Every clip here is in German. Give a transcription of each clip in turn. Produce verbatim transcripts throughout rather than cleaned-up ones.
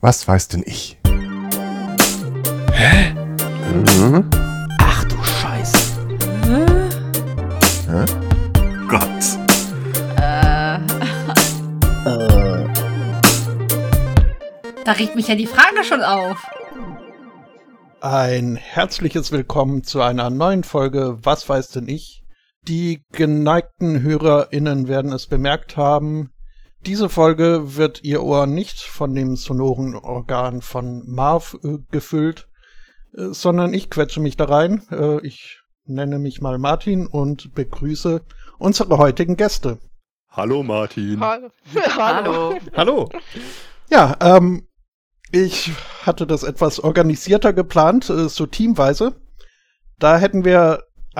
Was weiß denn ich? Hä? Mhm. Ach du Scheiße. Hä? Hä? Gott. Äh. Äh. Da regt mich ja die Frage schon auf. Ein herzliches Willkommen zu einer neuen Folge Was weiß denn ich? Die geneigten HörerInnen werden es bemerkt haben, diese Folge wird ihr Ohr nicht von dem sonoren Organ von Marv äh, gefüllt, äh, sondern ich quetsche mich da rein. Äh, ich nenne mich mal Martin und begrüße unsere heutigen Gäste. Hallo Martin. Hallo. Hallo. Hallo. Ja, ähm, ich hatte das etwas organisierter geplant, äh, so teamweise. Da hätten wir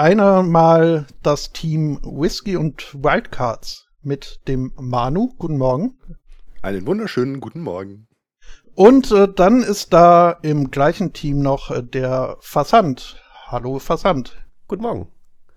einmal das Team Whisky und Wildcards mit dem Manu. Guten Morgen. Einen wunderschönen guten Morgen. Und äh, dann ist da im gleichen Team noch äh, der Versand. Hallo Versand. Guten Morgen.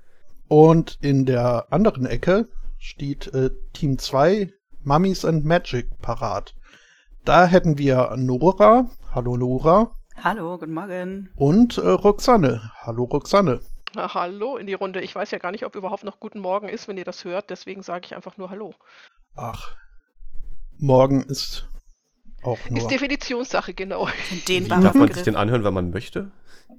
Und in der anderen Ecke steht äh, Team zwei Mummies and Magic parat. Da hätten wir Nora. Hallo Nora. Hallo, guten Morgen. Und äh, Roxanne. Hallo Roxanne. Na, hallo in die Runde. Ich weiß ja gar nicht, ob überhaupt noch guten Morgen ist, wenn ihr das hört. Deswegen sage ich einfach nur Hallo. Ach, morgen ist auch nur... Ist Definitionssache, genau. Den Darf man sich den anhören, wenn man möchte?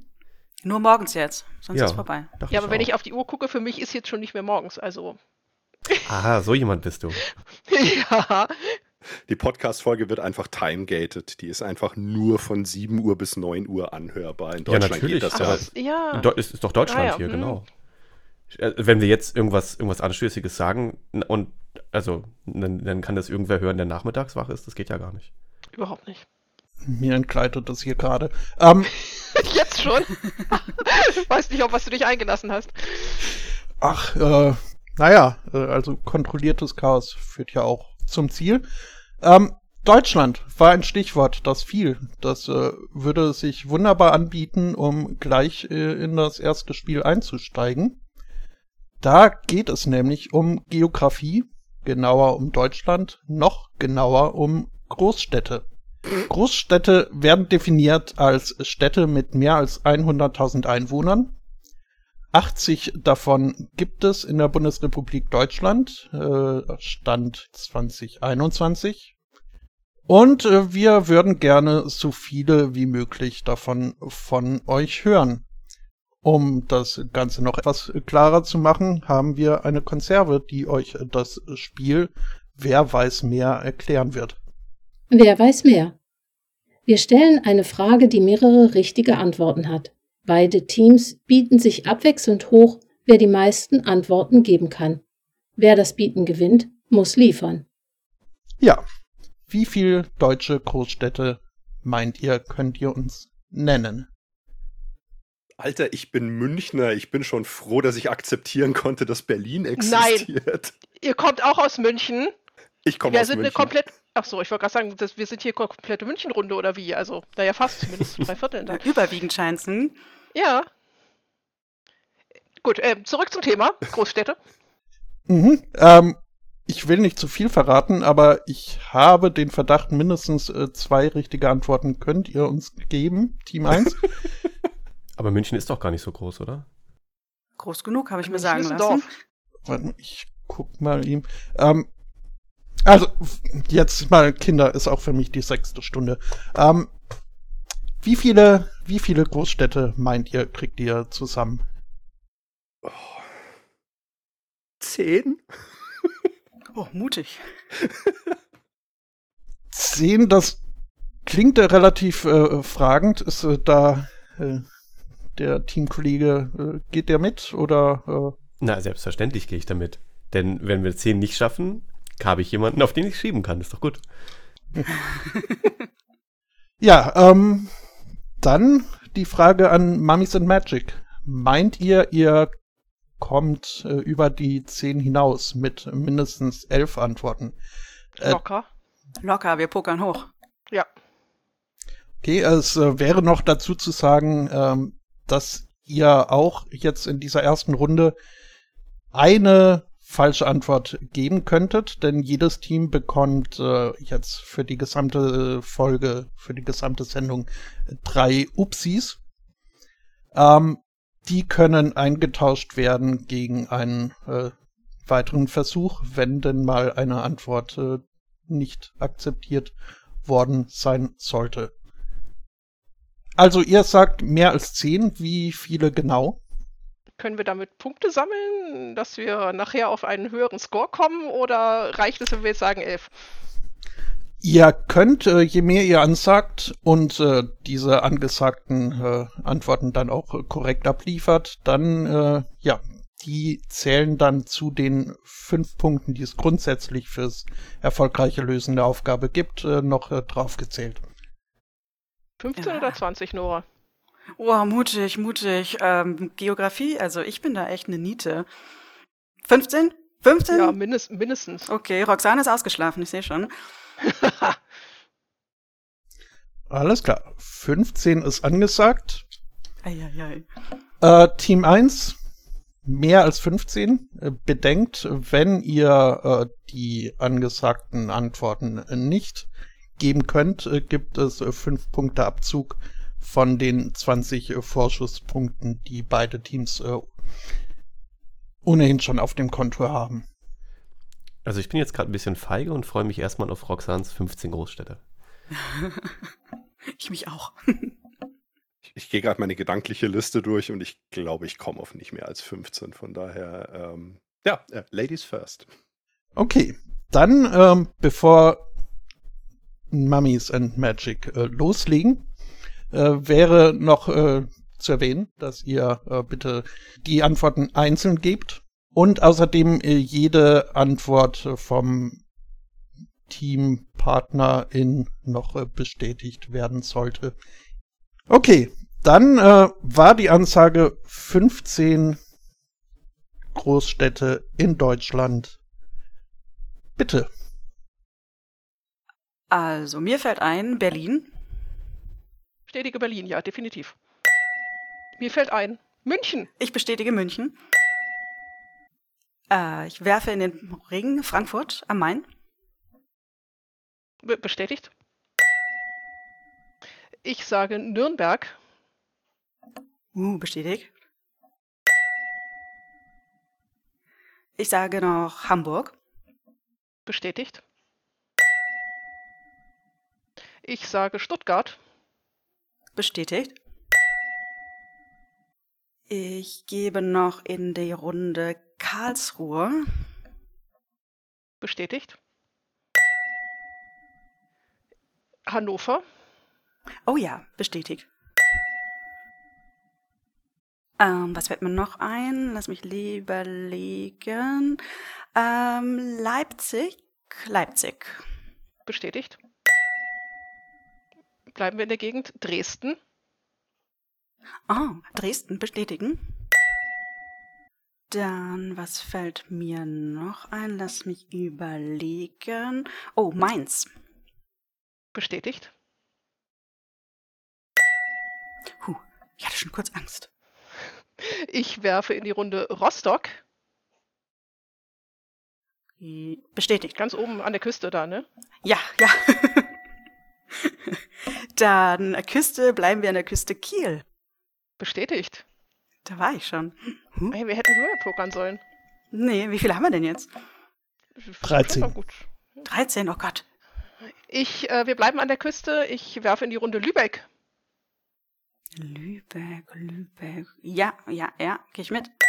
Nur morgens jetzt, sonst Ja. ist vorbei. Dachte Ja, aber wenn auch. ich auf die Uhr gucke, für mich ist jetzt schon nicht mehr morgens. Also, Aha, so jemand bist du. ja. Die Podcast-Folge wird einfach time-gated. Die ist einfach nur von sieben Uhr bis neun Uhr anhörbar. In Ja, Deutschland natürlich. geht das aber ja. Ja. in Deu- ist, ist doch Deutschland Ah, ja, hier, hm. genau. Äh, Wenn wir jetzt irgendwas, irgendwas Anstößiges sagen n- und also dann, dann kann das irgendwer hören, der nachmittags wach ist. Das geht ja gar nicht. Überhaupt nicht. Mir entgleitet das hier gerade. Ähm, Jetzt schon? Weiß nicht, auf was du dich eingelassen hast. ach, äh, naja, äh, also kontrolliertes Chaos führt ja auch zum Ziel. Ähm, Deutschland war ein Stichwort, das fiel. Das äh, würde sich wunderbar anbieten, um gleich äh, in das erste Spiel einzusteigen. Da geht es nämlich um Geografie, genauer um Deutschland, noch genauer um Großstädte. Großstädte werden definiert als Städte mit mehr als hunderttausend Einwohnern. achtzig davon gibt es in der Bundesrepublik Deutschland, äh, Stand zwanzig einundzwanzig. Und äh, wir würden gerne so viele wie möglich davon von euch hören. Um das Ganze noch etwas klarer zu machen, haben wir eine Konserve, die euch das Spiel Wer weiß mehr erklären wird. Wer weiß mehr? Wir stellen eine Frage, die mehrere richtige Antworten hat. Beide Teams bieten sich abwechselnd hoch, wer die meisten Antworten geben kann. Wer das Bieten gewinnt, muss liefern. Ja, wie viele deutsche Großstädte meint ihr, könnt ihr uns nennen? Alter, ich bin Münchner. Ich bin schon froh, dass ich akzeptieren konnte, dass Berlin existiert. Ihr kommt auch aus München. Ich komme Wir aus sind eine München. komplett. Ach so, ich wollte gerade sagen, dass wir sind hier komplette München-Runde oder wie? Also, naja, fast zumindest drei Viertel. Na, überwiegend scheint's, hm? Ja. Gut, äh, zurück zum Thema. Großstädte. Mhm, ähm, ich will nicht zu viel verraten, aber ich habe den Verdacht, mindestens äh, zwei richtige Antworten könnt ihr uns geben, Team eins. Aber München ist doch gar nicht so groß, oder? Groß genug, habe ich mir München sagen ist ein lassen. Dorf. Warte mal, ich guck mal ihm. Ähm, also, jetzt mal, Kinder, ist auch für mich die sechste Stunde. Ähm, wie viele, wie viele Großstädte meint ihr, kriegt ihr zusammen? Oh. Zehn? Oh, mutig. Zehn, das klingt äh, relativ äh, fragend. Ist äh, da äh, der Teamkollege, äh, geht der mit oder? Äh? Na, selbstverständlich gehe ich damit. Denn wenn wir zehn nicht schaffen, habe ich jemanden, auf den ich schieben kann. Ist doch gut. Ja, ähm, dann die Frage an Mummies and Magic. Meint ihr, ihr kommt äh, über die zehn hinaus mit mindestens elf Antworten? Äh, Locker. Locker, wir pokern hoch. Ja. Okay, es äh, wäre noch dazu zu sagen, ähm, dass ihr auch jetzt in dieser ersten Runde eine falsche Antwort geben könntet, denn jedes Team bekommt äh, jetzt für die gesamte Folge, für die gesamte Sendung drei Upsis. Ähm, die können eingetauscht werden gegen einen äh, weiteren Versuch, wenn denn mal eine Antwort äh, nicht akzeptiert worden sein sollte. Also ihr sagt mehr als zehn, wie viele genau? Können wir damit Punkte sammeln, dass wir nachher auf einen höheren Score kommen, oder reicht es, wenn wir jetzt sagen elf? Ihr könnt, äh, je mehr ihr ansagt und äh, diese angesagten äh, Antworten dann auch äh, korrekt abliefert, dann, äh, ja, die zählen dann zu den fünf Punkten, die es grundsätzlich fürs erfolgreiche Lösen der Aufgabe gibt, äh, noch äh, draufgezählt. fünfzehn Ja. oder zwanzig, Nora? Oh, mutig, mutig. Ähm, Geografie, also ich bin da echt eine Niete. fünfzehn? fünfzehn? Ja, mindest, mindestens. Okay, Roxane ist ausgeschlafen, ich sehe schon. Alles klar, fünfzehn ist angesagt. Eieiei. Äh, Team eins, mehr als fünfzehn. Äh, bedenkt, wenn ihr äh, die angesagten Antworten äh, nicht geben könnt, äh, gibt es äh, fünf Punkte Abzug von den zwanzig äh, Vorschusspunkten, die beide Teams äh, ohnehin schon auf dem Konto haben. Also ich bin jetzt gerade ein bisschen feige und freue mich erstmal auf Roxans fünfzehn Großstädte. Ich mich auch. Ich, ich gehe gerade meine gedankliche Liste durch und ich glaube, ich komme auf nicht mehr als fünfzehn. Von daher, ähm, ja, äh, Ladies first. Okay, dann, ähm, bevor Mummies and Magic äh, loslegen, äh, wäre noch äh, zu erwähnen, dass ihr äh, bitte die Antworten einzeln gebt und außerdem äh, jede Antwort äh, vom Teampartnerin noch äh, bestätigt werden sollte. Okay, dann äh, war die Ansage fünfzehn Großstädte in Deutschland. Bitte. Also, mir fällt ein, Berlin. Bestätige Berlin, ja, definitiv. Mir fällt ein, München. Ich bestätige München. Äh, ich werfe in den Ring Frankfurt am Main. Be bestätigt. Ich sage Nürnberg. Uh, bestätigt. Ich sage noch Hamburg. Bestätigt. Ich sage Stuttgart. Bestätigt. Ich gebe noch in die Runde Karlsruhe. Bestätigt. Hannover. Oh ja, bestätigt. Ähm, was fällt mir noch ein? Lass mich überlegen. Ähm, Leipzig. Leipzig. Bestätigt. Bleiben wir in der Gegend. Dresden. Oh, Dresden bestätigen. Dann, was fällt mir noch ein? Lass mich überlegen. Oh, Mainz. Bestätigt. Huh, ich hatte schon kurz Angst. Ich werfe in die Runde Rostock. Bestätigt. Ganz oben an der Küste da, ne? Ja, ja. Dann Küste, bleiben wir an der Küste Kiel. Bestätigt. Da war ich schon. Hm? Hey, wir hätten höher pokern sollen. Nee, wie viel haben wir denn jetzt? dreizehn. Das war gut. dreizehn, oh Gott. Ich, äh, wir bleiben an der Küste. Ich werfe in die Runde Lübeck. Lübeck, Lübeck. Ja, ja, ja, geh ich mit.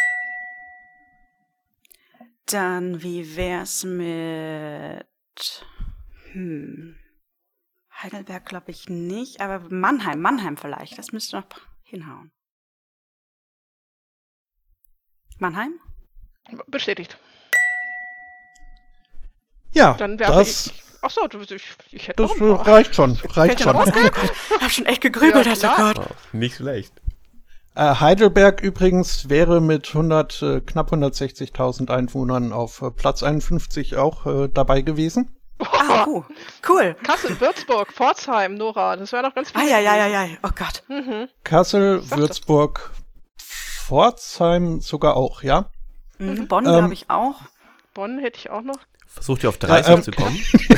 Dann, wie wär's mit... Hm... Heidelberg glaube ich nicht, aber Mannheim, Mannheim vielleicht. Das müsste noch hinhauen. Mannheim? Bestätigt. Ja, Dann werfe das, ich. Achso, ich, ich hätte das noch ein paar. reicht schon. Reicht Fällt dir schon. noch was ein? Ich hab schon echt gegrübelt, Ja, also klar. Gott. Wow, nicht schlecht. Äh, Heidelberg übrigens wäre mit hundert, äh, knapp hundertsechzigtausend Einwohnern auf äh, Platz einundfünfzig auch äh, dabei gewesen. Ah, oh, cool. Kassel, Würzburg, Pforzheim, Nora. Das wäre noch ganz viel. Ah, ja, ja, ja, ja. Oh Gott. Mhm. Kassel, Sag Würzburg, Pforzheim sogar auch, ja? Mhm, Bonn Ähm, glaube ich auch. Bonn hätte ich auch noch. Versucht ihr auf dreißig Ja, ähm, zu kommen?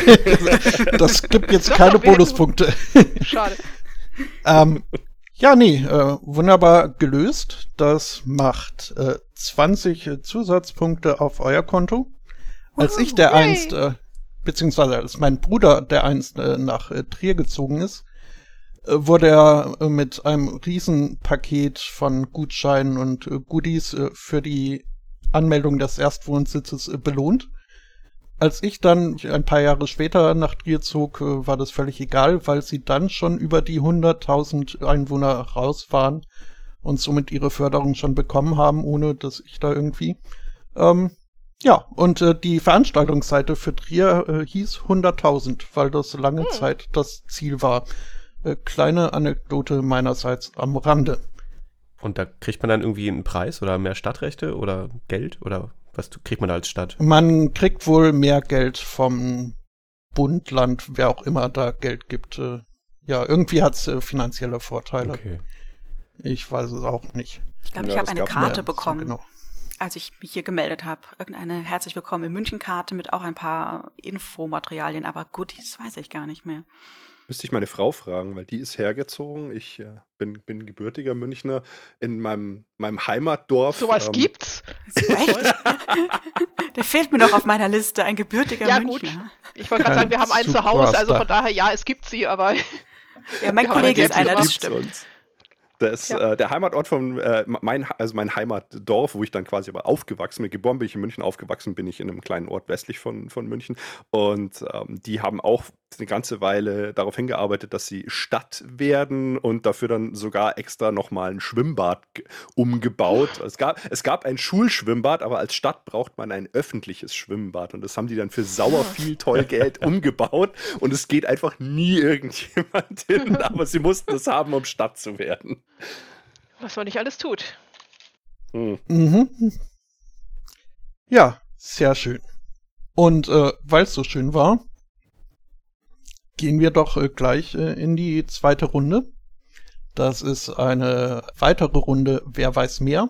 Das gibt jetzt Doch, keine doch, wir hätten- Bonuspunkte. Schade. ähm, ja, nee, äh, wunderbar gelöst. Das macht äh, zwanzig Zusatzpunkte auf euer Konto. Als ich der Yay. einst, äh, beziehungsweise als mein Bruder der einst äh, nach äh, Trier gezogen ist, äh, wurde er äh, mit einem Riesenpaket von Gutscheinen und äh, Goodies äh, für die Anmeldung des Erstwohnsitzes äh, belohnt. Als ich dann ein paar Jahre später nach Trier zog, äh, war das völlig egal, weil sie dann schon über die hunderttausend Einwohner raus waren und somit ihre Förderung schon bekommen haben, ohne dass ich da irgendwie... Ähm, ja, und äh, die Veranstaltungsseite für Trier äh, hieß hunderttausend, weil das lange Hm. Zeit das Ziel war. Äh, kleine Anekdote meinerseits am Rande. Und da kriegt man dann irgendwie einen Preis oder mehr Stadtrechte oder Geld? Oder was tu- kriegt man da als Stadt? Man kriegt wohl mehr Geld vom Bund, Land, wer auch immer da Geld gibt. Äh, ja, irgendwie hat's äh, finanzielle Vorteile. Okay. Ich weiß es auch nicht. Ich glaube, Ja, ich habe das eine gab- Karte Ja, bekommen, so genau. als ich mich hier gemeldet habe. Irgendeine Herzlich Willkommen in München-Karte mit auch ein paar Infomaterialien, aber Goodies weiß ich gar nicht mehr. Müsste ich meine Frau fragen, weil die ist hergezogen. Ich äh, bin, bin gebürtiger Münchner in meinem, meinem Heimatdorf. Sowas ähm, gibt's? Echt? Der fehlt mir noch auf meiner Liste, ein gebürtiger Ja, gut. Münchner. Ich wollte gerade sagen, wir haben einen zu Hause, also von daher, ja, es gibt sie, aber Ja, mein Ja, Kollege aber ist einer, das gibt's stimmt. Sonst. Das, Ja. äh, der Heimatort von äh, mein, also mein Heimatdorf, wo ich dann quasi aber aufgewachsen bin. Geboren bin ich in München, aufgewachsen bin ich in einem kleinen Ort westlich von, von München. Und ähm, die haben auch eine ganze Weile darauf hingearbeitet, dass sie Stadt werden und dafür dann sogar extra nochmal ein Schwimmbad ge- umgebaut. Es gab, es gab ein Schulschwimmbad, aber als Stadt braucht man ein öffentliches Schwimmbad. Und das haben die dann für sauer viel toll Geld umgebaut. Und es geht einfach nie irgendjemand hin. Aber sie mussten es haben, um Stadt zu werden. was man nicht alles tut. Hm. Mhm. Ja, sehr schön. Und äh, weil es so schön war, gehen wir doch äh, gleich äh, in die zweite Runde. Das ist eine weitere Runde Wer weiß mehr.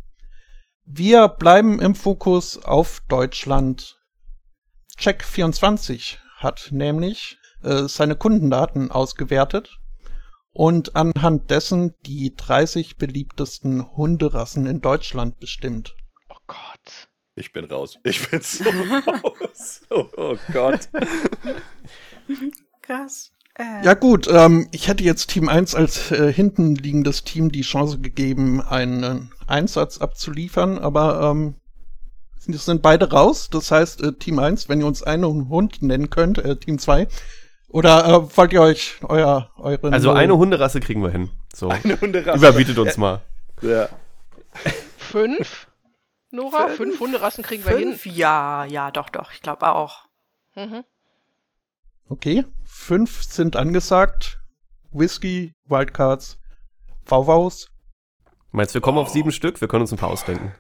Wir bleiben im Fokus auf Deutschland. Check vierundzwanzig hat nämlich äh, seine Kundendaten ausgewertet und anhand dessen die dreißig beliebtesten Hunderassen in Deutschland bestimmt. Oh Gott. Ich bin raus. Ich bin so raus. Oh, oh Gott. Krass. Äh, Ja gut, ähm, ich hätte jetzt Team eins als äh, hinten liegendes Team die Chance gegeben, einen Einsatz abzuliefern, aber ähm, die sind beide raus. Das heißt, äh, Team eins, wenn ihr uns einen Hund nennen könnt, äh, Team zwei, oder äh, wollt ihr euch euer euren Also eine Hunderasse kriegen wir hin. So. Eine Hunderasse. Überbietet uns mal. Ja. Fünf? Nora? Fünf, Fünf? Hunderassen kriegen wir fünf? Ja, ja, doch, doch. Ich glaube auch. hin. Mhm. Okay, fünf sind angesagt. Whisky, Wildcards, Wauwaus. Meinst du, wir kommen auf sieben Stück? Wir können uns ein paar ausdenken.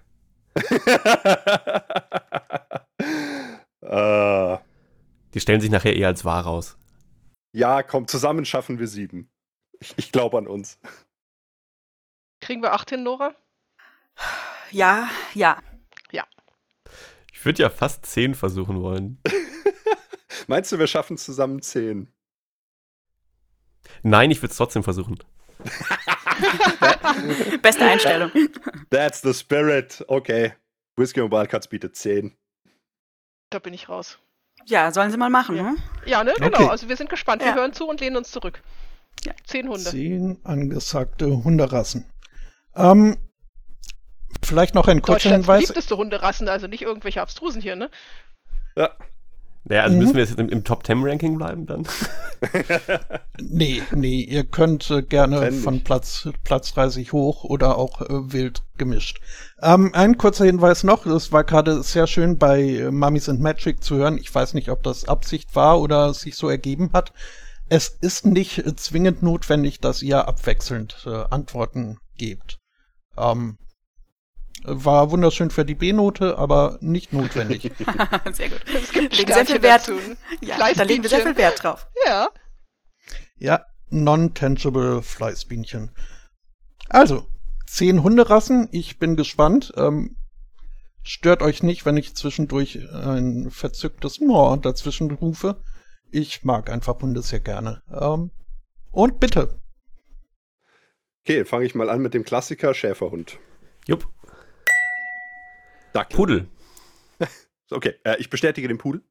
äh, Die stellen sich nachher eher als wahr raus. ja, komm, zusammen schaffen wir sieben. Ich, ich glaube an uns. Kriegen wir acht hin, Nora? Ja, ja. Ich würde ja fast zehn versuchen wollen. Meinst du, wir schaffen zusammen zehn? Nein, ich würde es trotzdem versuchen. Beste Einstellung. That's the spirit. Okay. Whiskey und Wildcards bietet zehn. Da bin ich raus. Ja, sollen sie mal machen, Ja. ne? Ja, ne? Genau. Okay. Also wir sind gespannt. Ja. Wir hören zu und lehnen uns zurück. Ja. Zehn Hunde. Zehn angesagte Hunderassen. Ähm, vielleicht noch ein kurzer Deutschlands Hinweis. beliebteste Hunderassen, also nicht irgendwelche Abstrusen hier, ne? Ja. Naja, also Mhm. müssen wir jetzt im, im Top Ten Ranking bleiben dann? Nee, nee, ihr könnt äh, gerne Trendig. von Platz, Platz dreißig hoch oder auch äh, wild gemischt. Ähm, ein kurzer Hinweis noch, es war gerade sehr schön bei äh, Mummies and Magic zu hören. Ich weiß nicht, ob das Absicht war oder sich so ergeben hat. Es ist nicht äh, zwingend notwendig, dass ihr abwechselnd äh, Antworten gebt. Ähm, war wunderschön für die B-Note, aber nicht notwendig. Sehr gut. Es gibt Legen sehr viel Sternchen Wert. dazu. Ja, da legen wir sehr viel Wert drauf. Ja. Ja, non-tangible Fleißbienchen. Also, zehn Hunderassen, ich bin gespannt. Ähm, stört euch nicht, wenn ich zwischendurch ein verzücktes Moor dazwischen rufe. Ich mag einfach Hunde sehr gerne. Ähm, und bitte. Okay, fange ich mal an mit dem Klassiker Schäferhund. Jupp. Dackel. Pudel. Okay, äh, ich bestätige den Pudel.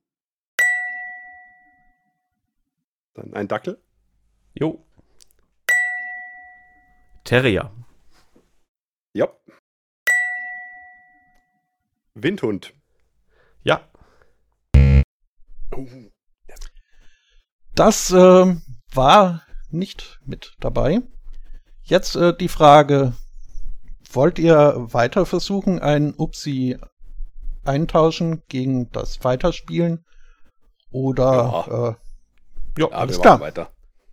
Dann ein Dackel. Jo. Terrier. Ja. Windhund. Ja. Oh. Das äh, war nicht mit dabei. Jetzt äh, die Frage, wollt ihr weiter versuchen, ein Upsi eintauschen gegen das Weiterspielen? Oder Ja. äh, Jo, Ja, alles wir klar. machen weiter.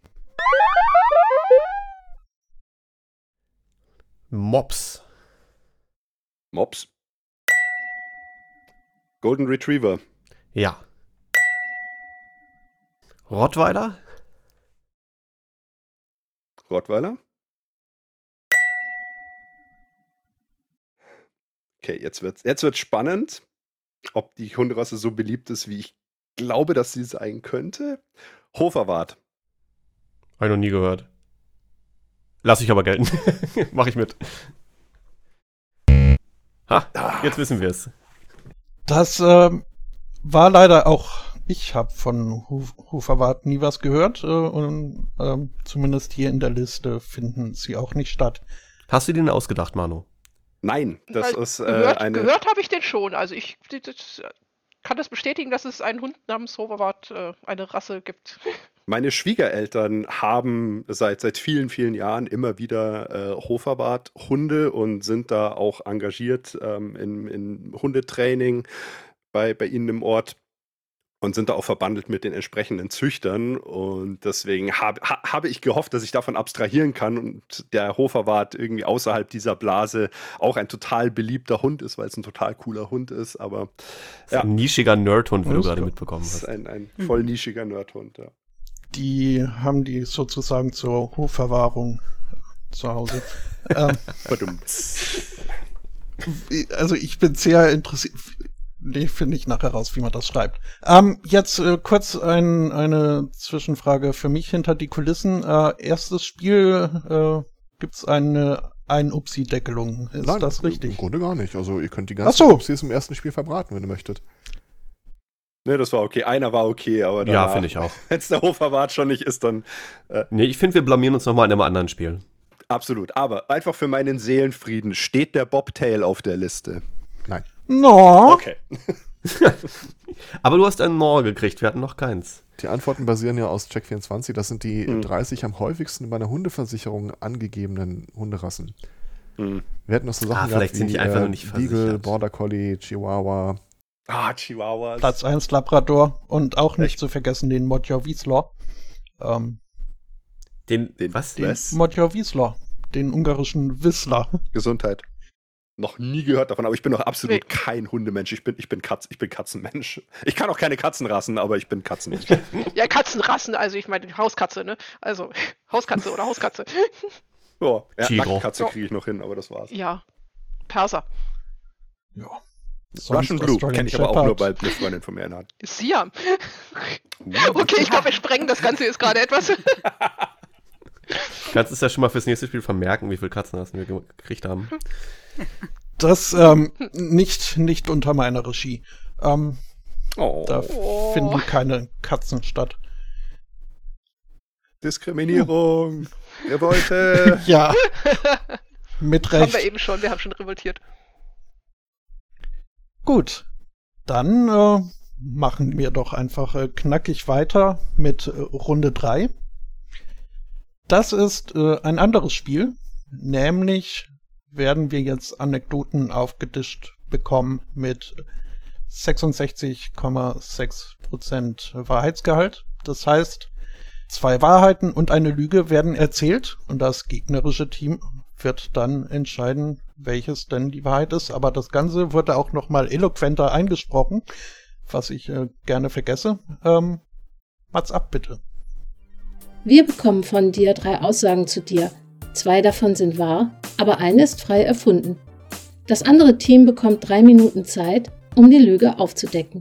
Mops. Mops. Golden Retriever. Ja. Rottweiler? Rottweiler. Okay, jetzt wird's, jetzt wird's spannend, ob die Hunderasse so beliebt ist, wie ich glaube, dass sie sein könnte. Hoferwart. Habe ich noch nie gehört. Lass ich aber gelten. Mach ich mit. Ha, jetzt wissen wir es. Das ähm, war leider auch, ich habe von Huf- Hoferwart nie was gehört äh, und ähm, zumindest hier in der Liste finden sie auch nicht statt. Hast du den ausgedacht, Manu? Nein, das Weil ist äh, gehört eine. gehört habe ich den schon. Also ich das, kann das bestätigen, dass es einen Hund namens Hoverwart, äh, eine Rasse gibt. Meine Schwiegereltern haben seit, seit vielen, vielen Jahren immer wieder äh, Hoferwart-Hunde und sind da auch engagiert ähm, in, in Hundetraining bei, bei ihnen im Ort und sind da auch verbandelt mit den entsprechenden Züchtern. Und deswegen hab, ha, habe ich gehofft, dass ich davon abstrahieren kann und der Hoferwart irgendwie außerhalb dieser Blase auch ein total beliebter Hund ist, weil es ein total cooler Hund ist. Aber Das ist ein nischiger Nerdhund, wie du Alles gerade klar. mitbekommen es ist hast. ein, ein voll nischiger Nerdhund. Ja. Die haben die sozusagen zur Hofverwahrung zu Hause. ähm, Verdammt. also ich bin sehr interessiert. Nee, finde ich nachher raus, wie man das schreibt. Ähm, jetzt äh, kurz ein, eine Zwischenfrage für mich hinter die Kulissen. Äh, erstes Spiel, äh, gibt's eine Ein-Upsi-Deckelung. Ist Nein, das Im richtig? Grunde gar nicht. Also ihr könnt die Ach ganzen so. Upsis im ersten Spiel verbraten, wenn ihr möchtet. Ne, das war okay. Einer war okay, aber Ja, finde ich auch. Wenn es der Hoferwart schon nicht ist, dann Nee, ich finde, wir blamieren uns nochmal in einem anderen Spiel. absolut. Aber einfach für meinen Seelenfrieden, steht der Bobtail auf der Liste? Nein. No. Okay. Aber du hast einen Moor gekriegt, wir hatten noch keins. Die Antworten basieren ja aus Check vierundzwanzig. Das sind die Hm. dreißig am häufigsten bei einer Hundeversicherung angegebenen Hunderassen. Hm. Wir hätten noch so Sachen Ah, vielleicht gehabt sind wie die einfach äh, nur nicht Beagle, versichert. Border Collie, Chihuahua. Ah, Chihuahuas. Platz eins Labrador und auch nicht Echt? zu vergessen den Modja Wiesler. Ähm, Den, Den- was? den- Was? Modja Wiesler, den ungarischen Whistler. Gesundheit. Noch nie gehört davon, aber ich bin noch absolut Nee. kein Hundemensch. Ich bin, ich bin Katz, ich bin Katzenmensch. Ich kann auch keine Katzenrassen, aber ich bin Katzenmensch. Ja, Katzenrassen, also ich meine die Hauskatze, ne? Also Hauskatze oder Hauskatze. Ja, ja Chiro. Nacktkatze Ja. kriege ich noch hin, aber das war's. Ja. Perser. Ja. Russian Blue Australian kenne ich aber auch nur, Shepherd. weil eine Freundin von mir hat. Siam. Okay, ich glaube, wir sprengen das Ganze jetzt gerade etwas. Kannst du es ja schon mal fürs nächste Spiel vermerken, wie viele Katzenrassen wir ge- gekriegt haben. Das ähm, nicht, nicht unter meiner Regie. Ähm, Oh, da Oh. finden keine Katzen statt. Diskriminierung. Revolte. Ja, mit Haben wir Recht. eben schon, wir haben schon revoltiert. Gut, dann äh, machen wir doch einfach äh, knackig weiter mit äh, Runde drei. Das ist äh, ein anderes Spiel, nämlich werden wir jetzt Anekdoten aufgetischt bekommen mit sechsundsechzig Komma sechs Prozent Wahrheitsgehalt. Das heißt, zwei Wahrheiten und eine Lüge werden erzählt und das gegnerische Team wird dann entscheiden, welches denn die Wahrheit ist. Aber das Ganze wurde auch noch mal eloquenter eingesprochen, was ich äh, gerne vergesse. Ähm, Mats ab, bitte. Wir bekommen von dir drei Aussagen zu dir. Zwei davon sind wahr, aber eine ist frei erfunden. Das andere Team bekommt drei Minuten Zeit, um die Lüge aufzudecken.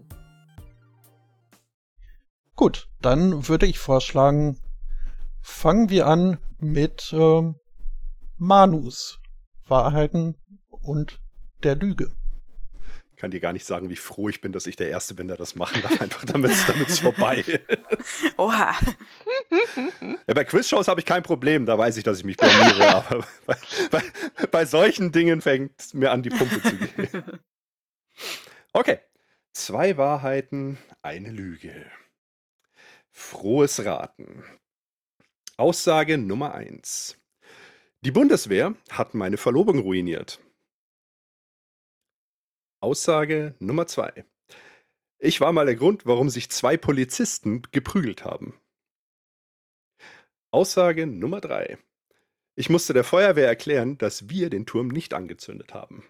Gut, dann würde ich vorschlagen, fangen wir an mit ähm, Manus Wahrheiten und der Lüge. Ich kann dir gar nicht sagen, wie froh ich bin, dass ich der Erste bin, der das machen darf, einfach damit es vorbei ist. Oha. Ja, bei Quizshows habe ich kein Problem, da weiß ich, dass ich mich blamiere, aber bei, bei, bei solchen Dingen fängt es mir an, die Pumpe zu gehen. Okay, zwei Wahrheiten, eine Lüge. Frohes Raten. Aussage Nummer eins. Die Bundeswehr hat meine Verlobung ruiniert. Aussage Nummer zwei. Ich war mal der Grund, warum sich zwei Polizisten geprügelt haben. Aussage Nummer drei. Ich musste der Feuerwehr erklären, dass wir den Turm nicht angezündet haben.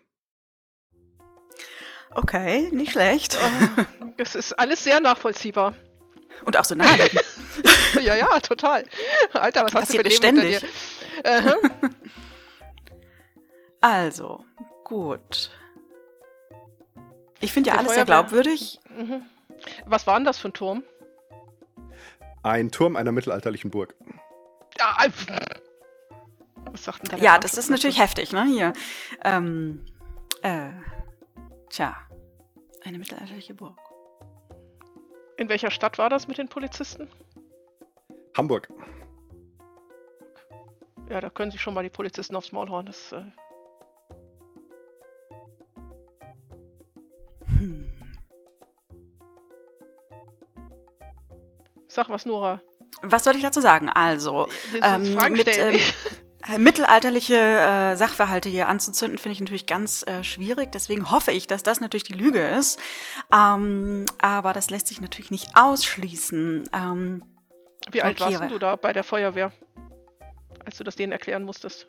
Okay, nicht schlecht. Das ist alles sehr nachvollziehbar. Und auch so naheliegend. Ja, ja, total. Alter, was hast du für Passiert Leben mir hinter ständig. dir? Aha. Also, gut. Ich finde ja Die alles sehr Feuerwehr. glaubwürdig. Mhm. Was war denn das für ein Turm? Ein Turm einer mittelalterlichen Burg. Ja, was sagt denn da der Ja, Name? das ist natürlich heftig, ne? Hier. Ähm, äh, tja. Eine mittelalterliche Burg. In welcher Stadt war das mit den Polizisten? Hamburg. Ja, da können sich schon mal die Polizisten aufs Maul hauen. Das, äh Hm. Sag was, Nora. Was soll ich dazu sagen? Also, Wir sollen ähm, Fragen mit stellen. ähm, mittelalterliche äh, Sachverhalte hier anzuzünden, finde ich natürlich ganz äh, schwierig. Deswegen hoffe ich, dass das natürlich die Lüge ist. Ähm, aber das lässt sich natürlich nicht ausschließen. Ähm, Wie alt warst markiere. denn du da bei der Feuerwehr, als du das denen erklären musstest?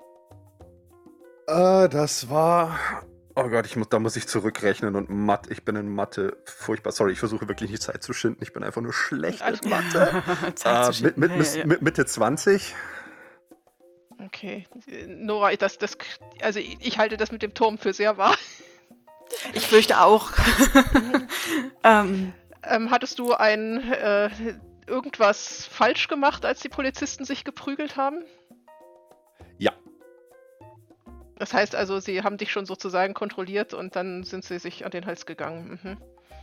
Äh, das war... Oh Gott, ich muss, da muss ich zurückrechnen und Mathe, ich bin in Mathe furchtbar. Sorry, ich versuche wirklich nicht Zeit zu schinden. Ich bin einfach nur schlecht Alles in gut. Mathe. Zeit zu äh, mit, schinden. mit, Ja, mit, ja, ja. mit Mitte zwanzig. Okay. Nora, das, das, also ich, ich halte das mit dem Turm für sehr wahr. Ich fürchte auch. ähm, Ähm, hattest du ein äh, irgendwas falsch gemacht, als die Polizisten sich geprügelt haben? Ja. Das heißt also, sie haben dich schon sozusagen kontrolliert und dann sind sie sich an den Hals gegangen. Mhm.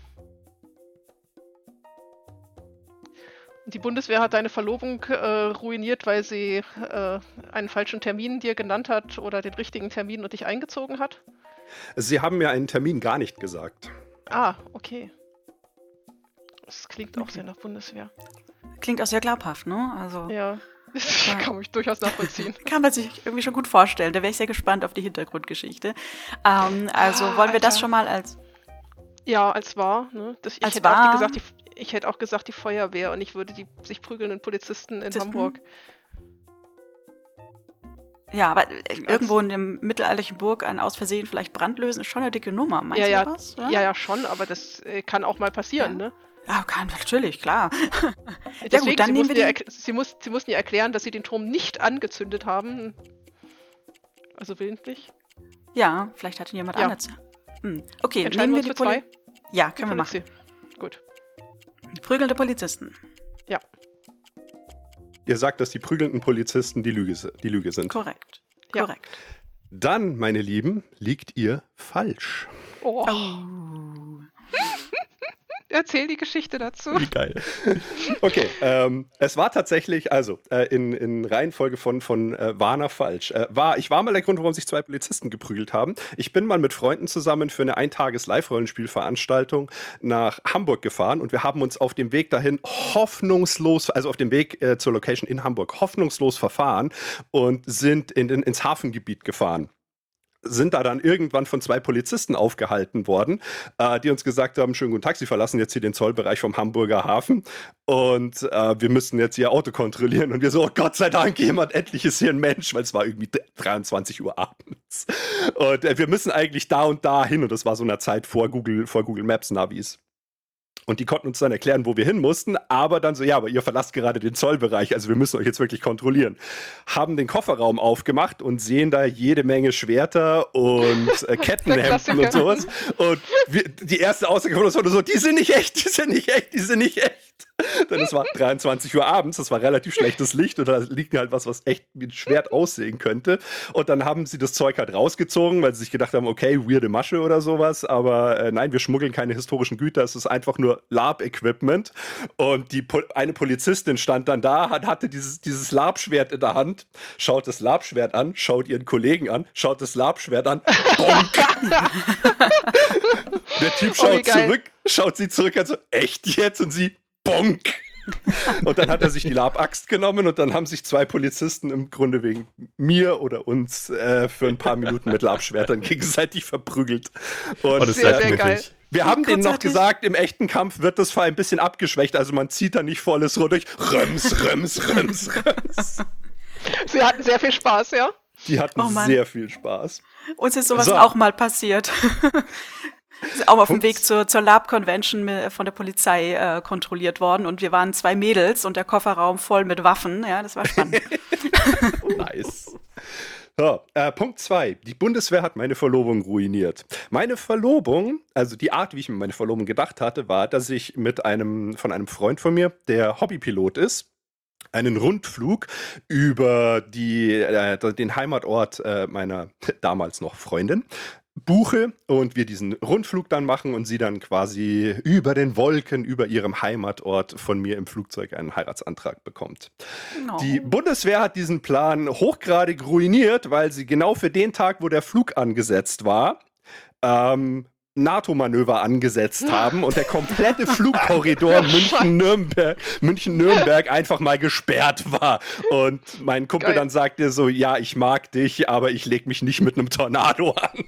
Die Bundeswehr hat deine Verlobung äh, ruiniert, weil sie äh, einen falschen Termin dir genannt hat oder den richtigen Termin und dich eingezogen hat? Sie haben mir einen Termin gar nicht gesagt. Ah, okay. Das klingt auch sehr nach Bundeswehr. klingt auch sehr glaubhaft, ne? Also Ja, das Ja. kann ich durchaus nachvollziehen. kann man sich irgendwie schon gut vorstellen. Da wäre ich sehr gespannt auf die Hintergrundgeschichte. Ähm, also Ah, wollen wir das Alter. schon mal als... Ja, als wahr. Ne? Das, ich, Als hätte auch wahr? die gesagt, die, ich hätte auch gesagt, die Feuerwehr und ich würde die sich prügelnden Polizisten in Polizisten? Hamburg. Ja, aber äh, irgendwo in der mittelalterlichen Burg ein aus Versehen vielleicht Brand lösen, ist schon eine dicke Nummer. Meinst Ja, du ja, was? ja, ja, schon, aber das äh, kann auch mal passieren, Ja. ne? Ja, kann, natürlich, klar. Deswegen, dann sie, nehmen mussten wir ja die- erk- sie, muss, sie mussten ja erklären, dass sie den Turm nicht angezündet haben. Also willentlich. Ja, vielleicht hat ihn jemand Ja. anders. Hm. Okay, Entscheiden nehmen wir wir uns die für Poli zwei? Ja, Die können wir machen. Polizei. Gut. Prügelnde Polizisten. Ihr sagt, dass die prügelnden Polizisten die Lüge, si- die Lüge sind. Korrekt. Ja. Korrekt. Dann, meine Lieben, liegt ihr falsch. Oh, Oh. erzähl die Geschichte dazu. Wie geil. Okay, ähm, es war tatsächlich, also äh, in, in Reihenfolge von, von äh, Warner falsch. Äh, war, ich war mal der Grund, warum sich zwei Polizisten geprügelt haben. Ich bin mal mit Freunden zusammen für eine Eintages-Live-Rollenspielveranstaltung nach Hamburg gefahren und wir haben uns auf dem Weg dahin hoffnungslos, also auf dem Weg äh, zur Location in Hamburg, hoffnungslos verfahren und sind in, in, ins Hafengebiet gefahren. Sind da dann irgendwann von zwei Polizisten aufgehalten worden, äh, die uns gesagt haben, schönen guten Tag, Sie verlassen jetzt hier den Zollbereich vom Hamburger Hafen und äh, wir müssen jetzt Ihr Auto kontrollieren. Und wir so, oh Gott sei Dank, jemand, endlich ist hier ein Mensch, weil es war irgendwie dreiundzwanzig Uhr abends. Und äh, wir müssen eigentlich da und da hin und das war so eine Zeit vor Google, vor Google Maps Navis. Und die konnten uns dann erklären, wo wir hin mussten, aber dann so, ja, aber ihr verlasst gerade den Zollbereich, also wir müssen euch jetzt wirklich kontrollieren. Haben den Kofferraum aufgemacht und sehen da jede Menge Schwerter und äh, Kettenhemden und sowas. Und wir, die erste Aussage von uns war so, die sind nicht echt, die sind nicht echt, die sind nicht echt. Denn es war dreiundzwanzig Uhr abends, das war relativ schlechtes Licht und da liegt halt was, was echt wie ein Schwert aussehen könnte. Und dann haben sie das Zeug halt rausgezogen, weil sie sich gedacht haben, okay, weirde Masche oder sowas, aber äh, nein, wir schmuggeln keine historischen Güter, es ist einfach nur Lab-Equipment. Und die Pol- eine Polizistin stand dann da, hat, hatte dieses, dieses Labschwert in der Hand, schaut das Labschwert an, schaut ihren Kollegen an, schaut das Labschwert an, bonk! Der Typ schaut Oh, zurück, schaut sie zurück, also echt jetzt? Und sie, bonk! Und dann hat er sich die Labaxt genommen und dann haben sich zwei Polizisten im Grunde wegen mir oder uns äh, für ein paar Minuten mit Labschwertern gegenseitig verprügelt. Und Oh, das ist Sehr, sehr sehr geil. mutig. wir haben denen noch Großartig. gesagt, im echten Kampf wird das Fall ein bisschen abgeschwächt, also man zieht da nicht volles Rohr durch. Röms, röms, röms, röms. Sie hatten sehr viel Spaß, ja? Die hatten Oh Mann. sehr viel Spaß. Uns ist sowas So. auch mal passiert. Ist auch auf dem Punkt. Weg zur, zur Lab-Convention mi- von der Polizei äh, kontrolliert worden und wir waren zwei Mädels und der Kofferraum voll mit Waffen. Ja, das war spannend. Nice. So, äh, Punkt zwei. Die Bundeswehr hat meine Verlobung ruiniert. Meine Verlobung, also die Art, wie ich mir meine Verlobung gedacht hatte, war, dass ich mit einem, von einem Freund von mir, der Hobbypilot ist, einen Rundflug über die, äh, den Heimatort äh, meiner damals noch Freundin buche und wir diesen Rundflug dann machen und sie dann quasi über den Wolken, über ihrem Heimatort von mir im Flugzeug einen Heiratsantrag bekommt. No. Die Bundeswehr hat diesen Plan hochgradig ruiniert, weil sie genau für den Tag, wo der Flug angesetzt war, ähm, NATO-Manöver angesetzt haben und der komplette Flugkorridor München-Nürnberg, München-Nürnberg einfach mal gesperrt war. Und mein Kumpel Geil. dann sagte so, ja, ich mag dich, aber ich leg mich nicht mit einem Tornado an.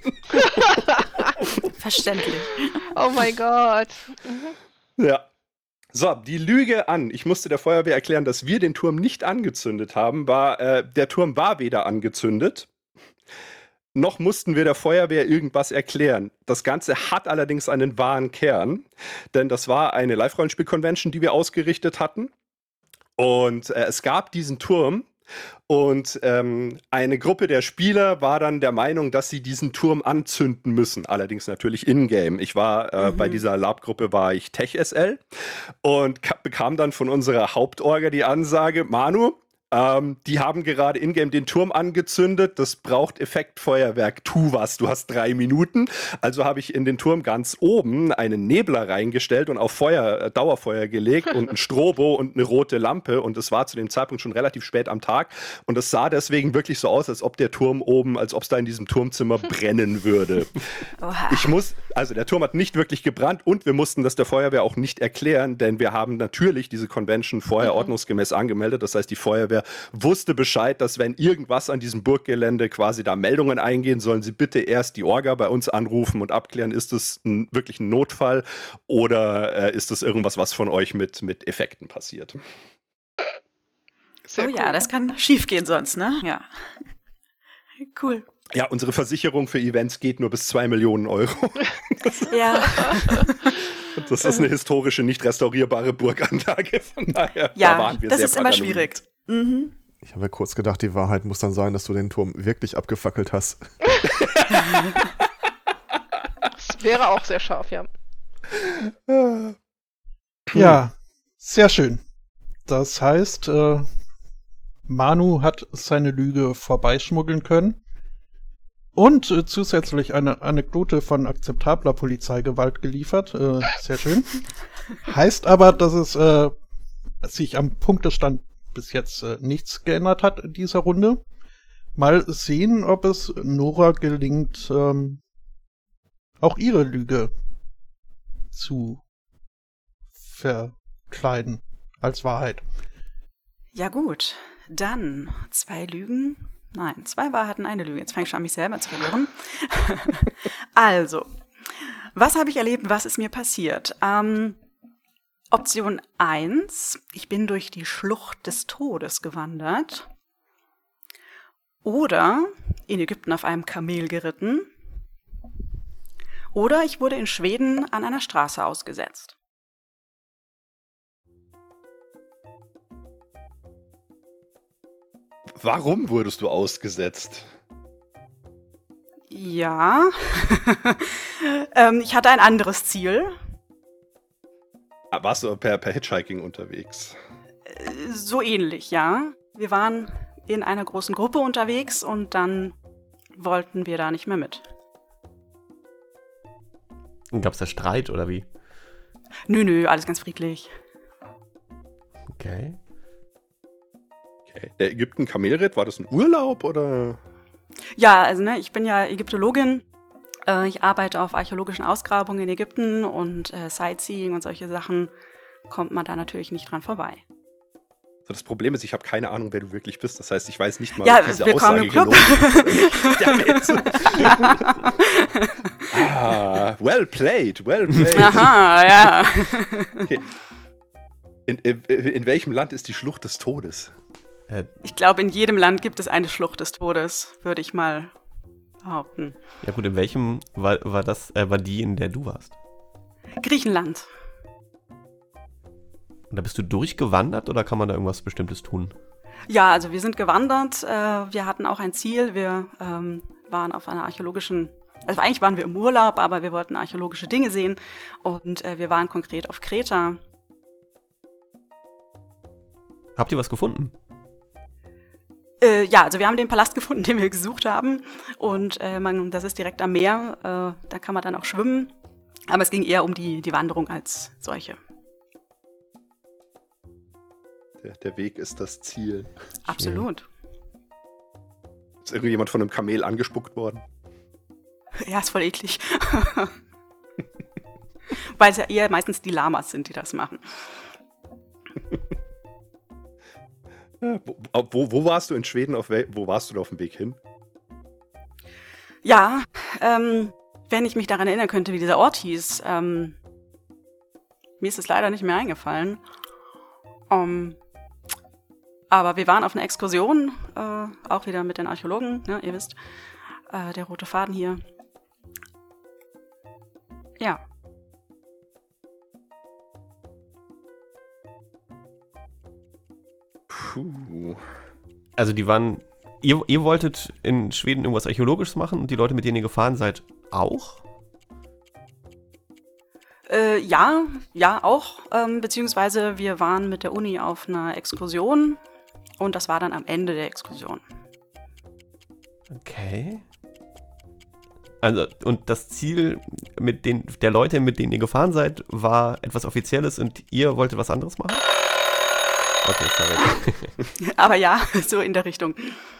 Verständlich. Oh mein Gott. Ja. So, die Lüge an. Ich musste der Feuerwehr erklären, dass wir den Turm nicht angezündet haben. War, äh, der Turm war weder angezündet, noch mussten wir der Feuerwehr irgendwas erklären. Das Ganze hat allerdings einen wahren Kern, denn das war eine Live-Rollenspiel-Convention, die wir ausgerichtet hatten. Und äh, es gab diesen Turm und ähm, eine Gruppe der Spieler war dann der Meinung, dass sie diesen Turm anzünden müssen. Allerdings natürlich in-game. Ich war, äh, Mhm. bei dieser Lab-Gruppe war ich Tech-S L und ka- bekam dann von unserer Hauptorga die Ansage, Manu, Ähm, die haben gerade in-game den Turm angezündet. Das braucht Effektfeuerwerk. Tu was. Du hast drei Minuten. Also habe ich in den Turm ganz oben einen Nebler reingestellt und auf Feuer, äh, Dauerfeuer gelegt und ein Strobo und eine rote Lampe. Und es war zu dem Zeitpunkt schon relativ spät am Tag. Und es sah deswegen wirklich so aus, als ob der Turm oben, als ob es da in diesem Turmzimmer brennen würde. Oha. Ich muss, also der Turm hat nicht wirklich gebrannt und wir mussten das der Feuerwehr auch nicht erklären, denn wir haben natürlich diese Convention vorher ordnungsgemäß angemeldet. Das heißt, die Feuerwehr wusste Bescheid, dass wenn irgendwas an diesem Burggelände quasi da Meldungen eingehen, sollen sie bitte erst die Orga bei uns anrufen und abklären, ist das ein, wirklich ein Notfall oder äh, ist das irgendwas, was von euch mit, mit Effekten passiert. Sehr Oh ja, cool. das kann schief gehen sonst, ne? Ja. Cool. Ja, unsere Versicherung für Events geht nur bis zwei Millionen Euro. Ja. Und das ist eine historische, nicht restaurierbare Burganlage. Von daher, da Ja, waren wir das sehr ist immer paranoid. schwierig. Mhm. Ich habe ja kurz gedacht, die Wahrheit muss dann sein, dass du den Turm wirklich abgefackelt hast. Das wäre auch sehr scharf, ja. Ja, sehr schön. Das heißt, äh, Manu hat seine Lüge vorbeischmuggeln können und äh, zusätzlich eine Anekdote von akzeptabler Polizeigewalt geliefert. Äh, sehr schön. Heißt aber, dass es äh, sich am Punktestand bis jetzt äh, nichts geändert hat in dieser Runde. Mal sehen, ob es Nora gelingt, ähm, auch ihre Lüge zu verkleiden als Wahrheit. Ja gut, dann zwei Lügen. Nein, zwei Wahrheiten, eine Lüge. Jetzt fange ich schon an, mich selber zu verwirren. Also, was habe ich erlebt, was ist mir passiert? Ähm, Option eins, ich bin durch die Schlucht des Todes gewandert. Oder in Ägypten auf einem Kamel geritten. Oder ich wurde in Schweden an einer Straße ausgesetzt. Warum wurdest du ausgesetzt? Ja, ähm, ich hatte ein anderes Ziel. Warst du per, per Hitchhiking unterwegs? Äh, So ähnlich, ja. Wir waren in einer großen Gruppe unterwegs und dann wollten wir da nicht mehr mit. Gab es da Streit oder wie? Nö, nö, alles ganz friedlich. Okay. Okay. Der Ägypten-Kamelritt, war das ein Urlaub oder? Ja, also ne, ich bin ja Ägyptologin. Äh, ich arbeite auf archäologischen Ausgrabungen in Ägypten und äh, Sightseeing und solche Sachen kommt man da natürlich nicht dran vorbei. So, das Problem ist, ich habe keine Ahnung, wer du wirklich bist. Das heißt, ich weiß nicht mal, Ja, ob diese willkommen Aussage im Club. gelogen ist. ah, well played, well played. Aha, ja. Okay. In, in, in welchem Land ist die Schlucht des Todes? Äh, Ich glaube, in jedem Land gibt es eine Schlucht des Todes, würde ich mal behaupten. ja gut, in welchem war, war das, äh, war die, in der du warst? Griechenland. Und da bist du durchgewandert oder kann man da irgendwas Bestimmtes tun? Ja, also wir sind gewandert. Äh, wir hatten auch ein Ziel. Wir ähm, waren auf einer archäologischen, also eigentlich waren wir im Urlaub, aber wir wollten archäologische Dinge sehen. Und äh, wir waren konkret auf Kreta. Habt ihr was gefunden? Äh, ja, also wir haben den Palast gefunden, den wir gesucht haben. Und äh, man, das ist direkt am Meer. Äh, da kann man dann auch schwimmen. Aber es ging eher um die, die Wanderung als solche. Der, der Weg ist das Ziel. Absolut. Ist irgendjemand von einem Kamel angespuckt worden? Ja, ist voll eklig. Weil es ja eher meistens die Lamas sind, die das machen. Ja, wo, wo, wo warst du in Schweden? Auf wel, wo warst du da auf dem Weg hin? Ja, ähm, wenn ich mich daran erinnern könnte, wie dieser Ort hieß. Ähm, mir ist es leider nicht mehr eingefallen. Um, aber wir waren auf einer Exkursion, äh, auch wieder mit den Archäologen, ne, ihr wisst, äh, der rote Faden hier. Ja. Puh. Also die waren, ihr, ihr wolltet in Schweden irgendwas Archäologisches machen und die Leute, mit denen ihr gefahren seid, auch? Äh, ja, ja, auch. Ähm, beziehungsweise wir waren mit der Uni auf einer Exkursion und das war dann am Ende der Exkursion. Okay. Also, und das Ziel mit den, der Leute, mit denen ihr gefahren seid, war etwas Offizielles und ihr wolltet was anderes machen? Okay, sorry. Aber ja, so in der Richtung.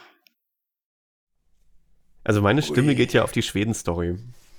Also meine Stimme Ui. geht ja auf die Schweden-Story.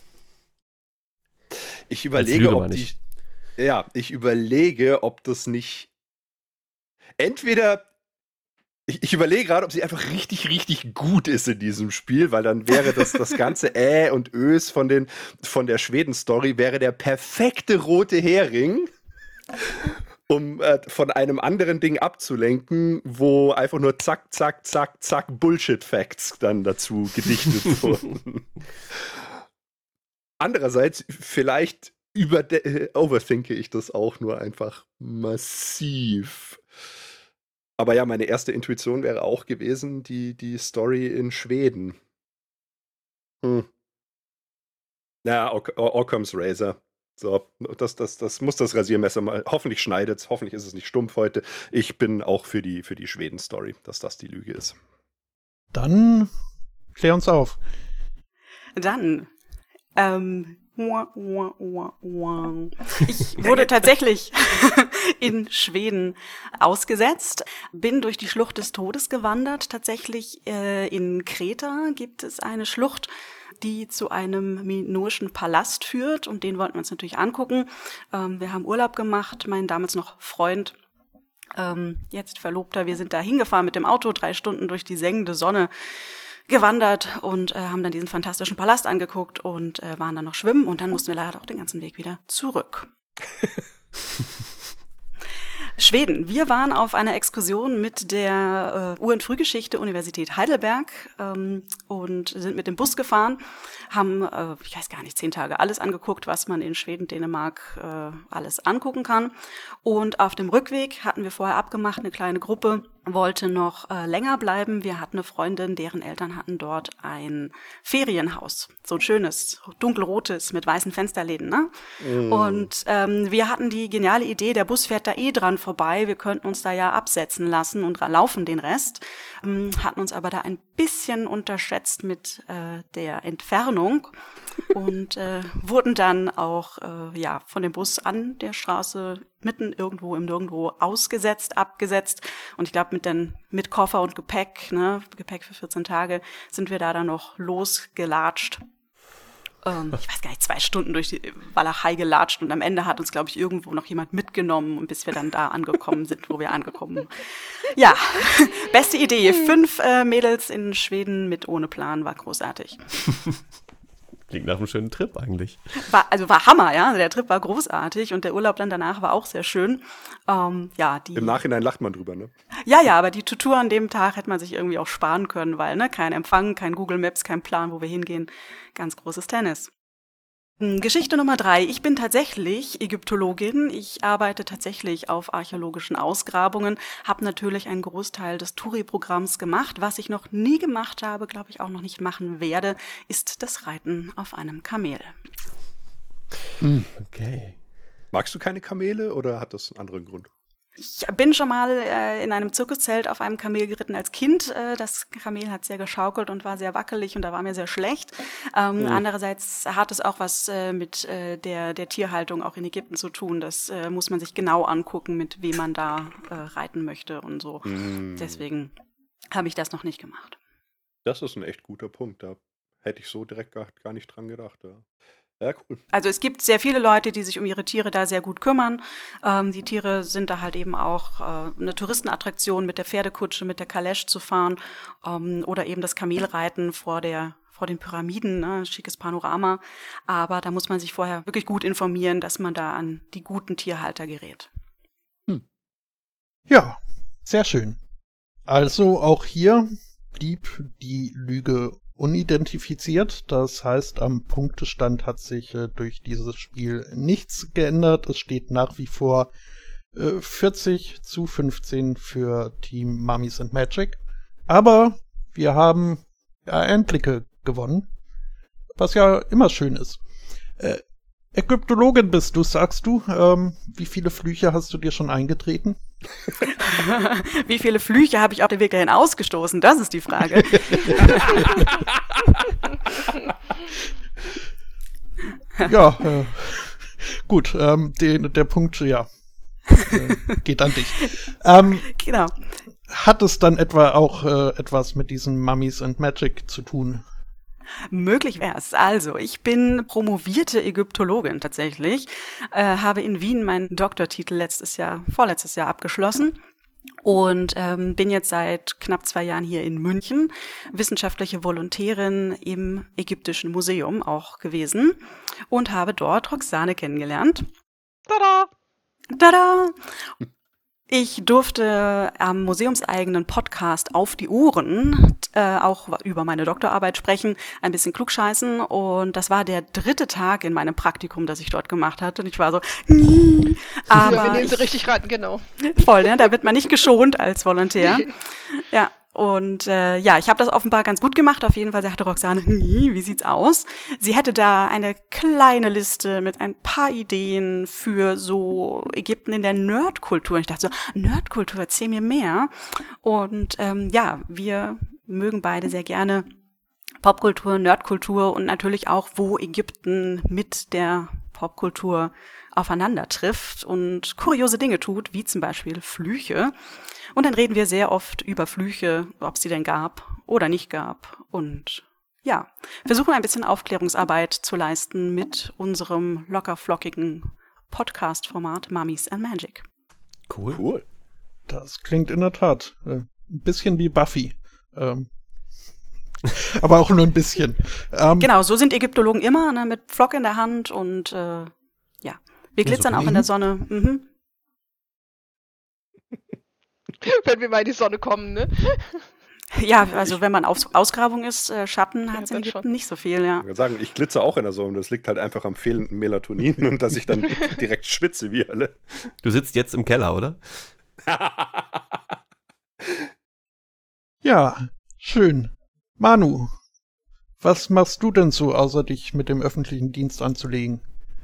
Ich überlege, Lüge ob meine die. ich. Ja, ich überlege, ob das nicht. Entweder. Ich, ich überlege gerade, ob sie einfach richtig, richtig gut ist in diesem Spiel, weil dann wäre das, das ganze Äh und Ös von, den, von der Schweden-Story wäre der perfekte rote Hering, um äh, von einem anderen Ding abzulenken, wo einfach nur zack, zack, zack, zack Bullshit-Facts dann dazu gedichtet wurden. Andererseits, vielleicht über äh, overthinke ich das auch nur einfach massiv. Aber ja, meine erste Intuition wäre auch gewesen, die, die Story in Schweden. Hm. Ja, Oc- Occam's Razor. So, das, das, das muss das Rasiermesser mal. Hoffentlich schneidet's, hoffentlich ist es nicht stumpf heute. Ich bin auch für die, für die Schweden-Story, dass das die Lüge ist. Dann klär uns auf. Dann, ähm, wah, wah, wah, wah. ich wurde tatsächlich in Schweden ausgesetzt, bin durch die Schlucht des Todes gewandert. Tatsächlich äh, in Kreta gibt es eine Schlucht, die zu einem minoischen Palast führt und den wollten wir uns natürlich angucken. Ähm, wir haben Urlaub gemacht, mein damals noch Freund, ähm, jetzt Verlobter, wir sind da hingefahren mit dem Auto, drei Stunden durch die sengende Sonne gewandert und äh, haben dann diesen fantastischen Palast angeguckt und äh, waren dann noch schwimmen und dann mussten wir leider auch den ganzen Weg wieder zurück. Schweden. Wir waren auf einer Exkursion mit der äh, Ur- und Frühgeschichte Universität Heidelberg ähm, und sind mit dem Bus gefahren, haben, äh, ich weiß gar nicht, zehn Tage alles angeguckt, was man in Schweden, Dänemark äh, alles angucken kann. Und auf dem Rückweg hatten wir vorher abgemacht, eine kleine Gruppe, wollte noch äh, länger bleiben. Wir hatten eine Freundin, deren Eltern hatten dort ein Ferienhaus. So ein schönes, dunkelrotes, mit weißen Fensterläden, ne? Mm. Und ähm, wir hatten die geniale Idee, der Bus fährt da eh dran vorbei, wir könnten uns da ja absetzen lassen und laufen den Rest. Ähm, hatten uns aber da ein bisschen unterschätzt mit äh, der Entfernung und äh, wurden dann auch äh, ja von dem Bus an der Straße mitten irgendwo im Nirgendwo ausgesetzt, abgesetzt. Und ich glaube, mit den, mit Koffer und Gepäck, ne, Gepäck für vierzehn Tage, sind wir da dann noch losgelatscht. Ähm, ich weiß gar nicht, zwei Stunden durch die Walachei gelatscht und am Ende hat uns, glaube ich, irgendwo noch jemand mitgenommen und bis wir dann da angekommen sind, wo wir angekommen sind. Ja, beste Idee. Fünf äh, Mädels in Schweden mit ohne Plan, war großartig. Klingt nach einem schönen Trip eigentlich. War, also war Hammer, ja. Der Trip war großartig und der Urlaub dann danach war auch sehr schön. Ähm, ja, die, Im Nachhinein lacht man drüber, ne? Ja, ja, aber die Tour an dem Tag hätte man sich irgendwie auch sparen können, weil, ne, kein Empfang, kein Google Maps, kein Plan, wo wir hingehen. Ganz großes Tennis. Geschichte Nummer drei. Ich bin tatsächlich Ägyptologin. Ich arbeite tatsächlich auf archäologischen Ausgrabungen, habe natürlich einen Großteil des Touri-Programms gemacht. Was ich noch nie gemacht habe, glaube ich auch noch nicht machen werde, ist das Reiten auf einem Kamel. Okay. Magst du keine Kamele oder hat das einen anderen Grund? Ich bin schon mal äh, in einem Zirkuszelt auf einem Kamel geritten als Kind. Äh, das Kamel hat sehr geschaukelt und war sehr wackelig und da war mir sehr schlecht. Ähm, mhm. Andererseits hat es auch was äh, mit äh, der, der Tierhaltung auch in Ägypten zu tun. Das äh, muss man sich genau angucken, mit wem man da äh, reiten möchte und so. Mhm. Deswegen habe ich das noch nicht gemacht. Das ist ein echt guter Punkt. Da hätte ich so direkt gar, gar nicht dran gedacht. Ja. Ja, cool. Also es gibt sehr viele Leute, die sich um ihre Tiere da sehr gut kümmern. Ähm, die Tiere sind da halt eben auch äh, eine Touristenattraktion, mit der Pferdekutsche, mit der Kalesch zu fahren ähm, oder eben das Kamelreiten vor der vor den Pyramiden, ne, schickes Panorama. Aber da muss man sich vorher wirklich gut informieren, dass man da an die guten Tierhalter gerät. Hm. Ja, sehr schön. Also auch hier blieb die Lüge unidentifiziert. Das heißt, am Punktestand hat sich äh, durch dieses Spiel nichts geändert. Es steht nach wie vor äh, vierzig zu fünfzehn für Team Mummies and Magic. Aber wir haben ja Einblicke gewonnen, was ja immer schön ist. Äh, Ägyptologin bist du, sagst du. Ähm, wie viele Flüche hast du dir schon eingetreten? Wie viele Flüche habe ich auf den Weg dahin ausgestoßen? Das ist die Frage. Ja, äh, gut, ähm, den, der Punkt, ja, äh, geht an dich. Ähm, genau. Hat es dann etwa auch äh, etwas mit diesen Mummies and Magic zu tun? Möglich wäre es. Also, ich bin promovierte Ägyptologin tatsächlich, äh, habe in Wien meinen Doktortitel letztes Jahr, vorletztes Jahr abgeschlossen und ähm, bin jetzt seit knapp zwei Jahren hier in München, wissenschaftliche Volontärin im Ägyptischen Museum auch gewesen und habe dort Roxane kennengelernt. Tada! Tada! Ich durfte am museumseigenen Podcast Auf die Ohren äh, auch über meine Doktorarbeit sprechen, ein bisschen klugscheißen und das war der dritte Tag in meinem Praktikum, das ich dort gemacht hatte und ich war so, nie. Aber ja, wir nehmen sie richtig rein, genau. Voll, ne? Da wird man nicht geschont als Volontär. Ja. Und äh, ja, ich habe das offenbar ganz gut gemacht. Auf jeden Fall sagte Roxane, nie, wie sieht's aus? Sie hätte da eine kleine Liste mit ein paar Ideen für so Ägypten in der Nerdkultur. Und ich dachte so, Nerdkultur, erzähl mir mehr. Und ähm, ja, wir mögen beide sehr gerne Popkultur, Nerdkultur und natürlich auch, wo Ägypten mit der Popkultur aufeinander trifft und kuriose Dinge tut, wie zum Beispiel Flüche. Und dann reden wir sehr oft über Flüche, ob es sie denn gab oder nicht gab. Und ja, versuchen ein bisschen Aufklärungsarbeit zu leisten mit unserem lockerflockigen Podcast-Format Mummies and Magic. Cool. Cool. Das klingt in der Tat äh, ein bisschen wie Buffy. Ähm, aber auch nur ein bisschen. Ähm, genau, so sind Ägyptologen immer, ne, mit Flock in der Hand und äh, ja, wir glitzern Ja, so auch in der Sonne. Mhm. Wenn wir mal in die Sonne kommen, ne? Ja, also wenn man auf Ausgrabung ist, äh, Schatten hat es in dann Ägypten schon. nicht so viel, ja. Ich würde sagen, ich glitze auch in der Sonne. Das liegt halt einfach am fehlenden Melatonin und dass ich dann direkt schwitze wie alle. Du sitzt jetzt im Keller, oder? Ja, schön. Manu, was machst du denn so, außer dich mit dem öffentlichen Dienst anzulegen?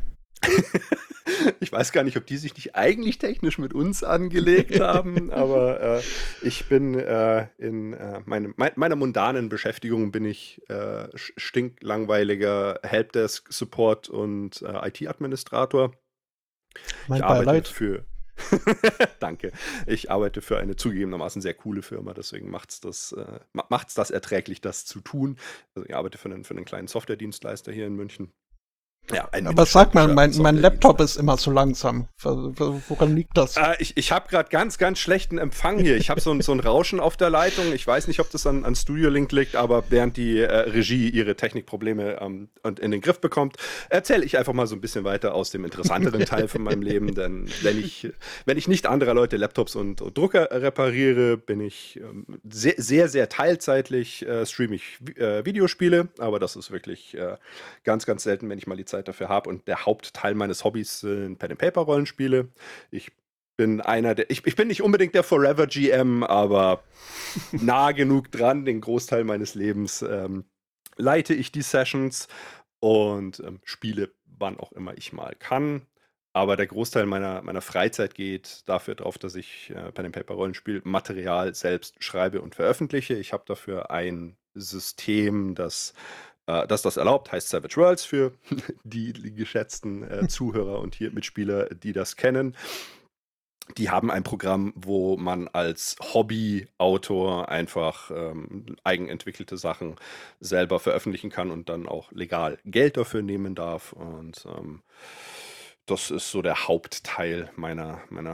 Ich weiß gar nicht, ob die sich nicht eigentlich technisch mit uns angelegt haben, aber äh, ich bin äh, in äh, meine, me- meiner mundanen Beschäftigung bin ich äh, stinklangweiliger Helpdesk-Support und äh, I T-Administrator. Mein Ich arbeite Beileid. für Danke. Ich arbeite für eine zugegebenermaßen sehr coole Firma, deswegen macht es das, äh, ma- macht's das erträglich, das zu tun. Also ich arbeite für einen, für einen kleinen Softwaredienstleister hier in München. Ja, ein Aber sag mal, mein, mittelständischer mein Laptop Softwaredienstleister. ist immer so langsam. W- w- Woran liegt das? Äh, ich ich habe gerade ganz, ganz schlechten Empfang hier. Ich habe so, ein- so ein Rauschen auf der Leitung. Ich weiß nicht, ob das an, an Studio Link liegt, aber während die äh, Regie ihre Technikprobleme ähm, und in den Griff bekommt, erzähle ich einfach mal so ein bisschen weiter aus dem interessanteren Teil von meinem Leben. Denn wenn ich, wenn ich nicht anderer Leute Laptops und, und Drucker repariere, bin ich ähm, sehr, sehr, sehr teilzeitlich äh, streame ich äh, Videospiele. Aber das ist wirklich äh, ganz, ganz selten, wenn ich mal die Zeit dafür habe. Und der Hauptteil meines Hobbys sind Pen-and-Paper-Rollenspiele. Ich bin einer der, ich, ich bin nicht unbedingt der Forever G M, aber nah genug dran, den Großteil meines Lebens ähm, leite ich die Sessions und ähm, spiele, wann auch immer ich mal kann. Aber der Großteil meiner, meiner Freizeit geht dafür drauf, dass ich äh, Pen-and-Paper-Rollenspiel-Material selbst schreibe und veröffentliche. Ich habe dafür ein System, das äh, das das erlaubt, heißt Savage Worlds für die, die geschätzten äh, Zuhörer und hier Mitspieler, die das kennen. Die haben ein Programm, wo man als Hobbyautor einfach ähm, eigenentwickelte Sachen selber veröffentlichen kann und dann auch legal Geld dafür nehmen darf. Und ähm, das ist so der Hauptteil meiner, meiner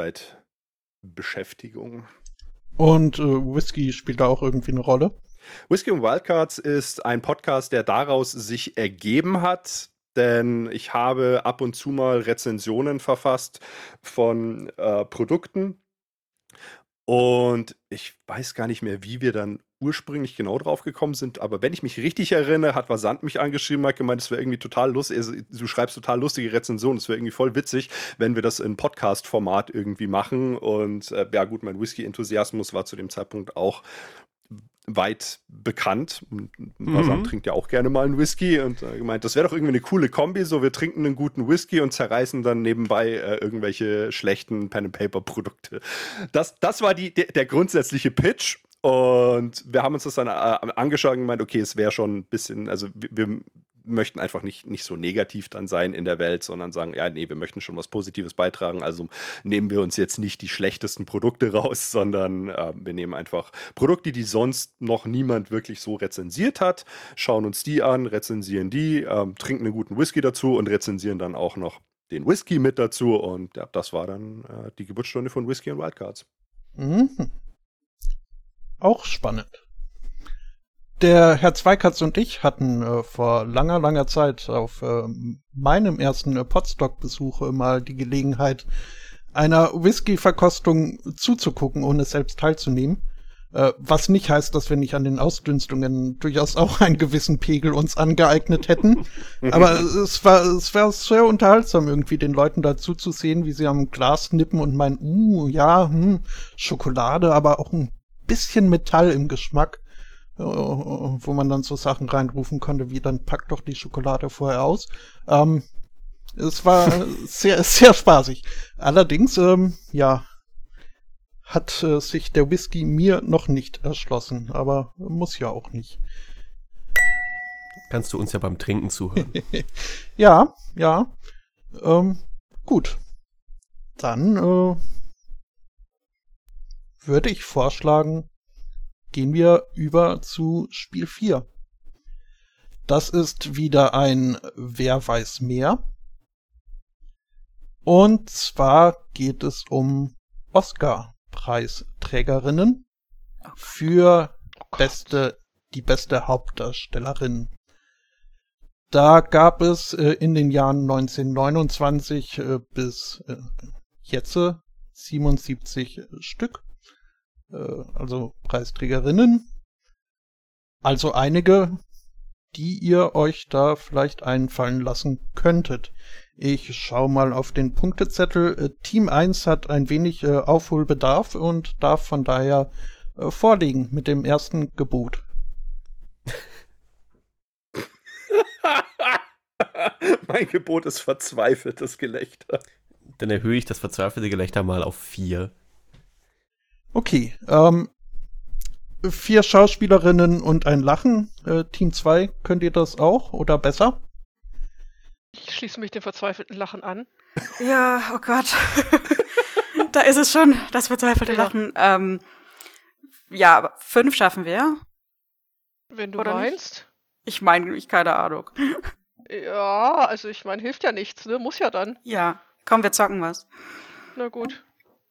Freizeitbeschäftigung. Und äh, Whisky spielt da auch irgendwie eine Rolle? Whiskey und Wildcards ist ein Podcast, der daraus sich ergeben hat, denn ich habe ab und zu mal Rezensionen verfasst von äh, Produkten und ich weiß gar nicht mehr, wie wir dann ursprünglich genau drauf gekommen sind, aber wenn ich mich richtig erinnere, hat Vasant mich angeschrieben, hat gemeint, es wäre irgendwie total lustig, also, du schreibst total lustige Rezensionen, es wäre irgendwie voll witzig, wenn wir das in Podcast-Format irgendwie machen und äh, ja gut, mein Whisky-Enthusiasmus war zu dem Zeitpunkt auch weit bekannt. Vasant Mhm. trinkt ja auch gerne mal einen Whisky und äh, gemeint, das wäre doch irgendwie eine coole Kombi, so wir trinken einen guten Whisky und zerreißen dann nebenbei äh, irgendwelche schlechten Pen-and-Paper-Produkte. Das, das war die, der, der grundsätzliche Pitch und wir haben uns das dann äh, angeschaut und gemeint, okay, es wäre schon ein bisschen, also wir, wir möchten einfach nicht, nicht so negativ dann sein in der Welt, sondern sagen, ja, nee, wir möchten schon was Positives beitragen, also nehmen wir uns jetzt nicht die schlechtesten Produkte raus, sondern äh, wir nehmen einfach Produkte, die sonst noch niemand wirklich so rezensiert hat, schauen uns die an, rezensieren die, ähm, trinken einen guten Whisky dazu und rezensieren dann auch noch den Whisky mit dazu und ja, das war dann äh, die Geburtsstunde von Whisky und Wildcards. Mhm. Auch spannend. Der Herr Zweikatz und ich hatten äh, vor langer, langer Zeit auf äh, meinem ersten äh, Podstock-Besuch äh, mal die Gelegenheit, einer Whisky-Verkostung zuzugucken, ohne selbst teilzunehmen. Äh, was nicht heißt, dass wir nicht an den Ausdünstungen durchaus auch einen gewissen Pegel uns angeeignet hätten. Aber es war, es war sehr unterhaltsam, irgendwie den Leuten dazu zu sehen, wie sie am Glas nippen und meinen, uh, ja, hm, Schokolade, aber auch ein bisschen Metall im Geschmack. Wo man dann so Sachen reinrufen konnte, wie dann pack doch die Schokolade vorher aus. Ähm, es war sehr, sehr spaßig. Allerdings, ähm, ja, hat äh, sich der Whisky mir noch nicht erschlossen, aber muss ja auch nicht. Kannst du uns ja beim Trinken zuhören. Ja, ja, ähm, gut. Dann äh, würde ich vorschlagen, gehen wir über zu Spiel vier. Das ist wieder ein Wer weiß mehr. Und zwar geht es um Oscar-Preisträgerinnen für beste, die beste Hauptdarstellerin. Da gab es äh, in den Jahren neunzehnhundertneunundzwanzig äh, bis äh, jetzt äh, siebenundsiebzig Stück. Also Preisträgerinnen, also einige die ihr euch da vielleicht einfallen lassen könntet. Ich schaue mal auf den Punktezettel. Äh, Team eins hat ein wenig äh, Aufholbedarf und darf von daher äh, vorlegen mit dem ersten Gebot. Mein Gebot ist verzweifeltes Gelächter. Dann erhöhe ich das verzweifelte Gelächter mal auf vier. Okay, ähm, vier Schauspielerinnen und ein Lachen. Äh, Team zwei, könnt ihr das auch oder besser? Ich schließe mich dem verzweifelten Lachen an. Ja, oh Gott. Da ist es schon, das verzweifelte Ja. Lachen. Ähm, ja, aber fünf schaffen wir. Wenn du Oder nicht? meinst. Ich meine, ich keine Ahnung. Ja, also ich meine, hilft ja nichts, ne? Muss ja dann. Ja, komm, wir zocken was. Na gut.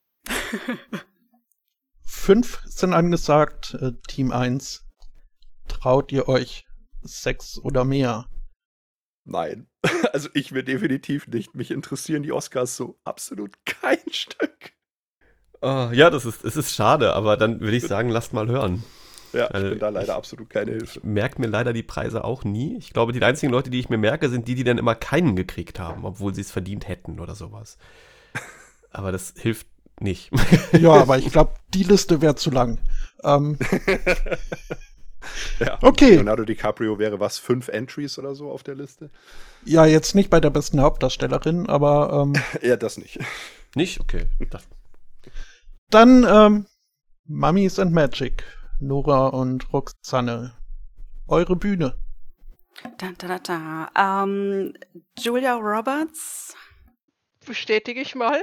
Fünf sind angesagt. Äh, Team eins. Traut ihr euch sechs oder mehr? Nein. Also ich will definitiv nicht. Mich interessieren die Oscars so absolut kein Stück. Oh, ja, das ist, es ist schade, aber dann würde ich sagen, lasst mal hören. Ja, ich Also, bin da leider absolut keine Hilfe. Ich merke mir leider die Preise auch nie. Ich glaube, die einzigen Leute, die ich mir merke, sind die, die dann immer keinen gekriegt haben, obwohl sie es verdient hätten oder sowas. Aber das hilft nicht. Ja, aber ich glaube, die Liste wäre zu lang. Ähm, Ja. Okay. Leonardo DiCaprio wäre was, fünf Entries oder so auf der Liste? ja, jetzt nicht bei der besten Hauptdarstellerin, aber ähm, Ja, das nicht. Nicht? Okay. Das, dann ähm, Mummies and Magic. Nora und Roxanne. Eure Bühne. Da, da, da, da. Ähm, Julia Roberts. Bestätige ich mal.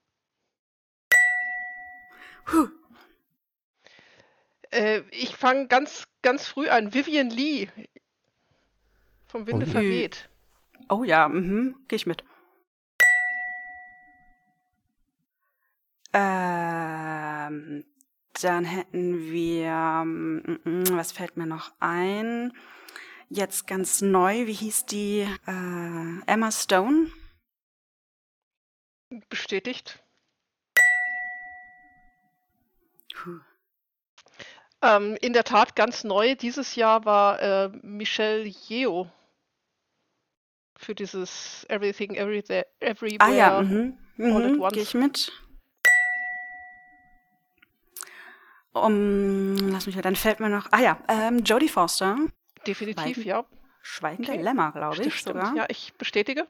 Puh. Äh, ich fange ganz, ganz früh an. Vivian Lee. Vom Winde Oh. verweht. Oh ja, mhm, geh ich mit. Ähm, dann hätten wir, mm, mm, was fällt mir noch ein? Jetzt ganz neu, wie hieß die? Äh, Emma Stone? Bestätigt. Puh. Ähm, in der Tat ganz neu dieses Jahr war äh, Michelle Yeoh für dieses Everything, Everything, Everywhere. Ah ja, mhm, All at mhm, once. geh ich mit. Um, lass mich mal, dann fällt mir noch, ah ja, ähm, Jodie Foster. Definitiv, Schweigen. ja. Schweigende Okay. Lämmer, glaube Stimmt, ich stimmt. sogar. Ja, ich bestätige.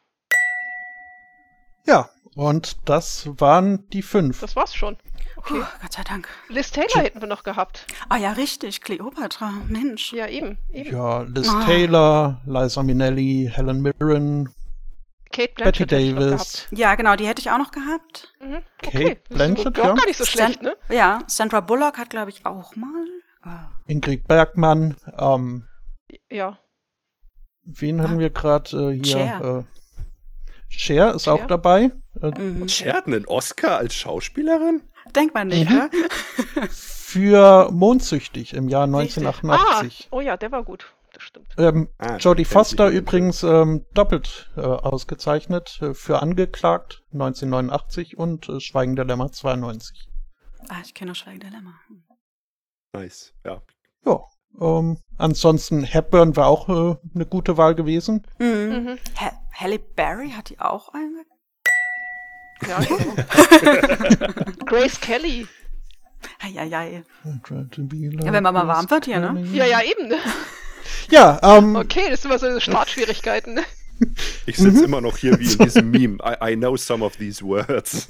Ja, und das waren die fünf. Das war's schon. Okay. Puh, Gott sei Dank. Liz Taylor hätten wir noch gehabt. Ah ja, richtig, Cleopatra, Mensch. Ja, eben. eben. Ja, Liz Ah. Taylor, Liza Minnelli, Helen Mirren, Kate Betty Blanchett hätte ich noch Davis, Ja, genau, die hätte ich auch noch gehabt. gehabt. Mhm. Kate Okay. Das ist Blanchett, doch ja. gar nicht so Stan- schlecht, ne? Ja, Sandra Bullock hat, glaube ich, auch mal. Ah. Ingrid Bergmann. Ähm, Ja. wen haben wir gerade äh, hier? Cher. Äh, Cher ist Cher. auch dabei. Äh, Mhm. Cher hat einen Oscar als Schauspielerin? Denkt man nicht, Mhm. ne? für Mondsüchtig im Jahr Richtig. Ah, neunzehnhundertachtundachtzig. oh ja, der war gut. Das stimmt. Ähm, Ah, Jodie kennt Foster sich nicht. übrigens ähm, doppelt äh, ausgezeichnet äh, für Angeklagt neunzehnhundertneunundachtzig und äh, Schweigen der Lämmer zweiundneunzig. Ah, ich kenne nur Schweigen der Lämmer. Nice, ja. Ja, ähm, ansonsten Hepburn war auch äh, eine gute Wahl gewesen. Mhm. Mhm. Ha Halle Berry hat die auch eine? Ja, genau. Grace Kelly. Eieiei. Ja, Ja, wenn man mal warm wird hier, ne? Ja, ja, eben. Ne? Ja, ähm, Okay, das sind immer so Startschwierigkeiten. Ne? Ich sitze Mhm. immer noch hier wie in diesem Meme. I, I know some of these words.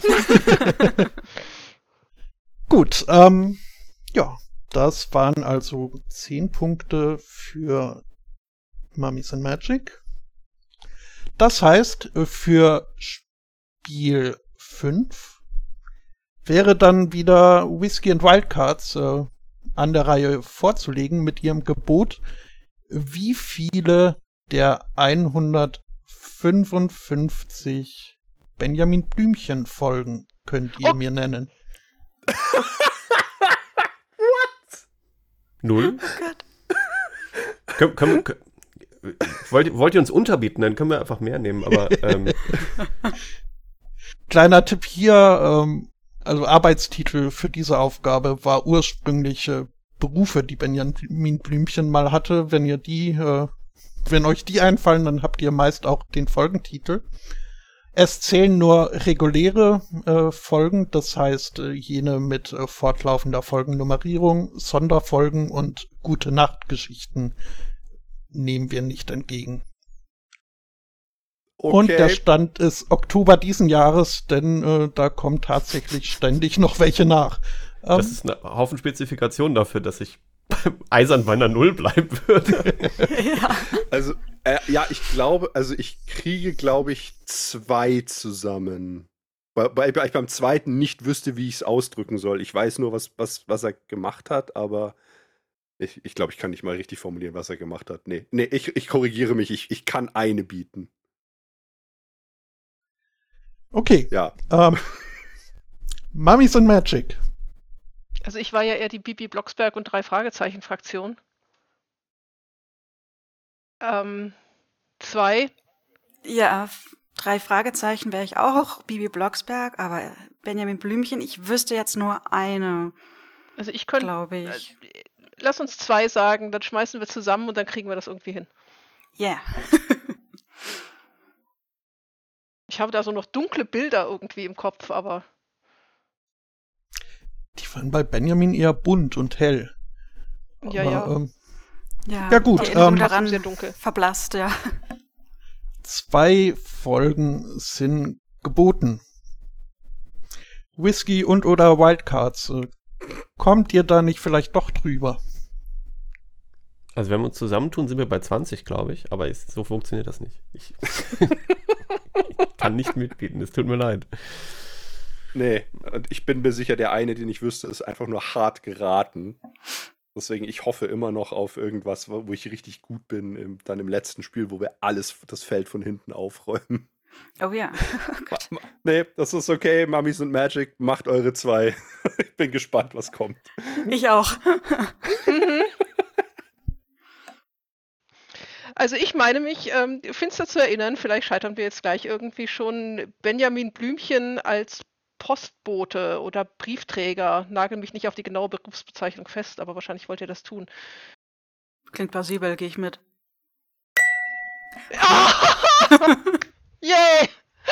gut. Ähm, ja, das waren also zehn Punkte für Mummies and Magic. Das heißt, für Spiel fünf wäre dann wieder Whiskey and Wildcards äh, an der Reihe vorzulegen mit ihrem Gebot, wie viele der hundertfünfundfünfzig Benjamin Blümchen Folgen könnt ihr Oh. mir nennen? null? Oh Gott. Können, können, können, wollt, wollt ihr uns unterbieten, dann können wir einfach mehr nehmen, aber ähm, Kleiner Tipp hier, ähm, also Arbeitstitel für diese Aufgabe war ursprünglich äh, Berufe, die Benjamin Blümchen mal hatte. Wenn ihr die, äh, wenn euch die einfallen, dann habt ihr meist auch den Folgentitel. Es zählen nur reguläre äh, Folgen, das heißt äh, jene mit äh, fortlaufender Folgennummerierung, Sonderfolgen und Gute-Nacht-Geschichten nehmen wir nicht entgegen. Okay. Und der Stand ist Oktober diesen Jahres, denn äh, da kommen tatsächlich ständig noch welche nach. Ähm, Das ist eine Haufen Spezifikation dafür, dass ich beim Eisern bei einer Null bleiben würde. Ja. Also, äh, ja, ich glaube, also ich kriege, glaube ich, zwei zusammen. Weil, weil ich beim zweiten nicht wüsste, wie ich es ausdrücken soll. Ich weiß nur, was, was, was er gemacht hat, aber ich, ich glaube, ich kann nicht mal richtig formulieren, was er gemacht hat. Nee, nee, ich, ich korrigiere mich, ich, ich kann eine bieten. Okay. Ja. Ähm, Mummies and Magic. Also ich war ja eher die Bibi Blocksberg und drei Fragezeichen Fraktion. Ähm, zwei. Ja, f- drei Fragezeichen wäre ich auch, Bibi Blocksberg, aber Benjamin Blümchen, ich wüsste jetzt nur eine, Also ich könnte, glaube ich. äh, lass uns zwei sagen, dann schmeißen wir zusammen und dann kriegen wir das irgendwie hin. Ja. Ich habe da so noch dunkle Bilder irgendwie im Kopf, aber Die waren bei Benjamin eher bunt und hell. ja, Aber, ja. Ähm, Ja, Ja, gut, die Erinnerung ähm, daran sehr dunkel. verblasst, ja. zwei Folgen sind geboten. Whisky und oder Wildcards. Äh, Kommt ihr da nicht vielleicht doch drüber? Also wenn wir uns zusammentun, sind wir bei zwanzig, glaube ich. Aber ist, so funktioniert das nicht. Ich, ich kann nicht mitbieten, es tut mir leid. Nee, und ich bin mir sicher, der eine, den ich wüsste, ist einfach nur hart geraten. Deswegen, ich hoffe immer noch auf irgendwas, wo wo ich richtig gut bin, im, dann im letzten Spiel, wo wir alles, das Feld von hinten aufräumen. Oh ja. Ma- ma- Nee, das ist okay, Mummies und Magic, macht eure zwei. Ich bin gespannt, was kommt. Ich auch. Also ich meine mich ähm, finster zu erinnern, vielleicht scheitern wir jetzt gleich irgendwie schon, Benjamin Blümchen als Postbote oder Briefträger. Nagel mich nicht auf die genaue Berufsbezeichnung fest, aber wahrscheinlich wollt ihr das tun. Klingt plausibel, gehe ich mit. Yay!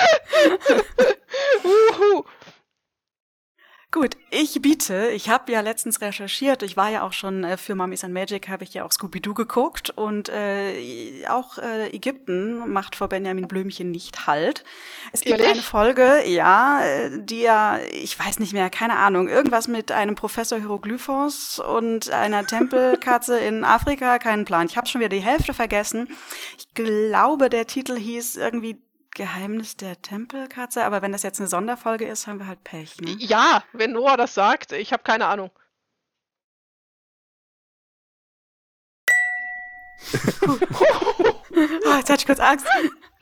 Wuhu! Gut, ich biete, ich habe ja letztens recherchiert, ich war ja auch schon äh, für Mummies and Magic, habe ich ja auch Scooby-Doo geguckt und äh, auch äh, Ägypten macht vor Benjamin Blümchen nicht Halt. Es gibt Ehrlich? eine Folge, ja, äh, die ja, ich weiß nicht mehr, keine Ahnung, irgendwas mit einem Professor Hieroglyphos und einer Tempelkatze in Afrika, keinen Plan. Ich habe schon wieder die Hälfte vergessen. Ich glaube, der Titel hieß irgendwie Geheimnis der Tempelkatze, aber wenn das jetzt eine Sonderfolge ist, haben wir halt Pech, ne? Ja, wenn Noah das sagt, ich habe keine Ahnung. Oh, jetzt hatte ich kurz Angst.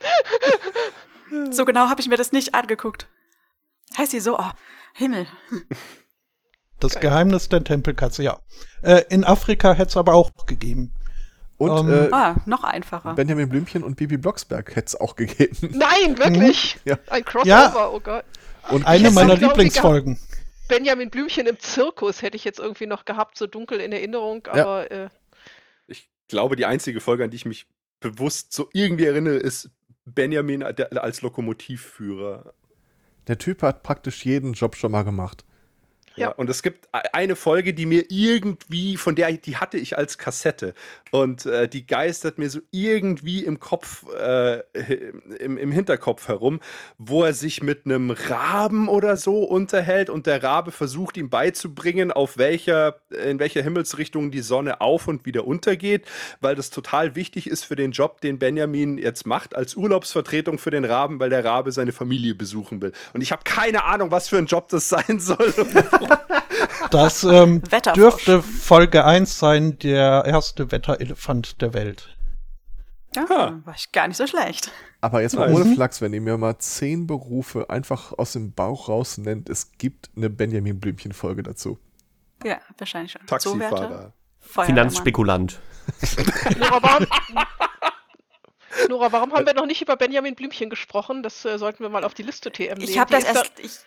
So genau habe ich mir das nicht angeguckt. Heißt sie so? Oh, Himmel. Das Geil. Geheimnis der Tempelkatze, ja. Äh, in Afrika hätte es aber auch gegeben. Und Ähm, äh, Ah, noch einfacher. Benjamin Blümchen und Bibi Blocksberg hätte es auch gegeben. Nein, wirklich? Ja. Ein Crossover, Ja. oh Gott. Und Eine hätte meiner auch irgendwie Lieblingsfolgen. Benjamin Blümchen im Zirkus hätte ich jetzt irgendwie noch gehabt, so dunkel in Erinnerung, aber äh, Ich glaube, die einzige Folge, an die ich mich bewusst so irgendwie erinnere, ist Benjamin der- als Lokomotivführer. der Typ hat praktisch jeden Job schon mal gemacht. Ja, Ja. und es gibt e- eine Folge, die mir irgendwie, von der, die hatte ich als Kassette und äh, die geistert mir so irgendwie im Kopf, äh, im, im Hinterkopf herum, wo er sich mit einem Raben oder so unterhält und der Rabe versucht ihm beizubringen, auf welcher, in welcher Himmelsrichtung die Sonne auf und wieder untergeht, weil das total wichtig ist für den Job, den Benjamin jetzt macht, als Urlaubsvertretung für den Raben, weil der Rabe seine Familie besuchen will. Und ich habe keine Ahnung, was für ein Job das sein soll. Das ähm, Wetterfrosch. dürfte Folge eins sein, der erste Wetterelefant der Welt. Ja, Ha. war ich gar nicht so schlecht. Aber jetzt mal Nice. ohne Flachs, wenn ihr mir mal zehn Berufe einfach aus dem Bauch raus nennt, es gibt eine Benjamin Blümchen-Folge dazu. Ja, wahrscheinlich schon. Taxifahrer. Zoowärter, Feuerwehrmann. Finanzspekulant. Nora, warum, Nora, warum haben wir noch nicht über Benjamin Blümchen gesprochen? Das äh, sollten wir mal auf die Liste T M nehmen. Ich habe Die das ist da- erst, ich,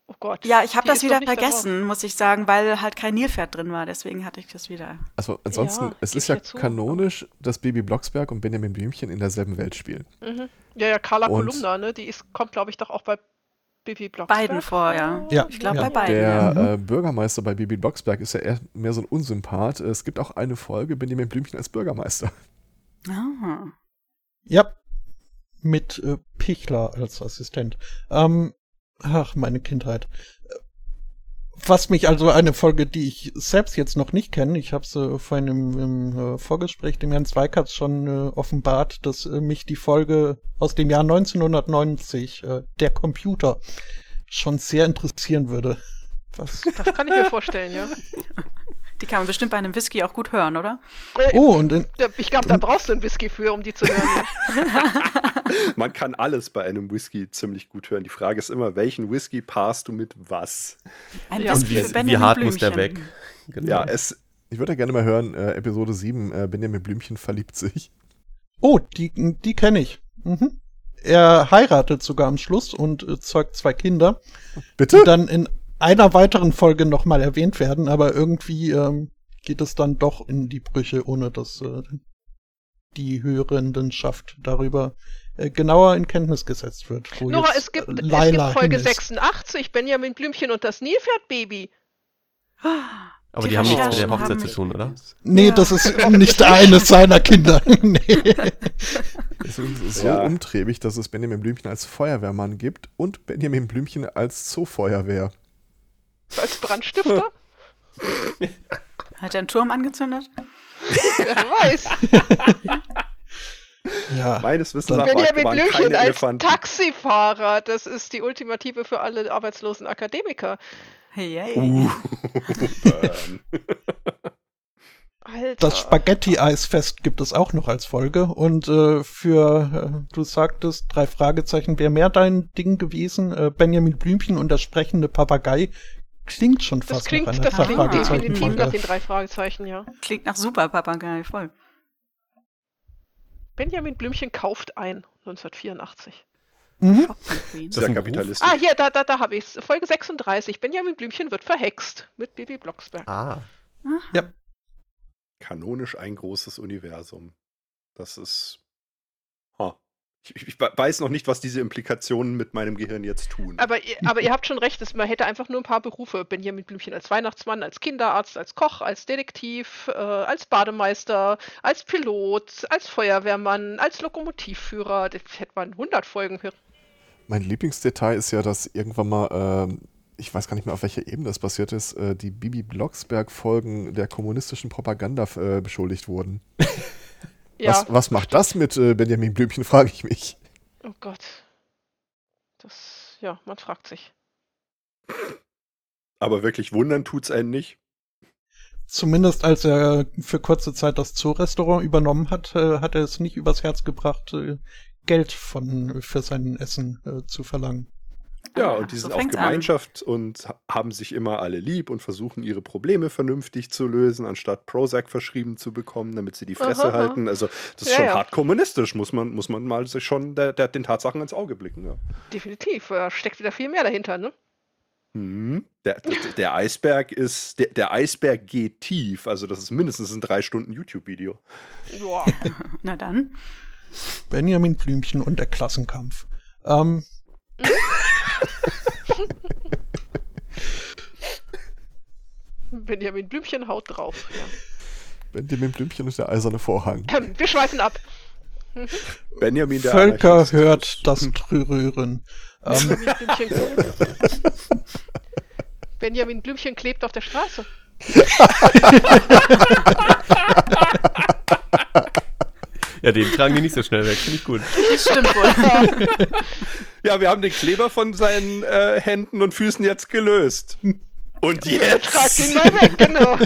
Oh Gott. Ja, ich habe die das ist wieder noch nicht da vergessen, muss ich sagen, weil halt kein Nilpferd drin war. Deswegen hatte ich das wieder. Also ansonsten, Ja, es geb ist ich ja ja zu. kanonisch, dass Bibi Blocksberg und Benjamin Blümchen in derselben Welt spielen. Mhm. Ja, ja, Carla Und- Kolumna, ne? Die ist, kommt, glaube ich, doch auch bei Bibi Blocksberg. Beiden vor, ja. Ja, Ich glaube ja. bei beiden. Der Ja. Mhm. äh, Bürgermeister bei Bibi Blocksberg ist ja eher mehr so ein Unsympath. Es gibt auch eine Folge Benjamin Blümchen als Bürgermeister. Ah. Ja, mit äh, Pichler als Assistent. Ähm, ach, meine Kindheit. Was mich also eine Folge, die ich selbst jetzt noch nicht kenne, ich habe es äh, vorhin im, im äh, Vorgespräch dem Herrn Zweikatz schon äh, offenbart, dass äh, mich die Folge aus dem Jahr neunzehnhundertneunzig, äh, der Computer, schon sehr interessieren würde. Was? Das kann ich mir vorstellen, ja. Die kann man bestimmt bei einem Whisky auch gut hören, oder? Äh, Oh, und in, da- Ich glaube, da brauchst du einen Whisky für, um die zu hören. Man kann alles bei einem Whisky ziemlich gut hören. Die Frage ist immer, welchen Whisky paarst du mit was? Ein Ja. Und Whisky wie, für wie Benjamin hart muss der Blümchen. weg? Genau. Ja, es, Ich würde ja gerne mal hören, äh, Episode sieben, äh, Benjamin Blümchen verliebt sich. oh, die, die kenne ich. Mhm. Er heiratet sogar am Schluss und äh, zeugt zwei Kinder, Bitte? die dann in einer weiteren Folge nochmal erwähnt werden, aber irgendwie ähm, geht es dann doch in die Brüche, ohne dass äh, die Hörendenschaft darüber äh, genauer in Kenntnis gesetzt wird. wo Nora, jetzt, es gibt, äh, es gibt Laila Folge hin ist. sechsundachtzig, Benjamin Blümchen und das Nilpferdbaby. Aber Die die, haben nichts mit der Recherchen Hochzeit haben zu mich- tun, oder? Nee, Ja. das ist nicht eines seiner Kinder. Nee. Es ist so Ja. umtriebig, dass es Benjamin Blümchen als Feuerwehrmann gibt und Benjamin Blümchen als Zoofeuerwehr. Als Brandstifter? Hat er einen Turm angezündet? Wer weiß. Ja. meines Wissens nach Benjamin waren Blümchen keine als Elefanten. Taxifahrer. Das ist die Ultimative für alle arbeitslosen Akademiker. Hey, hey. Uh, Burn. Alter. Das Spaghetti-Eisfest gibt es auch noch als Folge. Und äh, für, äh, du sagtest, drei Fragezeichen, wäre mehr dein Ding gewesen. Äh, Benjamin Blümchen und der sprechende Papagei klingt schon Das fast klingt, nach einer das klingt definitiv nach Drei-Fragezeichen-Folge. den drei Fragezeichen, ja. Klingt nach super Papagei, voll. Benjamin Blümchen kauft ein, neunzehnhundertvierundachtzig. Mhm. Queen. Sehr ein kapitalistisch. Ah, hier, da, da, da habe ich es. Folge sechsunddreißig. Benjamin Blümchen wird verhext. Mit Bibi Blocksberg. Ah. Kanonisch ein großes Universum. Das ist. Ha. Ich, ich, ich weiß noch nicht, was diese Implikationen mit meinem Gehirn jetzt tun. Aber, ihr- aber ihr habt schon recht, es, man hätte einfach nur ein paar Berufe. Benjamin Blümchen als Weihnachtsmann, als Kinderarzt, als Koch, als Detektiv, äh, als Bademeister, als Pilot, als Feuerwehrmann, als Lokomotivführer. Das hätte man hundert Folgen hören. Mein Lieblingsdetail ist ja, dass irgendwann mal, ähm, ich weiß gar nicht mehr, auf welcher Ebene das passiert ist, äh, die Bibi Blocksberg-Folgen der kommunistischen Propaganda äh, beschuldigt wurden. Ja. Was, was macht das mit äh, Benjamin Blümchen, frage ich mich. Oh Gott. Das, ja, man fragt sich. Aber wirklich wundern tut's einen nicht. Zumindest als er für kurze Zeit das Zoo-Restaurant übernommen hat, äh, hat er es nicht übers Herz gebracht, äh, Geld von, für sein Essen äh, zu verlangen. Ja, Ah, und die so sind auf fängt's an. Gemeinschaft und ha- haben sich immer alle lieb und versuchen ihre Probleme vernünftig zu lösen, anstatt Prozac verschrieben zu bekommen, damit sie die Fresse Aha, aha. halten. Also das ist Ja, schon ja. hart kommunistisch, muss man, muss man mal sich schon der, der, den Tatsachen ins Auge blicken. Ja. Definitiv. Da steckt wieder viel mehr dahinter, ne? Mhm. Der, der, der Eisberg ist, der, der Eisberg geht tief, also das ist mindestens ein drei Stunden YouTube-Video. Ja. Na dann. Benjamin Blümchen und der Klassenkampf. Ähm, Benjamin Blümchen haut drauf. Ja. Benjamin Blümchen und der eiserne Vorhang. Ähm, Wir schweifen ab. Benjamin der Völker Anarchist. hört das Trürühren. Ähm, Benjamin Blümchen, Benjamin Blümchen klebt auf der Straße. Ja, den tragen die nicht so schnell weg. Finde ich gut. Stimmt wohl. Ja, wir haben den Kleber von seinen äh, Händen und Füßen jetzt gelöst. Und jetzt? Tragt ihn mal weg, genau.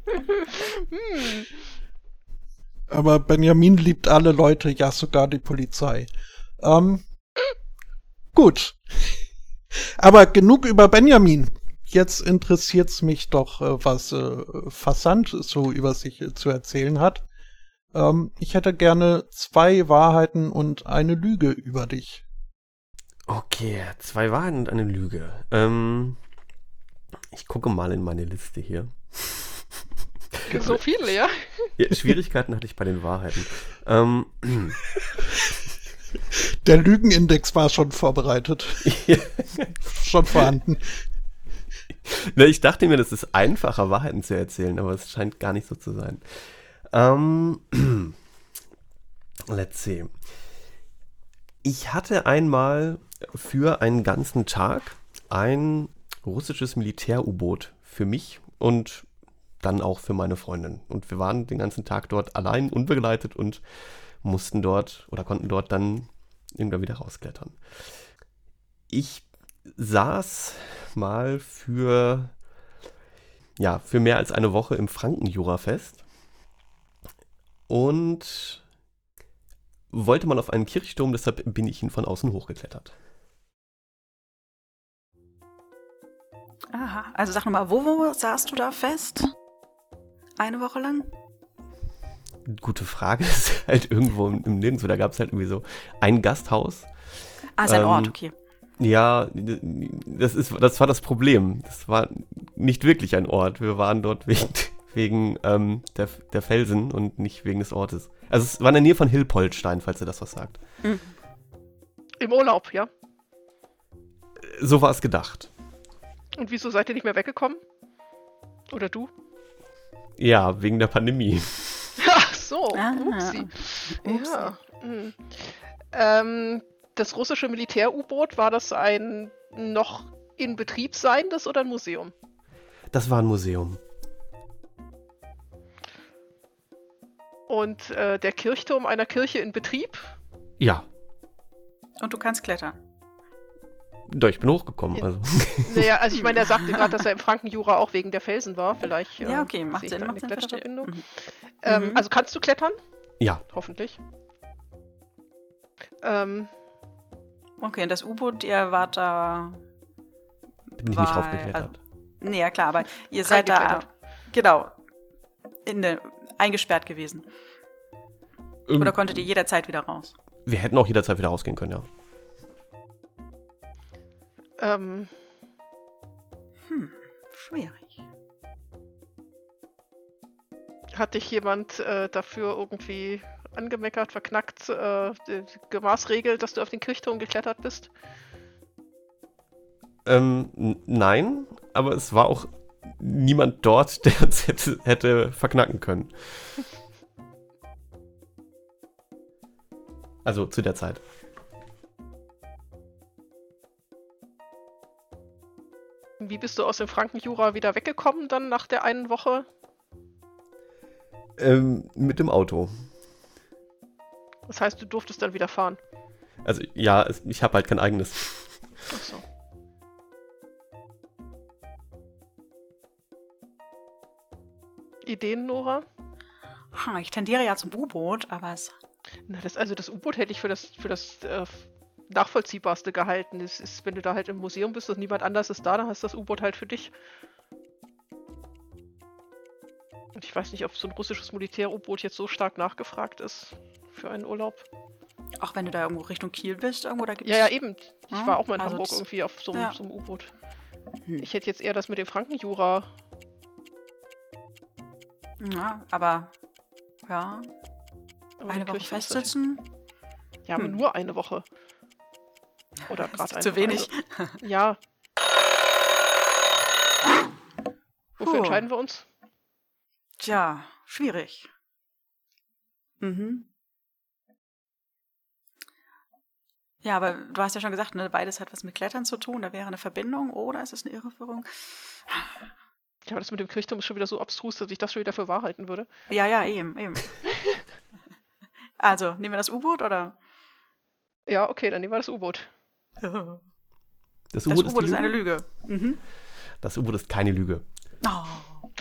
aber Benjamin liebt alle Leute, ja sogar die Polizei. Ähm, gut. Aber genug über Benjamin. Jetzt interessiert's mich doch, äh, was äh, Fassant so über sich äh, zu erzählen hat. Ähm, ich hätte gerne zwei Wahrheiten und eine Lüge über dich. Okay, zwei Wahrheiten und eine Lüge. Ähm, ich gucke mal in meine Liste hier. So viele, ja? Ja, Schwierigkeiten hatte ich bei den Wahrheiten. Ähm, Der Lügenindex war schon vorbereitet. Schon vorhanden. Na, ich dachte mir, das ist einfacher, Wahrheiten zu erzählen, aber es scheint gar nicht so zu sein. Ähm, let's see. Ich hatte einmal für einen ganzen Tag ein russisches Militär-U-Boot für mich und dann auch für meine Freundin. Und wir waren den ganzen Tag dort allein, unbegleitet und mussten dort oder konnten dort dann irgendwann wieder rausklettern. Ich saß mal für, ja, für mehr als eine Woche im Frankenjura fest und wollte mal auf einen Kirchturm, deshalb bin ich ihn von außen hochgeklettert. Aha, also sag nochmal, wo, wo saßt du da fest? Eine Woche lang? Gute Frage, das ist halt irgendwo im Nirgendwo, da gab es halt irgendwie so ein Gasthaus. Ah, ist ein Ähm, Ort, okay. Ja, das ist, das war das Problem. Das war nicht wirklich ein Ort. Wir waren dort wegen, wegen ähm, der, der Felsen und nicht wegen des Ortes. Also es war in der Nähe von Hilpoltstein, falls ihr das was sagt. Mhm. Im Urlaub, ja? So war es gedacht. Und wieso seid ihr nicht mehr weggekommen? Oder du? Ja, wegen der Pandemie. Ach so, Ah. upsi. Upsi. Ja. hm. Ähm, das russische Militär-U-Boot, war das ein noch in Betrieb seiendes oder ein Museum? Das war ein Museum. Und äh, der Kirchturm einer Kirche in Betrieb? Ja, Und du kannst klettern. doch, ich bin hochgekommen. Also. Naja, also ich meine, er sagte gerade, dass er im Frankenjura auch wegen der Felsen war. Vielleicht äh, Ja, okay, macht sehe ich Sinn, da macht eine Sinn, verstehe. Kletterverbindung. Mhm. Ähm, Mhm. Also kannst du klettern? Ja, Hoffentlich. Ähm, Okay, und das U-Boot, ihr wart da... da bin ich Weil- nicht drauf geklettert. Nee, ja klar, aber ihr seid da... Reingeklettert. Genau. In der, eingesperrt gewesen. Ähm, Oder konntet ihr jederzeit wieder raus? wir hätten auch jederzeit wieder rausgehen können, ja. ähm, Schwierig. hat dich jemand äh, dafür irgendwie angemeckert, verknackt, äh, die- gemaßregelt, dass du auf den Kirchturm geklettert bist? Ähm, n- nein, aber es war auch niemand dort, der uns hätte, hätte verknacken können. Also zu der Zeit. Wie bist du aus dem Frankenjura wieder weggekommen dann nach der einen Woche? Ähm, mit dem Auto. Das heißt, du durftest dann wieder fahren. Also ja, es, ich habe halt kein eigenes. Ach so. Ideen, Nora? Ha, ich tendiere ja zum U-Boot, aber es... Na, das, also das U-Boot hätte ich für das, für das äh, nachvollziehbarste gehalten. Das ist, wenn du da halt im Museum bist und niemand anders ist da, dann hast du das U-Boot halt für dich. Und ich weiß nicht, ob so ein russisches Militär-U-Boot jetzt so stark nachgefragt ist für einen Urlaub. Auch wenn du da irgendwo Richtung Kiel bist, irgendwo da gibt's... Ja, ja, eben. Ich Ja, war auch mal in also Hamburg das- irgendwie auf so, einem- ja. so einem U-Boot. Hm. Ich hätte jetzt eher das mit dem Frankenjura. Ja, aber... Ja, aber eine die Woche Kirche ist- festsitzen... Ja, aber Hm. nur eine Woche. Oder ist gerade eine zu Woche. wenig. Also, ja. Wofür Puh. entscheiden wir uns? Tja, schwierig. Mhm. Ja, aber du hast ja schon gesagt, ne, beides hat was mit Klettern zu tun. Da wäre eine Verbindung oder ist es eine Irreführung? Ja, aber das mit dem Kirchturm ist schon wieder so abstrus, dass ich das schon wieder für wahr halten würde. Ja, ja, eben, eben. Also, nehmen wir das U-Boot oder? Ja, okay, dann nehmen wir das U-Boot. Das Das U-Boot ist, U-Boot die ist eine Lüge? Lüge. Mhm. Das U-Boot ist keine Lüge. Oh.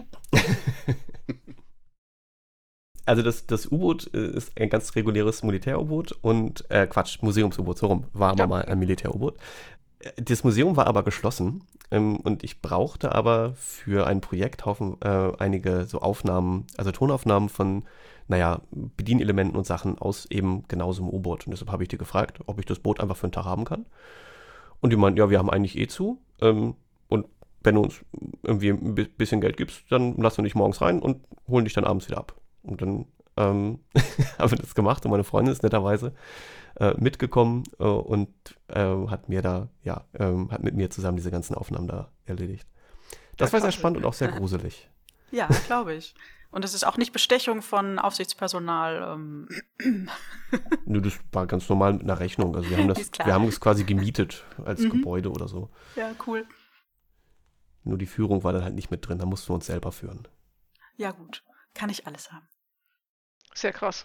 Also das, das U-Boot äh, ist ein ganz reguläres Militär-U-Boot und, äh, Quatsch, Museums-U-Boot, so rum, war aber Ja. mal ein Militär-U-Boot. Äh, Das Museum war aber geschlossen ähm, und ich brauchte aber für ein Projekt Haufen, äh, einige so Aufnahmen, also Tonaufnahmen von, naja, Bedienelementen und Sachen aus eben genau so einem U-Boot. Und deshalb habe ich die gefragt, ob ich das Boot einfach für einen Tag haben kann. Und die meinten, ja, wir haben eigentlich eh zu. Ähm, und wenn du uns irgendwie ein bisschen Geld gibst, dann lassen wir dich morgens rein und holen dich dann abends wieder ab. Und dann ähm, haben wir das gemacht und meine Freundin ist netterweise äh, mitgekommen äh, und äh, hat mir da, ja, ähm, hat mit mir zusammen diese ganzen Aufnahmen da erledigt. Das Ja, war sehr krass. spannend und auch sehr gruselig. Ja, glaube ich. Und es ist auch nicht Bestechung von Aufsichtspersonal. Ähm. Nur das war ganz normal mit einer Rechnung. Also wir haben das, Ist klar. wir haben es quasi gemietet als Mhm. Gebäude oder so. Ja, cool. Nur die Führung war dann halt nicht mit drin, da mussten wir uns selber führen. Ja, gut. Kann ich alles haben. Sehr krass.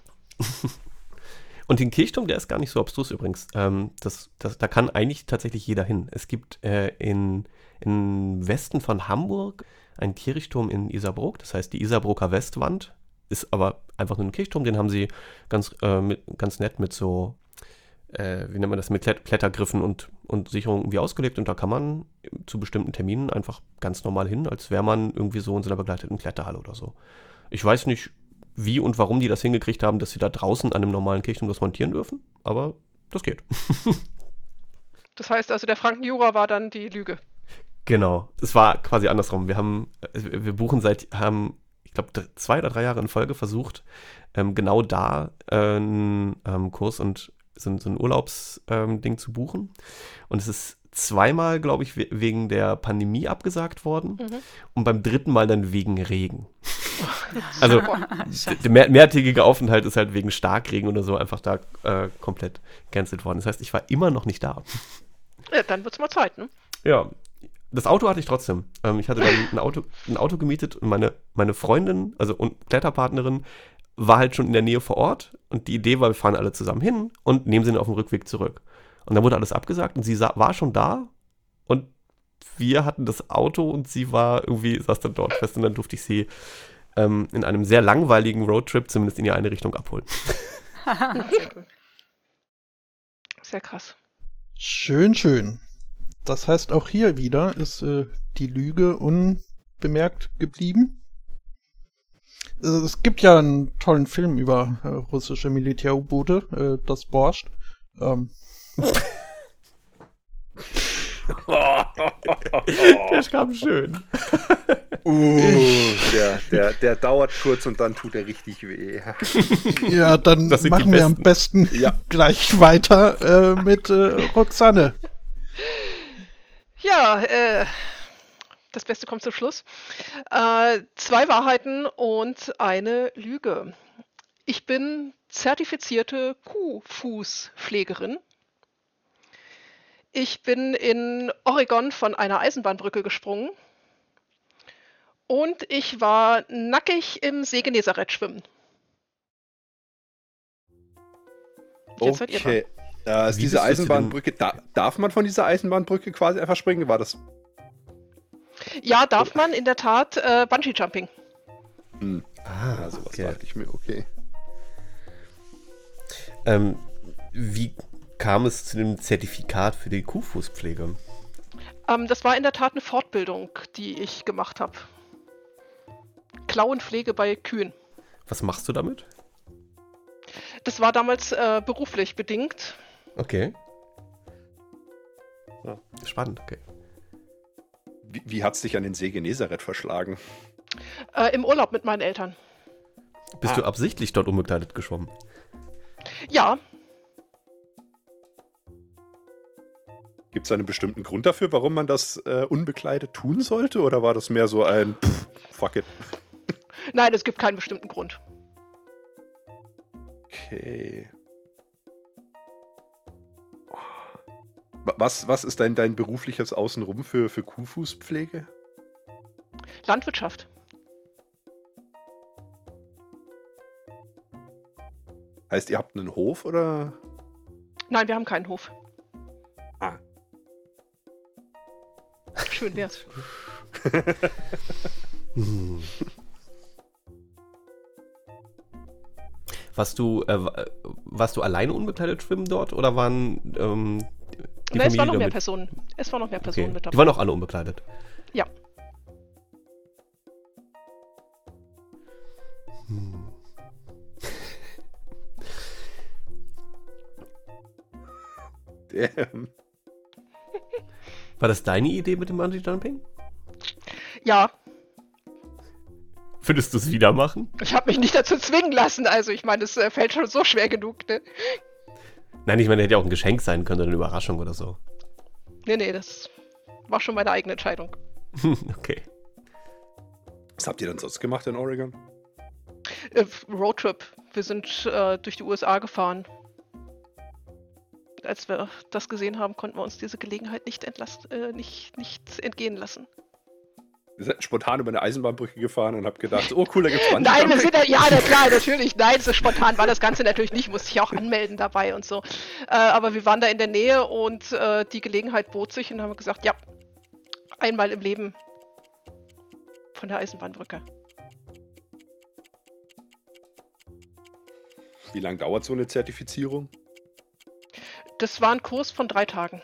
Und den Kirchturm, der ist gar nicht so abstrus übrigens. Ähm, das, das, da kann eigentlich tatsächlich jeder hin. Es gibt äh, in, im Westen von Hamburg einen Kirchturm in Isarbruck, das heißt die Isarbrucker Westwand, ist aber einfach nur ein Kirchturm, den haben sie ganz, äh, mit, ganz nett mit so, äh, wie nennt man das, mit Klett- Klettergriffen und, und Sicherungen irgendwie ausgelegt und da kann man zu bestimmten Terminen einfach ganz normal hin, als wäre man irgendwie so in so einer begleiteten Kletterhalle oder so. Ich weiß nicht, wie und warum die das hingekriegt haben, dass sie da draußen an einem normalen Kirchturm das montieren dürfen, aber das geht. Das heißt also, der Frankenjura war dann die Lüge. Genau, es war quasi andersrum. Wir haben, äh, wir buchen seit, haben, ich glaube, zwei oder drei Jahre in Folge versucht, ähm, genau da äh, einen ähm, Kurs und so, ein- so ein Urlaubsding ähm, zu buchen. Und es ist zweimal, glaube ich, we- wegen der Pandemie abgesagt worden Mhm. und beim dritten Mal dann wegen Regen. Also Scheiße. der mehr, mehrtägige Aufenthalt ist halt wegen Starkregen oder so einfach da äh, komplett cancelled worden. Das heißt, ich war immer noch nicht da. Ja, dann wird's mal Zeit, ne? Ja, das Auto hatte ich trotzdem. Ähm, ich hatte dann ein Auto, ein Auto gemietet und meine, meine Freundin, also und Kletterpartnerin, war halt schon in der Nähe vor Ort und die Idee war, wir fahren alle zusammen hin und nehmen sie dann auf dem Rückweg zurück. Und dann wurde alles abgesagt und sie sa- war schon da und wir hatten das Auto und sie war irgendwie, saß dann dort fest und dann durfte ich sie ähm, in einem sehr langweiligen Roadtrip zumindest in die eine Richtung abholen. Sehr gut. Sehr krass. Schön, schön. Das heißt, auch hier wieder ist äh, die Lüge unbemerkt geblieben. Äh, Es gibt ja einen tollen Film über äh, russische Militär-U-Boote, äh, das Borscht. Ähm, Der kam schön. Uh, der, der, der dauert kurz und dann tut er richtig weh. ja, dann Das sind die machen wir am besten Ja. gleich weiter äh, mit äh, Roxanne. Ja, äh, das Beste kommt zum Schluss. Äh, zwei Wahrheiten und eine Lüge. Ich bin zertifizierte Kuhfußpflegerin. Ich bin in Oregon von einer Eisenbahnbrücke gesprungen. Und ich war nackig im See Genezareth schwimmen. Jetzt seid ihr dran. Okay. Äh, ist Wie diese bist du zu Eisenbahnbrücke, da, darf man von dieser Eisenbahnbrücke quasi einfach springen? War das? Ja, darf man in der Tat äh, Bungee-Jumping. Hm. Ah, Ja, sowas okay. dachte ich mir, okay. Ähm, wie kam es zu dem Zertifikat für die Kuhfußpflege? Ähm, das war in der Tat eine Fortbildung, die ich gemacht habe. Klauenpflege bei Kühen. Was machst du damit? Das war damals äh, beruflich bedingt. Okay. Ja, spannend, okay. Wie, wie hat es dich an den See Genezareth verschlagen? Äh, Im Urlaub mit meinen Eltern. Bist Ah. du absichtlich dort unbekleidet geschwommen? Ja, Gibt es einen bestimmten Grund dafür, warum man das äh, unbekleidet tun sollte? Oder war das mehr so ein pff, fuck it? nein, es gibt keinen bestimmten Grund. Okay. Wa- Was, was ist dein, dein berufliches Außenrum für, für Kuhfußpflege? Landwirtschaft. Heißt, ihr habt einen Hof oder? Nein, wir haben keinen Hof. Ah. Schön wär's. Hm. Warst du, äh, wa- warst du alleine unbekleidet schwimmen dort oder waren ähm, die Nein, es waren noch da mehr mit? Personen. Es waren noch mehr Personen Okay. mit dabei. Die waren auch alle unbekleidet. Ja. Hm. Damn. War das deine Idee mit dem Bungee-Jumping? Ja, Würdest du es wieder machen? ich habe mich nicht dazu zwingen lassen. Also ich meine, es äh, fällt schon so schwer genug, ne? Nein, ich meine, hätte ja auch ein Geschenk sein können oder eine Überraschung oder so. Nee, nee, das war schon meine eigene Entscheidung. Okay. Was habt ihr denn sonst gemacht in Oregon? Äh, Roadtrip. Wir sind äh, durch die U S A gefahren. Als wir das gesehen haben, konnten wir uns diese Gelegenheit nicht, entlast äh, nicht, nicht entgehen lassen. Wir sind spontan über eine Eisenbahnbrücke gefahren und hab gedacht, oh cool, da gibt's Bungee Nein, wir Jumping. sind ja, ja, na klar, natürlich. Nein, so spontan war das Ganze natürlich nicht. Musste ich auch anmelden dabei und so. Äh, aber wir waren da in der Nähe und äh, die Gelegenheit bot sich und haben gesagt, ja, einmal im Leben von der Eisenbahnbrücke. Wie lange dauert so eine Zertifizierung? Das war ein Kurs von drei Tagen.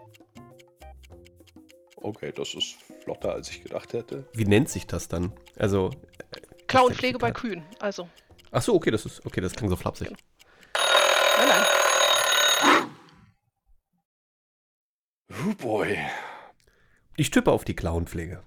Okay, das ist flotter, als ich gedacht hätte. Wie nennt sich das dann? Also. Klauenpflege bei Kühen, also. Ach so, okay, das ist okay, das klingt so flapsig. Nein, nein. Oh boy. Ich tippe auf die Klauenpflege.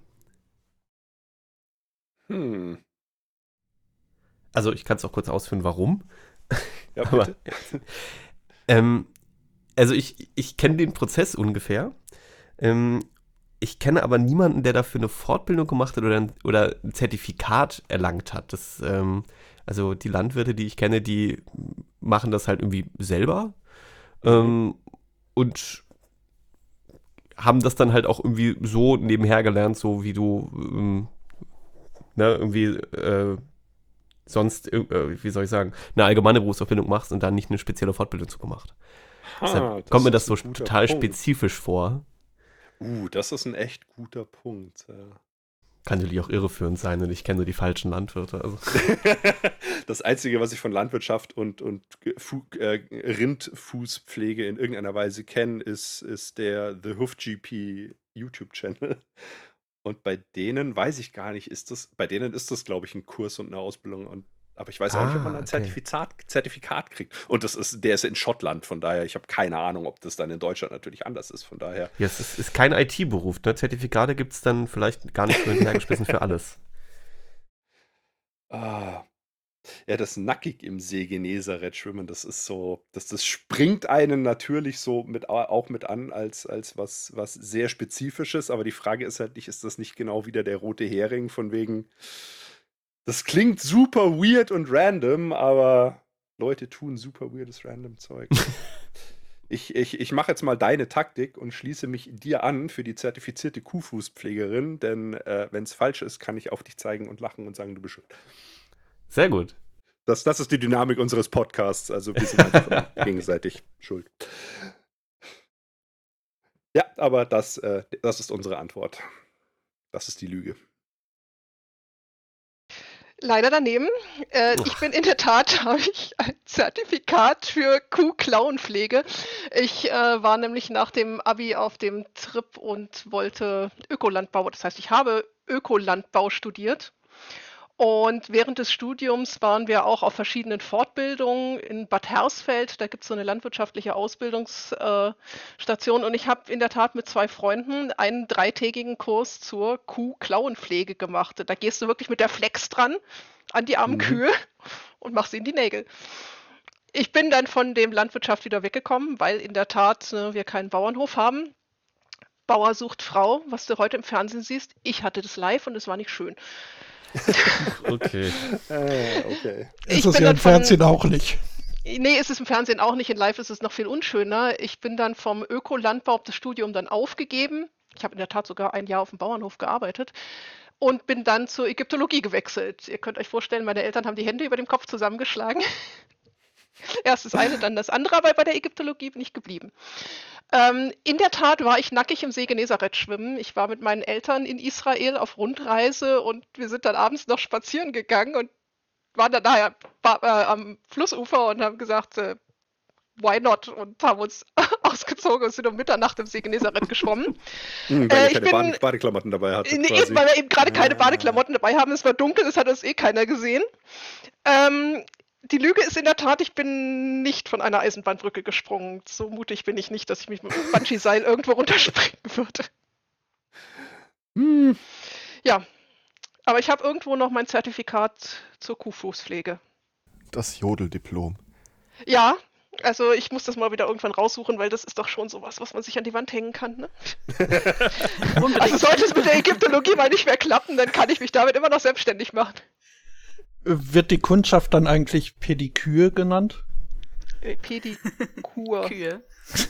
Hm. Also, ich kann es auch kurz ausführen, warum. Ja, Aber, bitte. ähm, also, ich, ich kenne den Prozess ungefähr. Ähm, ich kenne aber niemanden, der dafür eine Fortbildung gemacht hat oder ein, oder ein Zertifikat erlangt hat. Das, ähm, also, die Landwirte, die ich kenne, die machen das halt irgendwie selber. Ähm, und haben das dann halt auch irgendwie so nebenher gelernt, so wie du ähm, ne, irgendwie äh, sonst, äh, wie soll ich sagen, eine allgemeine Berufsausbildung machst und dann nicht eine spezielle Fortbildung zu gemacht. Ah, Deshalb das kommt mir ist das so ein guter total Punkt. spezifisch vor. Uh, das ist ein echt guter Punkt. Ja. Kann natürlich auch irreführend sein und ich kenne nur die falschen Landwirte. Also. Das Einzige, was ich von Landwirtschaft und, und Fu äh, Rindfußpflege in irgendeiner Weise kenne, ist, ist der The Hoof G P YouTube-Channel. Und bei denen weiß ich gar nicht, ist das, bei denen ist das, glaube ich, ein Kurs und eine Ausbildung. Und, aber ich weiß auch nicht, ob man Ah, ein okay. Zertifikat, Zertifikat kriegt. Und das ist, der ist in Schottland, von daher, ich habe keine Ahnung, ob das dann in Deutschland natürlich anders ist. Von daher. Ja, es ist, ist kein I T-Beruf. Ne? Zertifikate gibt es dann vielleicht gar nicht so hinterhergeschmissen für alles. Ah. Ja, das nackig im See Genezareth schwimmen, das ist so, das, das springt einen natürlich so mit, auch mit an als, als was, was sehr Spezifisches, aber die Frage ist halt nicht, ist das nicht genau wieder der rote Hering von wegen, das klingt super weird und random, aber Leute tun super weirdes random Zeug. Ich, ich, ich mache jetzt mal deine Taktik und schließe mich dir an für die zertifizierte Kuhfußpflegerin, denn äh, wenn es falsch ist, kann ich auf dich zeigen und lachen und sagen, du bist schuld. Sehr gut. Das, das ist die Dynamik unseres Podcasts. Also wir sind einfach gegenseitig schuld. Ja, aber das, äh, das ist unsere Antwort. Das ist die Lüge. Leider daneben. Äh, ich bin in der Tat, habe ich ein Zertifikat für Kuhklauenpflege. Ich äh, war nämlich nach dem Abi auf dem Trip und wollte Ökolandbau, das heißt, ich habe Ökolandbau studiert. Und während des Studiums waren wir auch auf verschiedenen Fortbildungen in Bad Hersfeld. Da gibt es so eine landwirtschaftliche Ausbildungsstation. Und ich habe in der Tat mit zwei Freunden einen dreitägigen Kurs zur Kuhklauenpflege gemacht. Da gehst du wirklich mit der Flex dran an die armen Mhm. Kühe und machst ihnen die Nägel. Ich bin dann von dem Landwirtschaft wieder weggekommen, weil in der Tat ne, wir keinen Bauernhof haben. Bauer sucht Frau, was du heute im Fernsehen siehst. Ich hatte das live und es war nicht schön. Okay. Äh, okay. Ich Ist das bin ja dann im von- Fernsehen auch nicht. Nee, ist es im Fernsehen auch nicht. In Live ist es noch viel unschöner. Ich bin dann vom Ökolandbau, hab das Studium dann aufgegeben. Ich habe in der Tat sogar ein Jahr auf dem Bauernhof gearbeitet und bin dann zur Ägyptologie gewechselt. Ihr könnt euch vorstellen, meine Eltern haben die Hände über dem Kopf zusammengeschlagen. Erst das eine, dann das andere, aber bei der Ägyptologie bin ich geblieben. Ähm, in der Tat war ich nackig im See Genezareth schwimmen. Ich war mit meinen Eltern in Israel auf Rundreise und wir sind dann abends noch spazieren gegangen und waren dann daher äh, am Flussufer und haben gesagt, äh, why not? Und haben uns ausgezogen und sind um Mitternacht im See Genezareth geschwommen. Hm, weil Äh, ihr ich keine bin- Bade Badeklamotten dabei hattet Nee, quasi. eben, weil wir eben gerade keine Ah. Badeklamotten dabei haben. Es war dunkel, es hat uns eh keiner gesehen. Ähm, die Lüge ist in der Tat, ich bin nicht von einer Eisenbahnbrücke gesprungen. So mutig bin ich nicht, dass ich mich mit dem Bungee-Seil irgendwo runterspringen würde. Hm. Ja, aber ich habe irgendwo noch mein Zertifikat zur Kuhfußpflege. Das Jodeldiplom. Ja, also ich muss das mal wieder irgendwann raussuchen, weil das ist doch schon sowas, was man sich an die Wand hängen kann. Ne? Also sollte es mit der Ägyptologie mal nicht mehr klappen, dann kann ich mich damit immer noch selbstständig machen. Wird die Kundschaft dann eigentlich Pediküre genannt? Äh, Pedikur. Kühe.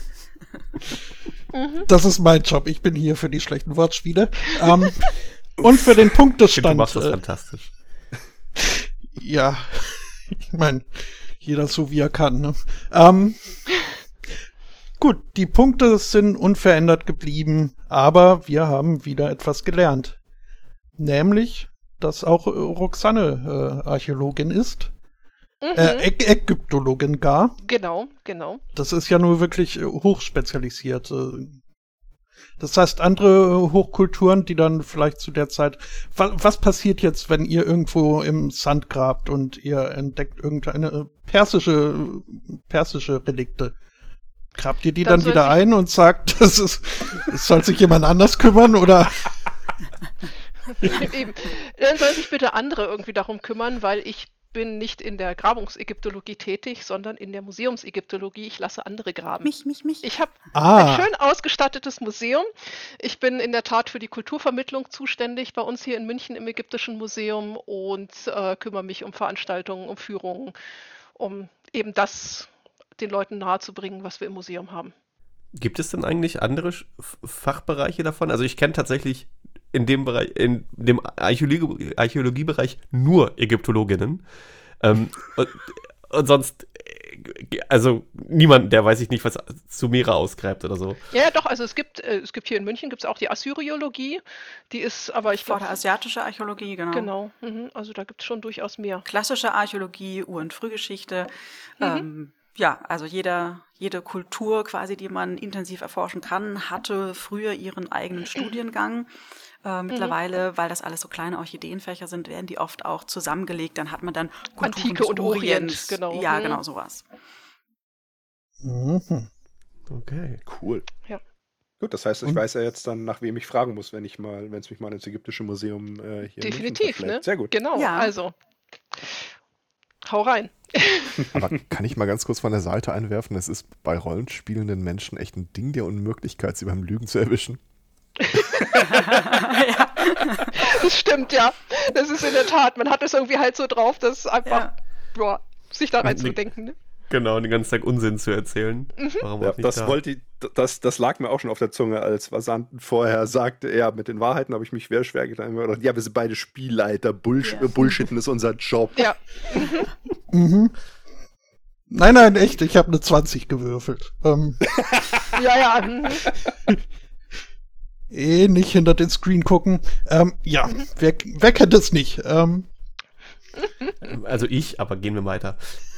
Mhm. Das ist mein Job. Ich bin hier für die schlechten Wortspiele. Ähm, und für den Du Punktestand. machst das äh, fantastisch. Ja, ich meine, jeder so wie er kann. Ne? Ähm, gut, die Punkte sind unverändert geblieben, aber wir haben wieder etwas gelernt. Nämlich, dass auch äh, Roxanne äh, Archäologin ist. Mhm. Äh, Ä- Ägyptologin gar. Genau, genau. Das ist ja nur wirklich äh, hochspezialisiert. Äh, Das heißt, andere äh, Hochkulturen, die dann vielleicht zu der Zeit... Wa- was passiert jetzt, wenn ihr irgendwo im Sand grabt und ihr entdeckt irgendeine äh, persische, persische Relikte? Grabt ihr die Dann dann, soll wieder sich- ein und sagt, das ist, es soll sich jemand anders kümmern, oder? Eben. Dann sollen sich bitte andere irgendwie darum kümmern, weil ich bin nicht in der Grabungsägyptologie tätig, sondern in der Museumsägyptologie. Ich lasse andere graben. Mich, mich, mich. Ich habe Ah, ein schön ausgestattetes Museum. Ich bin in der Tat für die Kulturvermittlung zuständig bei uns hier in München im Ägyptischen Museum und äh, kümmere mich um Veranstaltungen, um Führungen, um eben das den Leuten nahezubringen, was wir im Museum haben. Gibt es denn eigentlich andere Sch- F- Fachbereiche davon? Also ich kenne tatsächlich in dem Bereich, in dem Archäologie, Archäologiebereich nur Ägyptologinnen. Ähm, und, und sonst, äh, also niemand, der weiß ich nicht, was Sumerer ausgräbt oder so. Ja, ja, doch, also es gibt, äh, es gibt hier in München gibt's auch die Assyriologie, die ist aber, ich glaube, Vorderasiatische Archäologie, genau. genau, mhm, also da gibt es schon durchaus mehr. Klassische Archäologie, Ur- und Frühgeschichte. Mhm. Ähm, ja, also jeder, jede Kultur quasi, die man intensiv erforschen kann, hatte früher ihren eigenen Studiengang. Äh, mittlerweile, weil das alles so kleine Orchideenfächer sind, werden die oft auch zusammengelegt. Dann hat man dann Kulturen Antike des und Orient, Orients. genau. Ja, Mhm. genau, sowas. mhm. Okay. Cool. Ja. Gut, das heißt, ich Und- weiß ja jetzt dann, nach wem ich fragen muss, wenn ich mal, wenn es mich mal ins Ägyptische Museum äh, hier in München Definitiv, verschlägt. ne? Sehr gut. Genau, Ja. also hau rein. Aber kann ich mal ganz kurz von der Seite einwerfen? Es ist bei rollenspielenden Menschen echt ein Ding der Unmöglichkeit, sie beim Lügen zu erwischen. Ja. Das stimmt, ja. Das ist in der Tat, man hat es irgendwie halt so drauf, dass einfach, boah, sich da reinzudenken. Ne? Genau, den ganzen Tag Unsinn zu erzählen. Warum Ja, auch nicht das da? wollte ich, das, das lag mir auch schon auf der Zunge, als Vasanten vorher sagte, ja, mit den Wahrheiten habe ich mich schwer schwer getan. Ich hab gedacht, ja, wir sind beide Spielleiter, Bullsh Ja. Bullshitten ist unser Job. Ja, Mhm. Nein, nein, echt, ich habe eine zwanzig gewürfelt. Ähm, ja, ja. mhm. eh nicht hinter den Screen gucken. Ähm, ja, wer, wer kennt es nicht? Ähm, Also ich, aber gehen wir weiter.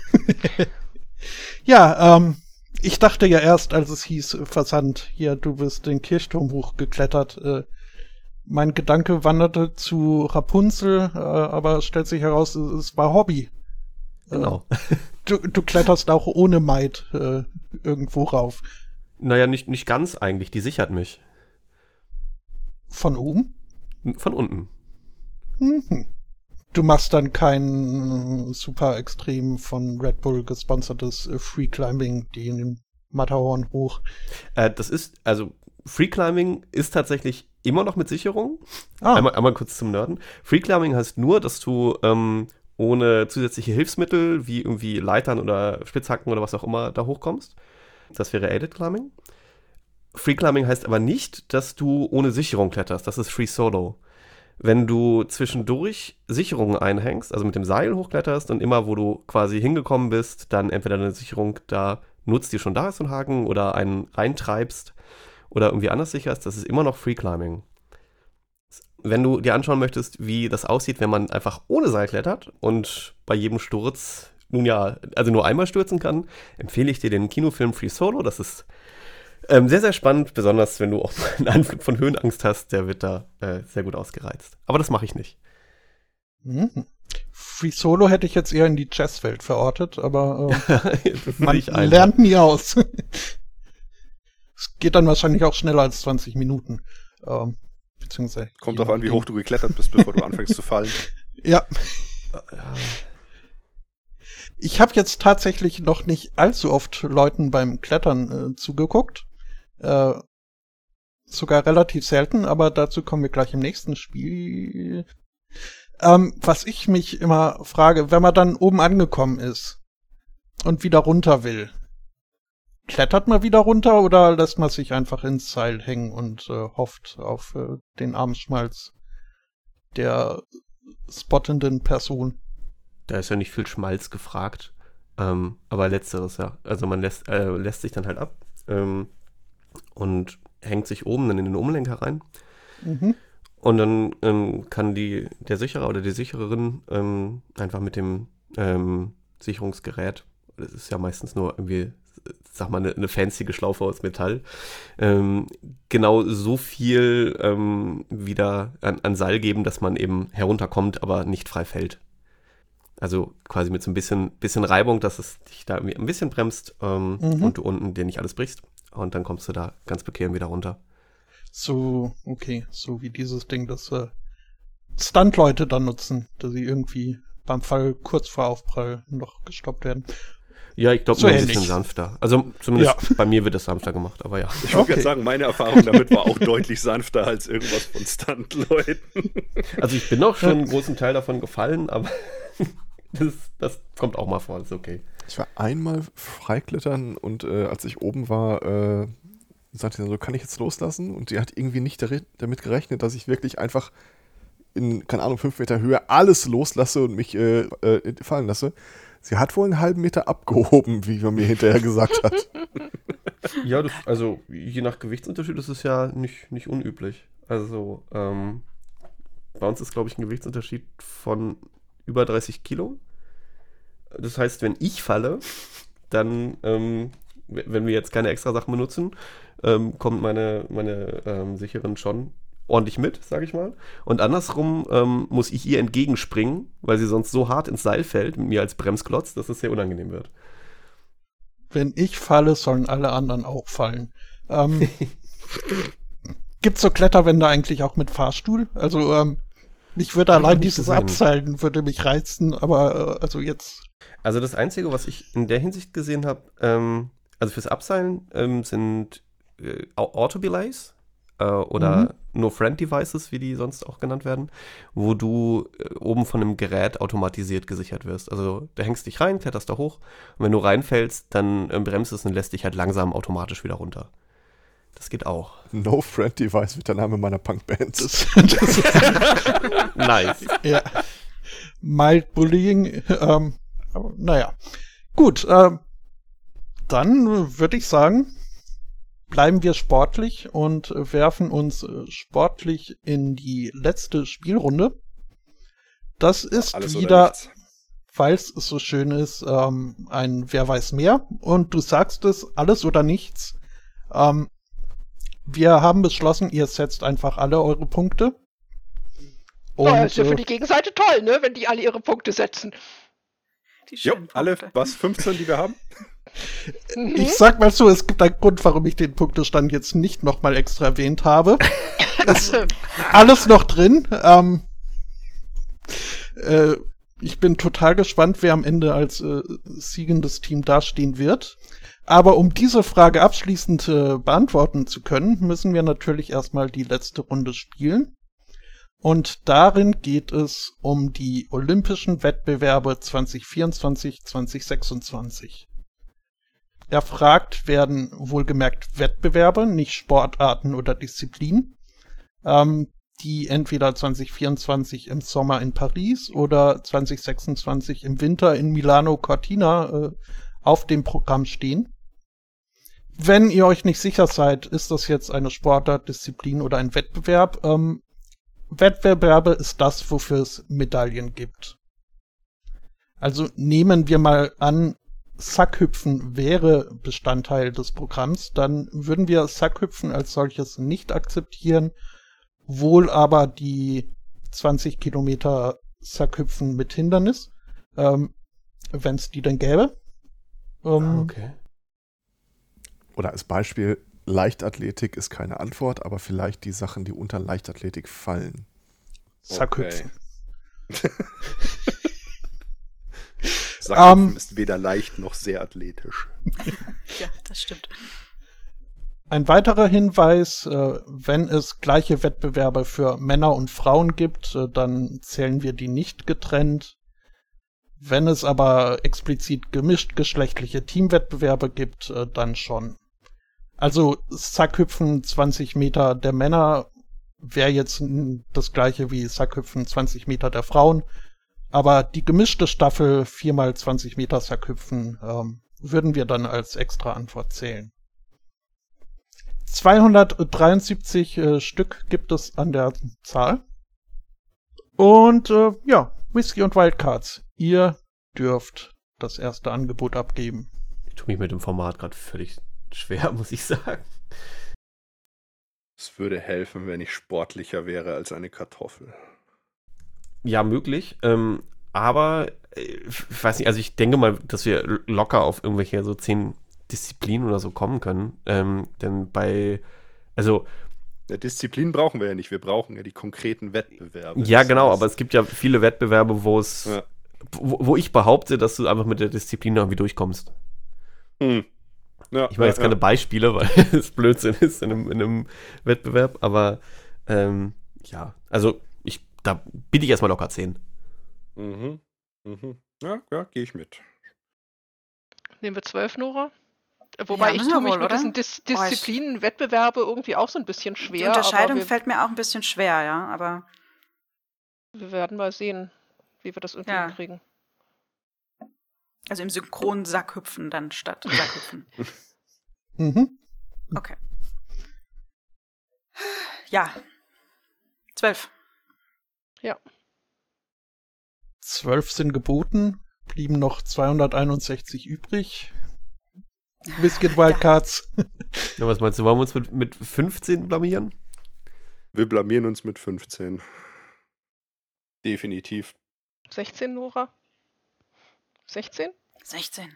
ja, ähm, ich dachte ja erst, als es hieß, äh, Versand, hier, du bist den Kirchturm hochgeklettert. Äh, mein Gedanke wanderte zu Rapunzel, äh, aber es stellt sich heraus, es, es war Hobby. Genau. Du, du kletterst auch ohne Maid äh, irgendwo rauf. Naja, nicht, nicht ganz eigentlich. Die sichert mich. Von oben? Von unten. Mhm. Du machst dann kein äh, super extrem von Red Bull gesponsertes äh, Free Climbing, die in den Matterhorn hoch. Äh, das ist, also Free Climbing ist tatsächlich immer noch mit Sicherung. Ah, Einmal, einmal kurz zum Nerden. Free Climbing heißt nur, dass du ähm, ohne zusätzliche Hilfsmittel, wie irgendwie Leitern oder Spitzhacken oder was auch immer, da hochkommst. Das wäre Aided Climbing. Free Climbing heißt aber nicht, dass du ohne Sicherung kletterst. Das ist Free Solo. Wenn du zwischendurch Sicherungen einhängst, also mit dem Seil hochkletterst und immer, wo du quasi hingekommen bist, dann entweder eine Sicherung da nutzt, die schon da ist, so ein Haken, oder einen reintreibst oder irgendwie anders sicherst, das ist immer noch Free Climbing. Wenn du dir anschauen möchtest, wie das aussieht, wenn man einfach ohne Seil klettert und bei jedem Sturz, nun ja, also nur einmal stürzen kann, empfehle ich dir den Kinofilm Free Solo. Das ist ähm, sehr, sehr spannend, besonders wenn du auch einen Anflug von Höhenangst hast, der wird da äh, sehr gut ausgereizt. Aber das mache ich nicht. mhm. Free Solo hätte ich jetzt eher in die Jazzwelt verortet, aber äh, Das man sehe ich ein. lernt nie aus. Es geht dann wahrscheinlich auch schneller als zwanzig Minuten. Ähm, beziehungsweise. Kommt drauf an, wie hoch du geklettert bist, bevor du anfängst zu fallen. Ja. Ich habe jetzt tatsächlich noch nicht allzu oft Leuten beim Klettern äh, zugeguckt. Äh, sogar relativ selten, aber dazu kommen wir gleich im nächsten Spiel. Ähm, was ich mich immer frage, wenn man dann oben angekommen ist und wieder runter will, klettert man wieder runter oder lässt man sich einfach ins Seil hängen und äh, hofft auf äh, den Armschmalz der spottenden Person? Da ist ja nicht viel Schmalz gefragt, ähm, aber letzteres, ja. Also man lässt, äh, lässt sich dann halt ab ähm, und hängt sich oben dann in den Umlenker rein. Mhm. Und dann ähm, kann die, der Sicherer oder die Sichererin ähm, einfach mit dem ähm, Sicherungsgerät, das ist ja meistens nur irgendwie, sag mal, eine, eine fancy Schlaufe aus Metall, ähm, genau so viel ähm, wieder an, an Seil geben, dass man eben herunterkommt, aber nicht frei fällt. Also quasi mit so ein bisschen, bisschen Reibung, dass es dich da irgendwie ein bisschen bremst ähm, Mhm. und du unten dir nicht alles brichst. Und dann kommst du da ganz bequem wieder runter. So, okay, so wie dieses Ding, das äh, Stunt-Leute dann nutzen, dass sie irgendwie beim Fall kurz vor Aufprall noch gestoppt werden. Ja, ich glaube, So nur ein ähnlich. bisschen sanfter. Also zumindest Ja. bei mir wird es sanfter gemacht, aber ja. Ich wollte Okay. gerade sagen, meine Erfahrung damit war auch deutlich sanfter als irgendwas von Stunt-Leuten. Also ich bin auch schon einen großen Teil davon gefallen, aber das, das kommt auch mal vor, das ist okay. Ich war einmal freiklettern und äh, als ich oben war, äh, sagte sie dann so, kann ich jetzt loslassen? Und die hat irgendwie nicht dar- damit gerechnet, dass ich wirklich einfach in, keine Ahnung, fünf Meter Höhe alles loslasse und mich äh, äh, fallen lasse. Sie hat wohl einen halben Meter abgehoben, wie man mir hinterher gesagt hat. Ja, das, also je nach Gewichtsunterschied ist es ja nicht, nicht unüblich. Also ähm, bei uns ist, glaube ich, ein Gewichtsunterschied von über dreißig Kilo. Das heißt, wenn ich falle, dann, ähm, w- wenn wir jetzt keine extra Sachen benutzen, ähm, kommt meine, meine ähm, Sicherin schon ordentlich mit, sage ich mal. Und andersrum ähm, muss ich ihr entgegenspringen, weil sie sonst so hart ins Seil fällt, mit mir als Bremsklotz, dass es sehr unangenehm wird. Wenn ich falle, sollen alle anderen auch fallen. Ähm, gibt's so Kletterwände eigentlich auch mit Fahrstuhl? Also, ähm, mich würde Hab ich allein nicht dieses gesehen. Abseilen würde mich reizen, aber äh, also jetzt. Also das Einzige, was ich in der Hinsicht gesehen habe, ähm, also fürs Abseilen ähm, sind äh, Au- Auto-Belays äh, oder No-Friend-Devices, wie die sonst auch genannt werden, wo du äh, oben von einem Gerät automatisiert gesichert wirst. Also da hängst dich rein, kletterst da hoch und wenn du reinfällst, dann ähm, bremst es und lässt dich halt langsam automatisch wieder runter. Das geht auch. No Friend Device wird der Name meiner Punkband. Das, das, Nice. ja. Mild Bullying. Ähm, aber, naja. Gut, ähm, dann würde ich sagen, bleiben wir sportlich und äh, werfen uns äh, sportlich in die letzte Spielrunde. Das ist Alles oder wieder, nichts. weil es so schön ist, ähm, ein Wer weiß mehr. Und du sagst es, alles oder nichts. Ähm, wir haben beschlossen, ihr setzt einfach alle eure Punkte. Und, Ja, ist ja für äh, die Gegenseite toll, ne, wenn die alle ihre Punkte setzen. Die Jo, schönen alle, Punkte. was, fünfzehn, die wir haben? Mhm. Ich sag mal so, es gibt einen Grund, warum ich den Punktestand jetzt nicht nochmal extra erwähnt habe. Ist alles noch drin. Ähm, äh, ich bin total gespannt, wer am Ende als äh, siegendes Team dastehen wird. Aber um diese Frage abschließend äh, beantworten zu können, müssen wir natürlich erstmal die letzte Runde spielen. Und darin geht es um die Olympischen Wettbewerbe zwanzig vierundzwanzig, zwanzig sechsundzwanzig. Erfragt werden wohlgemerkt Wettbewerbe, nicht Sportarten oder Disziplinen, ähm, die entweder zwanzig vierundzwanzig im Sommer in Paris oder zwanzig sechsundzwanzig im Winter in Milano Cortina äh, auf dem Programm stehen. Wenn ihr euch nicht sicher seid, ist das jetzt eine Sportart, Disziplin oder ein Wettbewerb, ähm, Wettbewerbe ist das, wofür es Medaillen gibt. Also nehmen wir mal an, Sackhüpfen wäre Bestandteil des Programms, dann würden wir Sackhüpfen als solches nicht akzeptieren, wohl aber die zwanzig Kilometer Sackhüpfen mit Hindernis, ähm, wenn es die denn gäbe. Ähm, Okay. Oder als Beispiel Leichtathletik ist keine Antwort, aber vielleicht die Sachen, die unter Leichtathletik fallen. Sackhüpfen. Sackhüpfen Ähm. ist weder leicht noch sehr athletisch. Ja, das stimmt. Ein weiterer Hinweis, äh, wenn es gleiche Wettbewerbe für Männer und Frauen gibt, äh, dann zählen wir die nicht getrennt. Wenn es aber explizit gemischt geschlechtliche Teamwettbewerbe gibt, äh, dann schon. Also Sackhüpfen zwanzig Meter der Männer wäre jetzt n- das gleiche wie Sackhüpfen zwanzig Meter der Frauen. Aber die gemischte Staffel vier mal zwanzig Meter Sackhüpfen ähm, würden wir dann als extra Antwort zählen. zweihundertdreiundsiebzig äh, Stück gibt es an der Zahl. Und äh, ja, Whisky und Wildcards. Ihr dürft das erste Angebot abgeben. Ich tue mich mit dem Format gerade völlig schwer, muss ich sagen. Es würde helfen, wenn ich sportlicher wäre als eine Kartoffel. Ja, möglich. Ähm, aber äh, ich weiß nicht, also ich denke mal, dass wir l- locker auf irgendwelche so zehn Disziplinen oder so kommen können. Ähm, denn bei, also Ja, Disziplin brauchen wir ja nicht, wir brauchen ja die konkreten Wettbewerbe. ja, Das genau, heißt- aber es gibt ja viele Wettbewerbe, wo es, Ja. wo, wo ich behaupte, dass du einfach mit der Disziplin irgendwie durchkommst. Hm. Ja, Ich meine jetzt ja, keine ja. Beispiele, weil es Blödsinn ist in einem, in einem Wettbewerb, aber ähm, ja, also ich, da biete ich erstmal locker zehn. Mhm. Mhm. Ja, ja, gehe ich mit. Nehmen wir zwölf, Nora? Wobei Ja, ich müssen tue wir mich wohl, mit oder? diesen Dis Oh, ich- Disziplinen, Wettbewerbe irgendwie auch so ein bisschen Die schwer. Unterscheidung aber wir, fällt mir auch ein bisschen schwer, ja, aber wir werden mal sehen, wie wir das irgendwie Ja. hinkriegen. also im synchronen Sackhüpfen dann statt Sackhüpfen. Mhm. Okay. Ja. Zwölf. Zwölf sind geboten, blieben noch zweihunderteinundsechzig übrig. Whisky und Wildcards. Ja, was meinst du, wollen wir uns mit, mit fünfzehn blamieren? Wir blamieren uns mit fünfzehn. Definitiv. sechzehn, Nora? sechzehn? sechzehn.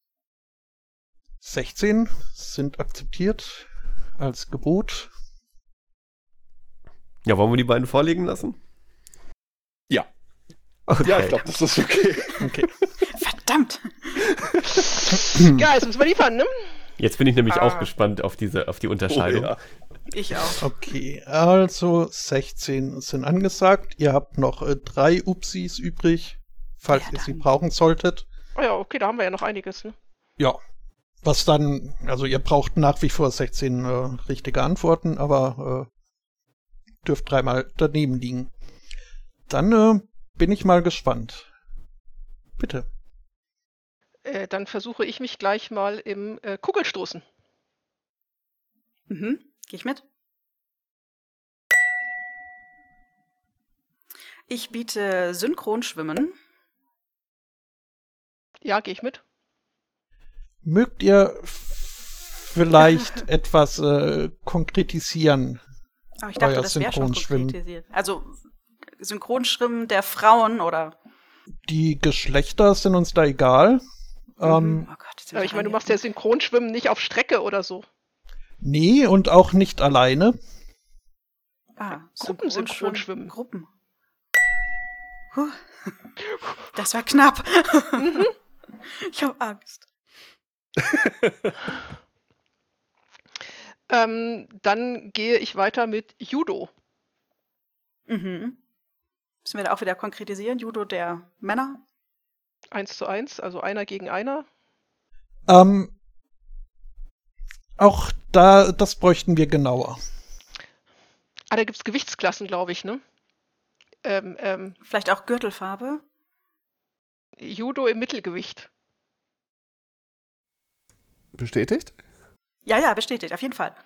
sechzehn sind akzeptiert als Gebot. Ja, wollen wir die beiden vorlegen lassen? Ja. Okay. Ja, ich glaube, das ist okay. Okay. Verdammt. Ja, jetzt müssen wir liefern, ne? Jetzt bin ich nämlich Ah. auch gespannt auf diese, auf die Unterscheidung. Oh, ja. Ich auch. Okay, also sechzehn sind angesagt. Ihr habt noch äh, drei Upsis übrig, falls Ja, ihr sie dann. brauchen solltet. Oh ja, okay, da haben wir ja noch einiges, ne? Ja. Was dann, also ihr braucht nach wie vor sechzehn äh, richtige Antworten, aber äh, dürft dreimal daneben liegen. Dann äh, bin ich mal gespannt. Bitte. Äh, dann versuche ich mich gleich mal im äh, Kugelstoßen. Mhm. Geh ich mit? Ich biete Synchronschwimmen. Ja, gehe ich mit. Mögt ihr f- vielleicht etwas äh, konkretisieren? Aber ich dachte, Euer das wäre schon Synchronschwimmen. konkretisiert. Also Synchronschwimmen der Frauen oder. Die Geschlechter sind uns da egal. Ähm, Mhm. Oh Gott, jetzt bin Aber ich meine, du machst ja Synchronschwimmen nicht auf Strecke oder so. Nee, und auch nicht alleine. Ah, Gruppensynchronschwimmen. Gruppen. Puh. Das war knapp. Ich habe Angst. Ähm, dann gehe ich weiter mit Judo. Mhm. Müssen wir da auch wieder konkretisieren? Judo der Männer? Eins zu eins, also einer gegen einer. Ähm, auch da, das bräuchten wir genauer. Ah, da gibt es Gewichtsklassen, glaube ich, ne? Ähm, ähm, Vielleicht auch Gürtelfarbe? Judo im Mittelgewicht. Bestätigt? Ja, ja, bestätigt, auf jeden Fall.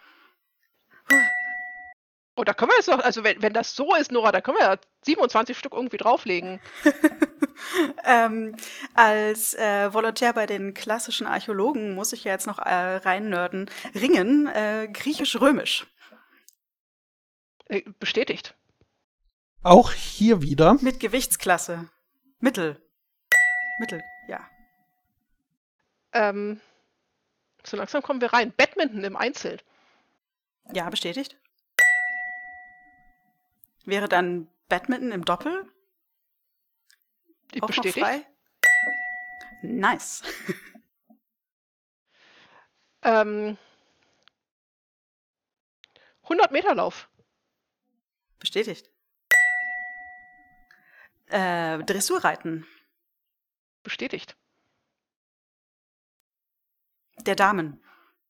Oh, da können wir jetzt noch, also wenn, wenn das so ist, Nora, da können wir ja siebenundzwanzig Stück irgendwie drauflegen. ähm, als äh, Volontär bei den klassischen Archäologen muss ich ja jetzt noch äh, reinnörden. Ringen, äh, griechisch-römisch. Äh, bestätigt. Auch hier wieder. Mit Gewichtsklasse. Mittel. Mittel, ja. Ähm, so langsam kommen wir rein. Badminton im Einzel. Ja, bestätigt. Wäre dann Badminton im Doppel? Die Auch noch bestätigt. frei? Nice. Ähm, hundert Meter Lauf. Bestätigt. Äh, Dressurreiten. Bestätigt. Der Damen.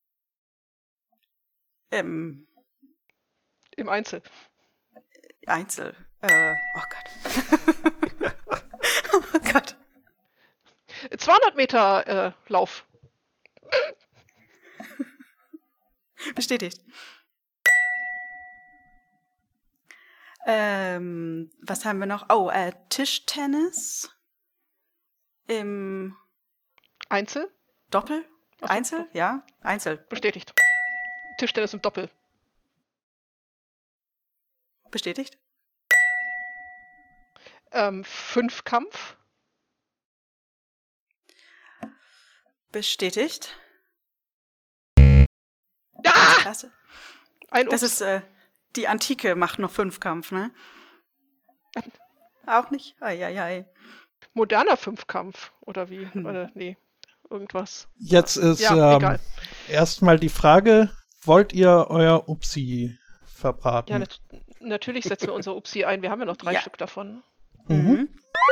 Ähm, Im Einzel. Einzel. Äh, oh Gott. Oh Gott. zweihundert Meter äh, Lauf. Bestätigt. Ähm, was haben wir noch? Oh, äh, Tischtennis. Im Einzel. Doppel? Ach so. Einzel? Ja, Einzel. Bestätigt. Tischtennis im Doppel. Bestätigt. Ähm, Fünfkampf. Bestätigt. Ah! Klasse. Ein Das Ups. ist, äh, die Antike macht noch Fünfkampf, ne? Auch nicht? Eieiei. Moderner Fünfkampf. Oder wie? Hm. Oder nee. Irgendwas. Jetzt ist Ja, ähm, egal. erstmal die Frage, wollt ihr euer Upsi verbraten? Ja, nat natürlich setzen wir unser Upsi ein. Wir haben ja noch drei Ja. Stück davon. Mhm.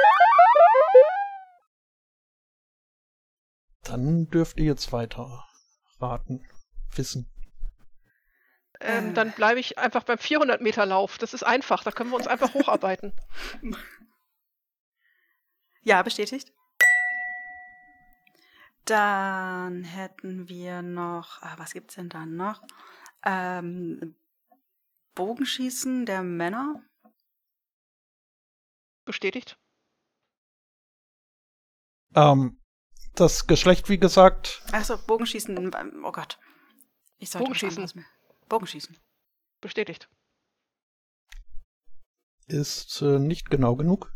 Dann dürft ihr jetzt weiter raten, wissen. Ähm, Äh. Dann bleibe ich einfach beim vierhundert Meter Lauf. Das ist einfach. Da können wir uns einfach hocharbeiten. Ja, bestätigt. Dann hätten wir noch, ah, was gibt's denn da noch? Ähm, Bogenschießen der Männer. Bestätigt. Ähm, das Geschlecht, wie gesagt, Achso, Bogenschießen, ähm, oh Gott. Ich sollte was Bogenschießen. anderes mehr. Bogenschießen. Bestätigt. ist äh, nicht genau genug.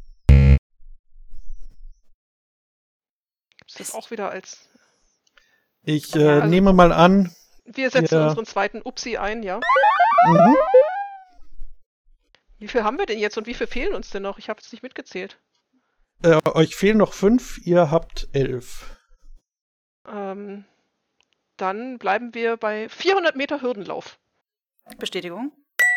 Das ist Ist- auch wieder als. Ich Ja, äh, also- nehme mal an, Wir setzen Ja. unseren zweiten Upsi ein, ja. mhm. Wie viel haben wir denn jetzt und wie viel fehlen uns denn noch? Ich habe es nicht mitgezählt. äh, euch fehlen noch fünf, ihr habt elf. Ähm, dann bleiben wir bei vierhundert Meter Hürdenlauf. Bestätigung.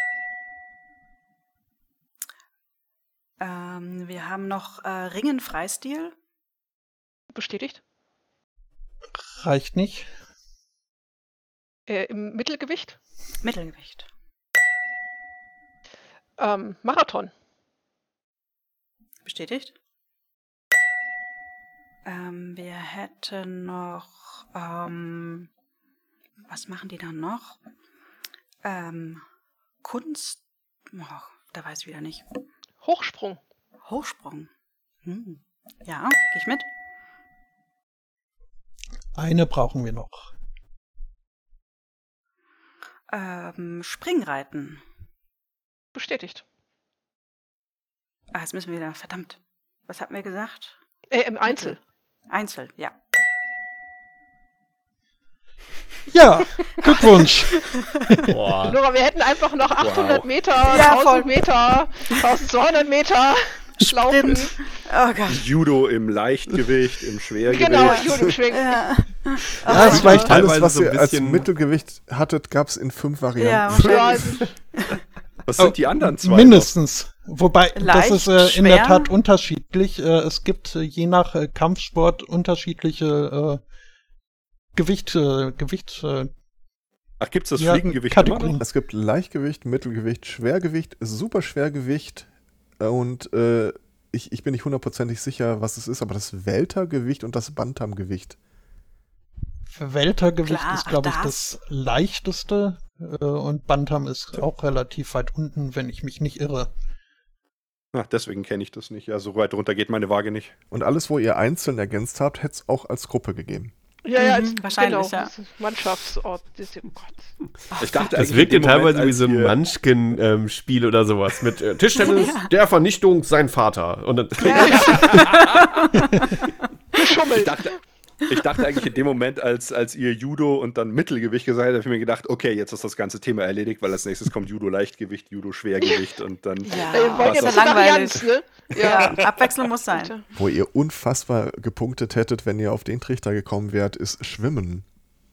Ähm, wir haben noch äh, Ringen Freistil. Bestätigt. Reicht nicht. Äh, Im Mittelgewicht. Mittelgewicht. Ähm, Marathon. Bestätigt. Ähm, wir hätten noch, ähm, was machen die dann noch? Ähm, Kunst, oh, da weiß ich wieder nicht. Hochsprung. Hochsprung. Hm. Ja, geh ich mit. Eine brauchen wir noch. Ähm, Springreiten. Bestätigt. Ah, jetzt müssen wir wieder, verdammt. Was hatten wir gesagt? Äh, im Einzel. Einzel, ja. Ja, Glückwunsch. Boah. Nora, wir hätten einfach noch achthundert Wow. Meter, Ja, voll. tausend Meter, tausendzweihundert Meter laufen. Sprint. Oh Gott. Judo im Leichtgewicht, im Schwergewicht. Genau, Judo-Schwingen. Ja, Ja, es reicht alles, teilweise was so ein ihr als bisschen- Mittelgewicht hattet, gab es in fünf ja, Varianten. wahrscheinlich. Was sind die anderen zwei? Mindestens. Wobei, Leicht, das ist äh, in der schwer. Tat unterschiedlich. Äh, es gibt äh, je nach äh, Kampfsport unterschiedliche äh, Gewicht, äh, Gewicht, äh, Ach, gibt's das Ja, Fliegengewicht immer Kategorien. noch? Es gibt Leichtgewicht, Mittelgewicht, Schwergewicht, Superschwergewicht äh, und äh, ich, ich bin nicht hundertprozentig sicher, was es ist, aber das Weltergewicht und das Bantamgewicht. Weltergewicht Klar, ist, glaube ich, ach, das leichteste äh, und Bantam ist auch relativ weit unten, wenn ich mich nicht irre. Ach, deswegen kenne ich das nicht. Ja, so weit runter geht meine Waage nicht. Und alles, wo ihr einzeln ergänzt habt, hätte es auch als Gruppe gegeben. Ja, ja, Mhm, als, wahrscheinlich, genau, ja. das ist Mannschaftsort. Das ist, oh Gott. Ich dachte Das eigentlich wirkt ja in dem Moment, teilweise wie als so ein ihr- Munchkin-Spiel oder sowas. Mit äh, Tischtennis, Ja. der Vernichtung, sein Vater. Und dann, Ich Geschummelt. dachte, ich dachte eigentlich in dem Moment, als, als ihr Judo und dann Mittelgewicht gesagt habt, habe ich mir gedacht, okay, jetzt ist das ganze Thema erledigt, weil als nächstes kommt Judo-Leichtgewicht, Judo-Schwergewicht und dann... Ja, Wir wollen das ja ist eine langweilig. Varianz, ne? Ja, Abwechslung muss sein. Wo ihr unfassbar gepunktet hättet, wenn ihr auf den Trichter gekommen wärt, ist Schwimmen.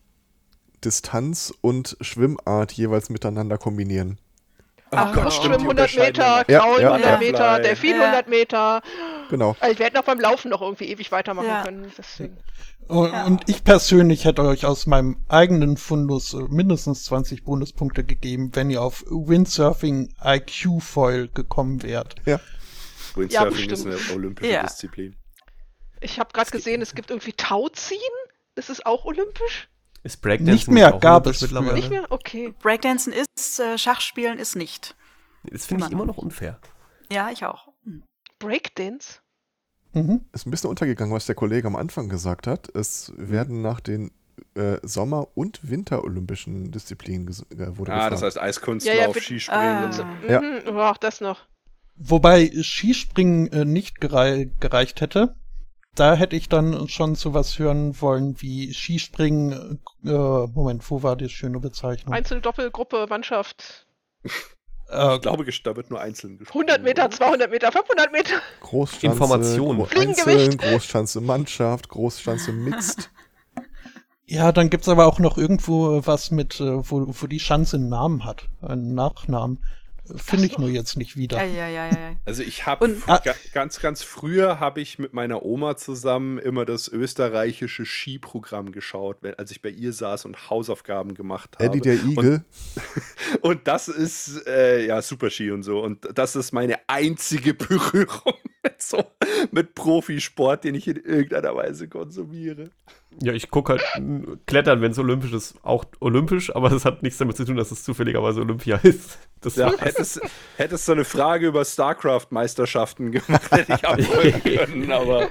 Distanz und Schwimmart jeweils miteinander kombinieren. Ach Gott, stimmt, Schwimmen die hundert Meter, unterscheiden Ja, Kraulen ja, hundert ja. Meter, Delfin Ja. hundert Meter. Genau. Also wir hätten auch beim Laufen noch irgendwie ewig weitermachen Ja. können. Deswegen. Und, Ja. und ich persönlich hätte euch aus meinem eigenen Fundus äh, mindestens zwanzig Bonuspunkte gegeben, wenn ihr auf Windsurfing I Q Foil gekommen wärt. Ja. Windsurfing Ja, ist eine bestimmt. olympische Ja. Disziplin. Ich habe gerade gesehen, es gibt irgendwie Tauziehen. Das ist auch olympisch? Ist Breakdancing Nicht mehr, auch gab olympisch es früher. mittlerweile? Nicht mehr? Okay. Breakdancen ist, äh, Schachspielen ist nicht. Das finde ich immer noch unfair. Ja, ich auch. Hm. Breakdance? Mhm. Ist ein bisschen untergegangen, was der Kollege am Anfang gesagt hat. Es werden nach den äh, Sommer- und Winterolympischen Disziplinen ges- äh, wurde Ah, gefragt. das heißt Eiskunstlauf, Ja, ja, bitte. Skispringen Ah. und so. Ja. Mhm, oh, auch das noch. Wobei Skispringen äh, nicht gerei gereicht hätte. Da hätte ich dann schon sowas hören wollen wie Skispringen. Äh, Moment, wo war die schöne Bezeichnung? Einzel, Doppel, Gruppe, Mannschaft. Äh, Ich glaube, da wird nur einzeln gesprochen. hundert Meter, zweihundert Meter, fünfhundert Meter. Großschanze, Information. Gro Fliegengewicht. Einzeln, Großschanze Mannschaft, Großschanze Mixed. ja, dann gibt's aber auch noch irgendwo was mit, äh, wo, wo die Schanze einen Namen hat, einen Nachnamen. Finde ich nur jetzt nicht wieder. Ja, ja, ja, ja. Also ich habe Und- ga ganz, ganz früher habe ich mit meiner Oma zusammen immer das österreichische Skiprogramm geschaut, wenn, als ich bei ihr saß und Hausaufgaben gemacht habe. Eddie der Igel. Und, und das ist äh, ja Super-Ski und so. Und das ist meine einzige Berührung mit so mit Profisport, den ich in irgendeiner Weise konsumiere. Ja, ich gucke halt m, Klettern, wenn es olympisch ist, auch olympisch, aber das hat nichts damit zu tun, dass es zufälligerweise Olympia ist. Das Ja, war's. hättest, hättest du eine Frage über StarCraft-Meisterschaften gemacht, hätte ich antworten können, aber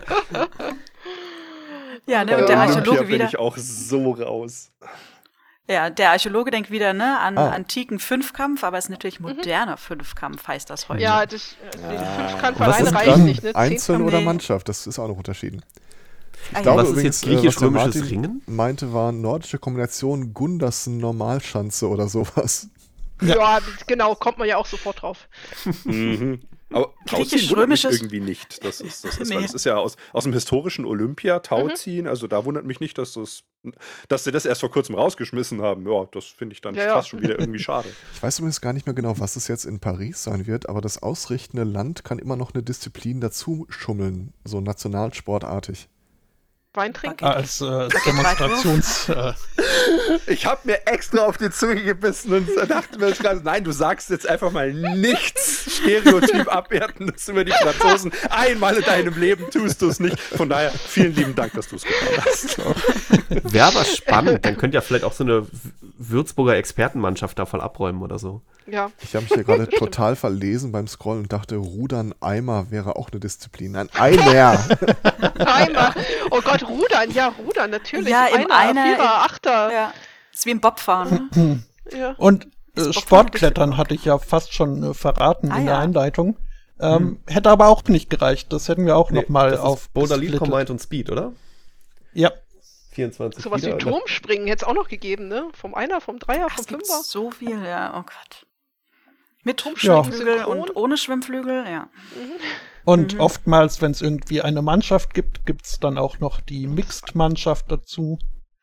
Ja, ne, bei und der Olympia Archäologe bin wieder. ich auch so raus. Ja, der Archäologe denkt wieder, ne, an Ah. antiken Fünfkampf, aber es ist natürlich moderner Fünfkampf, heißt das heute. Ja, das, äh, den Fünfkampf Und was alleine ist reicht dann nicht, ne? Einzeln Zehnkampf- oder Nee. Mannschaft? Das ist auch noch unterschieden. Ah, ja. glaube Was ist übrigens, jetzt äh, was der griechisch-römisches Martin Ringen? meinte, war nordische Kombination Gundersen Normalschanze oder sowas. Ja, genau, kommt man ja auch sofort drauf. Mhm. Aber Tauziehen wundert mich Griechisch-römisches- irgendwie nicht. Das ist, das ist, Nee. weil das ist ja aus, aus dem historischen Olympia, Tauziehen. Mhm. Also da wundert mich nicht, dass, das, dass sie das erst vor kurzem rausgeschmissen haben. Ja, das finde ich dann Ja, ja. fast schon wieder irgendwie schade. Ich weiß übrigens gar nicht mehr genau, was es jetzt in Paris sein wird, aber das ausrichtende Land kann immer noch eine Disziplin dazu schummeln, so nationalsportartig. Wein trinken? Als äh, Demonstrations... Äh, Ich habe mir extra auf die Zunge gebissen und dachte mir jetzt gerade, nein, du sagst jetzt einfach mal nichts Stereotyp abwertendes über die Franzosen. Einmal in deinem Leben tust du es nicht. Von daher, vielen lieben Dank, dass du es getan hast. Wäre aber spannend, dann könnt ihr vielleicht auch so eine W- Würzburger Expertenmannschaft da voll abräumen oder so. Ja. Ich habe mich hier gerade total verlesen beim Scrollen und dachte, Rudern Eimer wäre auch eine Disziplin. Ein Einer! Eimer. Oh Gott, Rudern, ja, Rudern, natürlich. Ja, im Einer, Vierer, im- Achter. Ja, ist wie im Bobfahren. Ja. Und Ist äh, Bob Sportklettern hatte ich ja fast schon äh, verraten Ah, in der ja. Einleitung. Ähm, Hätte aber auch nicht gereicht. Das hätten wir auch noch mal das auf ist Boulder Lead gesplittet. Combined und Speed, oder? Ja, vierundzwanzig Sowas wie wieder. Turmspringen hätte es auch noch gegeben, ne? Vom Einer, vom Dreier, Ach, vom es gibt Fünfer. so viel, ja, oh Gott. Mit Ja. Schwimmflügel Synchron. und ohne Schwimmflügel, ja. und Mhm. oftmals, wenn es irgendwie eine Mannschaft gibt, gibt's dann auch noch die Mixed-Mannschaft dazu.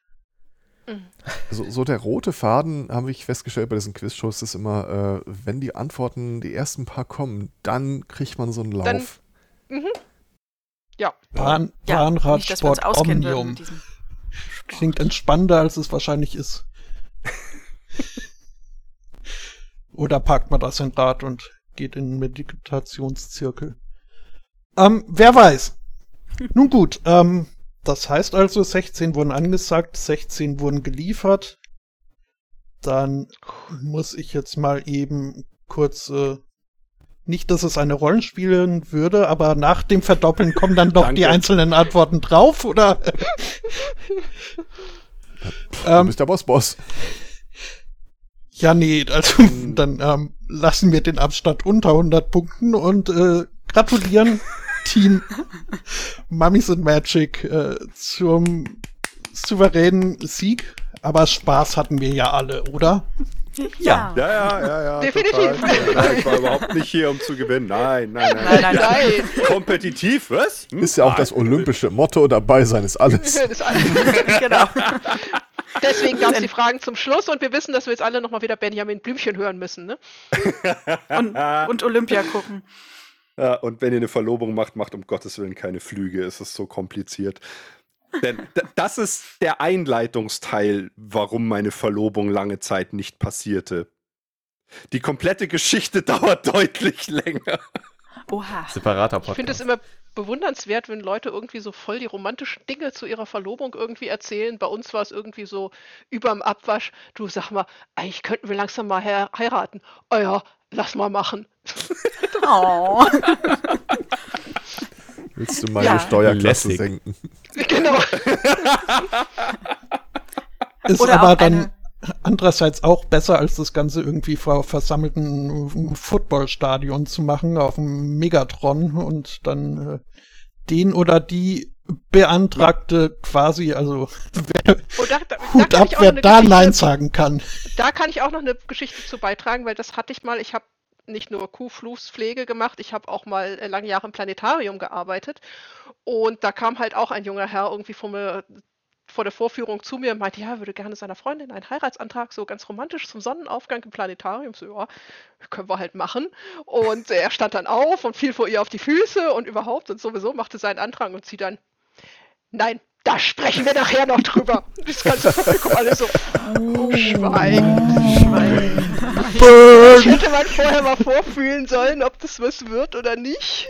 So, so der rote Faden, habe ich festgestellt bei diesen Quizshows, ist immer, äh, wenn die Antworten, die ersten paar kommen, dann kriegt man so einen Lauf. Dann- Ja. Bahn, Ja, nicht, dass wir uns Bahnradsport auskennen würden Omnium. mit diesem Sport. Klingt entspannender, als es wahrscheinlich ist. Oder packt man das in Rad und geht in einen Meditationszirkel. Ähm, wer weiß. Nun gut, ähm, das heißt also, sechzehn wurden angesagt, sechzehn wurden geliefert. Dann muss ich jetzt mal eben kurz, äh, nicht, dass es eine Rolle spielen würde, aber nach dem Verdoppeln kommen dann doch die Danke. einzelnen Antworten drauf, oder? Du ähm, bist der Boss-Boss. Ja, nee, also dann ähm, lassen wir den Abstand unter hundert Punkten und äh, gratulieren Team Mummies and Magic äh, zum souveränen Sieg, aber Spaß hatten wir ja alle, oder? Ja. Ja, ja, ja, ja. Definitiv. Total. Nein, ich war überhaupt nicht hier, um zu gewinnen. Nein, nein, nein. Nein, nein, nein. Nein. Kompetitiv, was? Hm? Ist ja auch Nein. das olympische Motto, dabei sein ist alles. Das ist alles. Genau. Deswegen gab es die Fragen zum Schluss und wir wissen, dass wir jetzt alle nochmal wieder Benjamin Blümchen hören müssen. Ne? Und, und Olympia gucken. Ja, und wenn ihr eine Verlobung macht, macht um Gottes Willen keine Flüge. Es ist so kompliziert. Denn d- das ist der Einleitungsteil, warum meine Verlobung lange Zeit nicht passierte. Die komplette Geschichte dauert deutlich länger. Oha. Separater Ich finde es Podcast. immer bewundernswert, wenn Leute irgendwie so voll die romantischen Dinge zu ihrer Verlobung irgendwie erzählen. Bei uns war es irgendwie so überm Abwasch. Du, sag mal, eigentlich könnten wir langsam mal her- heiraten. Oh ja, lass mal machen. Oh. Willst du meine Ja. Steuerklasse Lässig. senken? Genau. Ist Oder aber auch dann eine- andererseits auch besser, als das Ganze irgendwie vor versammelten Footballstadion zu machen, auf dem Megatron und dann äh, den oder die Beantragte quasi, also wer, Und da, da, da Hut kann ab, ich auch wer noch eine da Geschichte- Nein sagen kann. Da kann ich auch noch eine Geschichte zu beitragen, weil das hatte ich mal. Ich habe nicht nur Kuhflußpflege gemacht, ich habe auch mal äh, lange Jahre im Planetarium gearbeitet. Und da kam halt auch ein junger Herr irgendwie vor mir, vor der Vorführung zu mir und meinte, ja, er würde gerne seiner Freundin einen Heiratsantrag, so ganz romantisch zum Sonnenaufgang im Planetarium. So, ja, können wir halt machen. Und äh, er stand dann auf und fiel vor ihr auf die Füße und überhaupt und sowieso machte seinen Antrag und sie dann, nein, da sprechen wir nachher noch drüber. Das ganze Publikum alle so, oh, Schwein, Schwein. Das hätte man vorher mal vorfühlen sollen, ob das was wird oder nicht.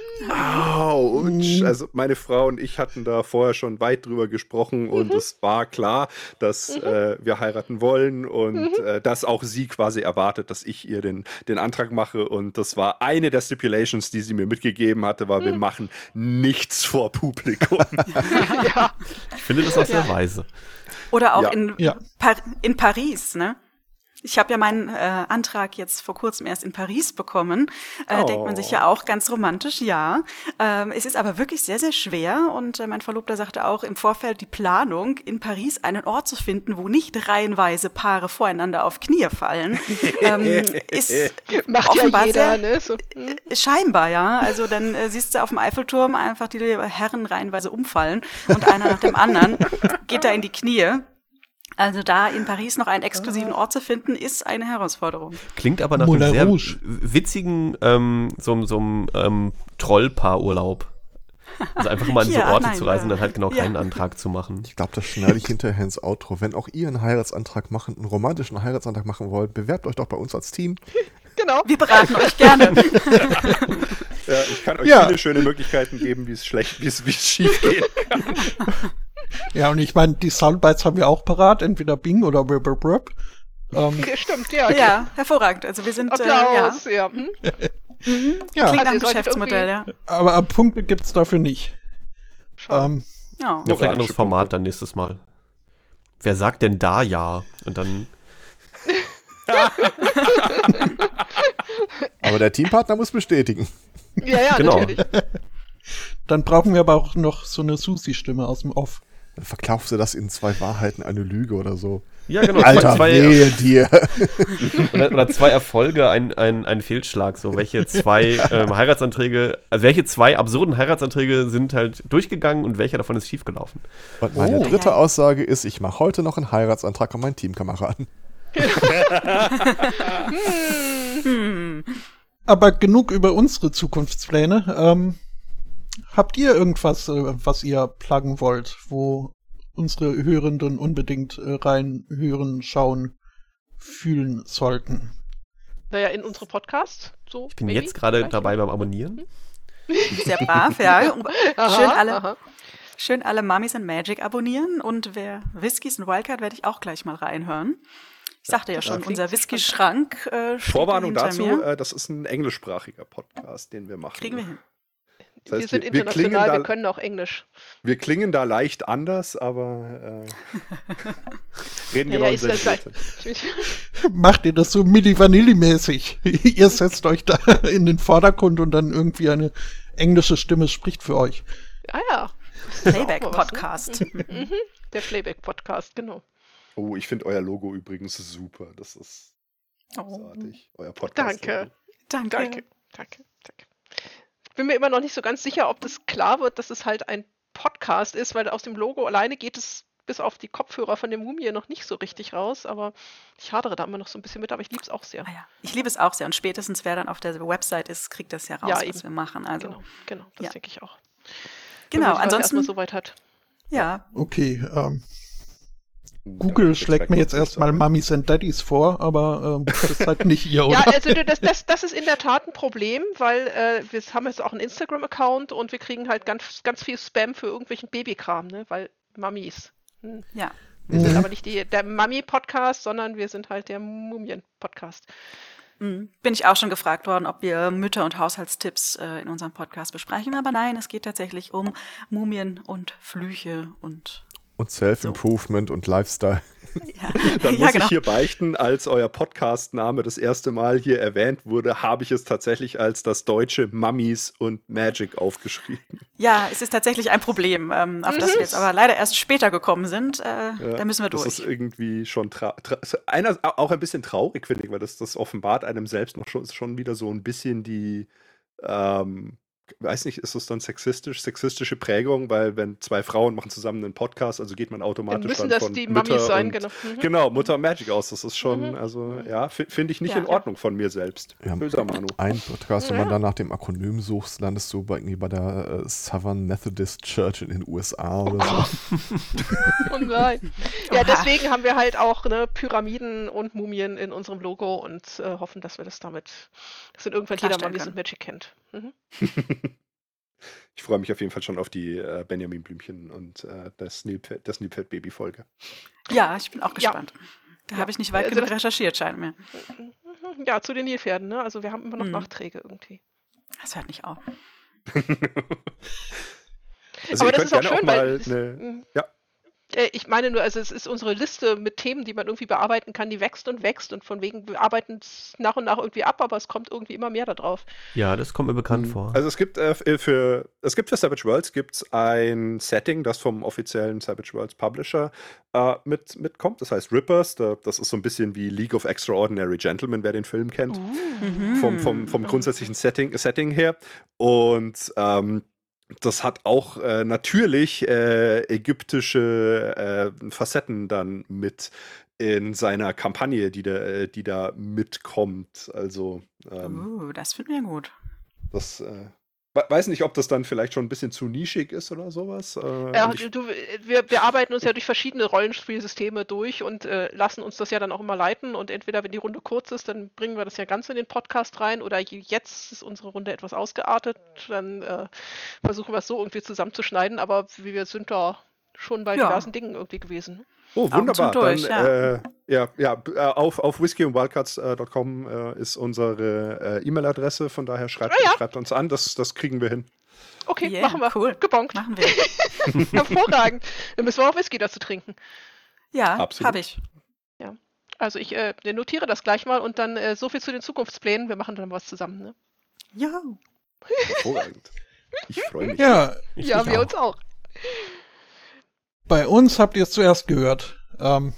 Autsch. Also meine Frau und ich hatten da vorher schon weit drüber gesprochen und es war klar, dass äh, wir heiraten wollen und äh, dass auch sie quasi erwartet, dass ich ihr den, den Antrag mache und das war eine der Stipulations, die sie mir mitgegeben hatte, war, wir machen nichts vor Publikum. Ja, Ich finde das auch sehr weise. Oder auch Ja. in, Ja. Par in Paris, ne? Ich habe ja meinen äh, Antrag jetzt vor kurzem erst in Paris bekommen. Äh, Oh. Denkt man sich ja auch ganz romantisch, ja. Ähm, es ist aber wirklich sehr, sehr schwer. Und äh, mein Verlobter sagte auch im Vorfeld die Planung, in Paris einen Ort zu finden, wo nicht reihenweise Paare voreinander auf Knie fallen, ähm, ist macht offenbar ja jeder, sehr, ne? So, hm. scheinbar, ja. Also dann äh, siehst du auf dem Eiffelturm einfach die Herren reihenweise umfallen und einer nach dem anderen geht da in die Knie. Also da in Paris noch einen exklusiven Ort zu finden, ist eine Herausforderung. Klingt aber nach Moulin einem sehr Rouge. witzigen, ähm, so, so einem ähm, Trollpaarurlaub. Also einfach mal an so Hier, Orte nein, zu reisen, äh, dann halt genau ja. keinen Antrag zu machen. Ich glaube, das schneide ich hinterher ins Outro. Wenn auch ihr einen Heiratsantrag machen, einen romantischen Heiratsantrag machen wollt, bewerbt euch doch bei uns als Team. Genau. Wir beraten euch gerne. Ja, ich kann euch Ja. viele schöne Möglichkeiten geben, wie es schlecht, wie es, wie es schief geht. Ja, und ich meine, die Soundbites haben wir auch parat, entweder Bing oder Brr Brr Brr. Ähm, Ja, stimmt, ja. Ja, hervorragend. Also wir sind, äh, ja, Applaus, ja. Hm? ja, klingt Also nach ihr einem solltet Geschäftsmodell, ja. aber Punkte gibt's dafür nicht. Ähm, ja. Ja, vielleicht ein anderes Punkte. Format dann nächstes Mal. Wer sagt denn da ja? Und dann, Aber der Teampartner muss bestätigen. Ja, ja, Genau. natürlich. dann brauchen wir aber auch noch so eine Susi-Stimme aus dem Off. Dann verkaufst du das in zwei Wahrheiten, eine Lüge oder so. ja genau, Alter, zwei, wehe dir. oder, oder zwei Erfolge, ein, ein, ein Fehlschlag. So, welche zwei ähm, Heiratsanträge, also welche zwei absurden Heiratsanträge sind halt durchgegangen und welcher davon ist schiefgelaufen? Und meine Oh. dritte Aussage ist, ich mache heute noch einen Heiratsantrag an meinen Teamkameraden. Aber genug über unsere Zukunftspläne. Ähm, habt ihr irgendwas, äh, was ihr pluggen wollt, wo unsere Hörenden unbedingt äh, reinhören, schauen, fühlen sollten? Naja, in unsere Podcasts. So, Ich bin jetzt gerade dabei beim Abonnieren. Sehr brav, ja. Aha, Schön alle, aha. schön alle Mummies and Magic abonnieren und wer Whiskys und Wildcard werde ich auch gleich mal reinhören. Ich sagte ja schon, klingt unser Whisky-Schrank äh, steht Vorwarnung hinter dazu, mir. äh, das ist ein englischsprachiger Podcast, den wir machen. Kriegen wir hin. Das heißt, Wir sind wir, wir, klingen international, wir da, können auch Englisch. wir klingen da leicht anders, aber äh, reden Ja, genau ja, im ist ja selben gleich. Blödsinn. Macht ihr das so Milli Vanilli-mäßig? Ihr setzt euch da in den Vordergrund und dann irgendwie eine englische Stimme spricht für euch. Ah ja. Playback-Podcast. Mhm. Der Playback-Podcast, genau. Oh, ich finde euer Logo übrigens super. Das ist großartig. Euer Podcast. Danke. Danke. Danke, danke, danke. Ich bin mir immer noch nicht so ganz sicher, ob das klar wird, dass es halt ein Podcast ist, weil aus dem Logo alleine geht es bis auf die Kopfhörer von der Mumie noch nicht so richtig raus, aber ich hadere da immer noch so ein bisschen mit, aber ich liebe es auch sehr. Ah ja. Ich liebe es auch sehr und spätestens wer dann auf der Website ist, kriegt das ja raus, Ja, was eben. wir machen. Also, Genau, genau, das ja. denke ich auch. Genau, Wenn man sich ansonsten, erstmal so weit hat. ja, Okay, ähm, Uh, Google jetzt schlägt mir merkt jetzt man sich erstmal so. Mummies and Daddies vor, aber ähm, das ist halt nicht ihr, oder? Ja, also das, das, das ist in der Tat ein Problem, weil äh, wir haben jetzt auch einen Instagram-Account und wir kriegen halt ganz, ganz viel Spam für irgendwelchen Babykram, ne? Weil Mummies. Hm. ja. Wir sind Mhm. aber nicht die, der Mummy-Podcast, sondern wir sind halt der Mumien-Podcast. Mhm. Bin ich auch schon gefragt worden, ob wir Mütter- und Haushaltstipps äh, in unserem Podcast besprechen. Aber nein, es geht tatsächlich um Mumien und Flüche und Und Self-Improvement und Lifestyle. ja, Dann muss ja genau. ich hier beichten, als euer Podcast-Name das erste Mal hier erwähnt wurde, habe ich es tatsächlich als das deutsche Mummies und Magic aufgeschrieben. Ja, es ist tatsächlich ein Problem, ähm, auf das wir jetzt aber leider erst später gekommen sind. Äh, Ja, da müssen wir Das durch. ist irgendwie schon tra tra einer, auch ein bisschen traurig, finde ich, weil das, das offenbart einem selbst noch schon, schon wieder so ein bisschen die, ähm, weiß nicht, ist das dann sexistisch, sexistische Prägung, weil wenn zwei Frauen machen zusammen einen Podcast, also geht man Dann automatisch müssen dann das von die Mütter Mummies sein, und, genau. Mhm. Genau, Mutter und Magic aus. Das ist schon, Mhm. also ja, fi- finde ich nicht Ja, in Ordnung von mir selbst. Ja. Böser Manu. Ein Podcast, wenn Ja. man dann nach dem Akronym suchst, landest du bei, irgendwie bei der äh, Southern Methodist Church in den U S A oder so. Oh nein. Ja, Oha. deswegen haben wir halt auch ne, Pyramiden und Mumien in unserem Logo und äh, hoffen, dass wir das damit, dass dann irgendwann jeder Klarstellen Mummies können. und Magic kennt. Mhm. Ich freue mich auf jeden Fall schon auf die äh, Benjamin Blümchen und äh, das Nilpferd, das Nilpferd-Baby-Folge. Ja, ich bin auch Ja. gespannt. Da habe ich nicht weit Also genug das- recherchiert, scheint mir. Mhm. Ja, zu den Nilpferden, ne? Also wir haben immer noch Mhm. Nachträge irgendwie. Das hört nicht auf. Also Aber ihr das könnt ist auch gerne auch schön, mal weil es- eine, Mhm. ja. Äh, Ich meine nur, also es ist unsere Liste mit Themen, die man irgendwie bearbeiten kann, die wächst und wächst und von wegen, wir arbeiten es nach und nach irgendwie ab, aber es kommt irgendwie immer mehr da drauf. Ja, das kommt mir bekannt vor. Also es gibt äh, für es gibt für Savage Worlds gibt's ein Setting, das vom offiziellen Savage Worlds Publisher äh, mit mitkommt. Das heißt Rippers. Da, das ist so ein bisschen wie League of Extraordinary Gentlemen, wer den Film kennt. Mhm. Vom, vom, vom grundsätzlichen Setting, Setting her. Und ähm, das hat auch äh, natürlich äh, ägyptische äh, Facetten dann mit in seiner Kampagne, die da, äh, die da mitkommt. Also ähm, Uh, das finden wir gut. das äh, we- weiß nicht, ob das dann vielleicht schon ein bisschen zu nischig ist oder sowas. Äh, Ja, und ich, du, wir, wir arbeiten uns ja durch verschiedene Rollenspielsysteme durch und äh, lassen uns das ja dann auch immer leiten. Und entweder, wenn die Runde kurz ist, dann bringen wir das ja ganz in den Podcast rein. Oder je- jetzt ist unsere Runde etwas ausgeartet, dann äh, versuchen wir es so irgendwie zusammenzuschneiden. Aber wir sind da schon bei Ja. diversen Dingen irgendwie gewesen. oh, Augen wunderbar. zum Durch, dann, ja. Äh, ja, ja, b- äh, auf, auf whisky und wildcards punkt com äh, ist unsere äh, E-Mail-Adresse. Von daher schreibt, Ah, ja. schreibt uns an. Das, das kriegen wir hin. Okay, Yeah, machen wir. cool. Gebongt. Machen wir. Hervorragend. Dann müssen wir auch Whisky dazu trinken. Ja, Absolut. habe ich. Also ich äh, notiere das gleich mal und dann äh, so viel zu den Zukunftsplänen. Wir machen dann was zusammen. Ne? Ja. Hervorragend. Ich freue mich. Ja, Ich ja, mich wir auch. uns auch. bei uns habt ihr es zuerst gehört. Ähm,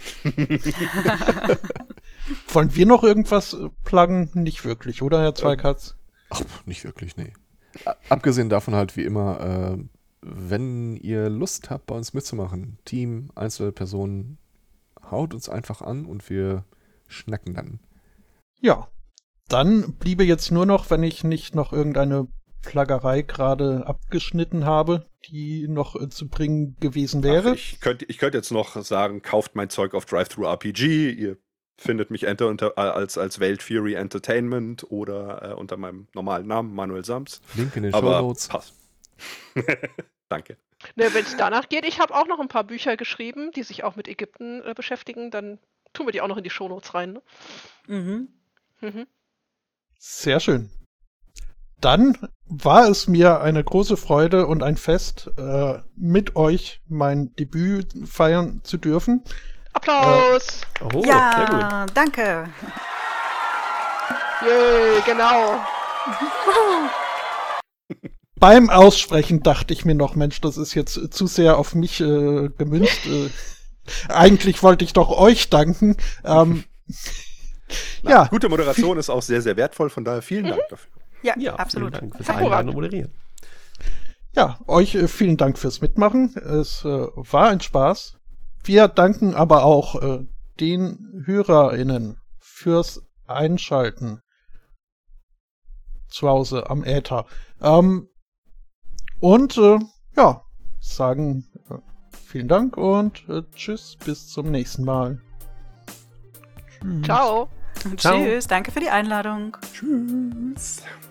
wollen wir noch irgendwas äh, pluggen? Nicht wirklich, oder, Herr Zweikatz? Ach, nicht wirklich, nee. A- Abgesehen davon halt wie immer, äh, wenn ihr Lust habt, bei uns mitzumachen, Team, Einzelpersonen, haut uns einfach an und wir schnacken dann. Ja. Dann bliebe jetzt nur noch, wenn ich nicht noch irgendeine Plaggerei gerade abgeschnitten habe, die noch äh, zu bringen gewesen wäre. Ach, ich könnte ich könnt jetzt noch sagen, kauft mein Zeug auf Drive-Thru-R P G. Ihr findet mich enter unter, äh, als, als Welt Fury Entertainment oder äh, unter meinem normalen Namen, Manuel Sams. Link in den Aber Shownotes. passt. Danke. Ne, wenn es danach geht, ich habe auch noch ein paar Bücher geschrieben, die sich auch mit Ägypten äh, beschäftigen. Dann tun wir die auch noch in die Shownotes rein. Ne? Mhm. Mhm. Sehr schön. Dann war es mir eine große Freude und ein Fest, äh, mit euch mein Debüt feiern zu dürfen. Applaus! Oh, sehr gut. ja, danke. Yay, genau. beim Aussprechen dachte ich mir noch, Mensch, das ist jetzt zu sehr auf mich äh, gemünzt. äh, eigentlich wollte ich doch euch danken. Ähm, Na, ja. Gute Moderation ist auch sehr, sehr wertvoll, von daher vielen Dank dafür. Ja, Ja, absolut. Vielen Dank fürs Hervorragend. Einladen und Moderieren. Ja, euch äh, vielen Dank fürs Mitmachen. Es äh, war ein Spaß. Wir danken aber auch äh, den HörerInnen fürs Einschalten zu Hause am Äther. Ähm, und äh, ja, sagen äh, vielen Dank und äh, tschüss, bis zum nächsten Mal. Ciao. Und Ciao. tschüss, danke für die Einladung. Tschüss.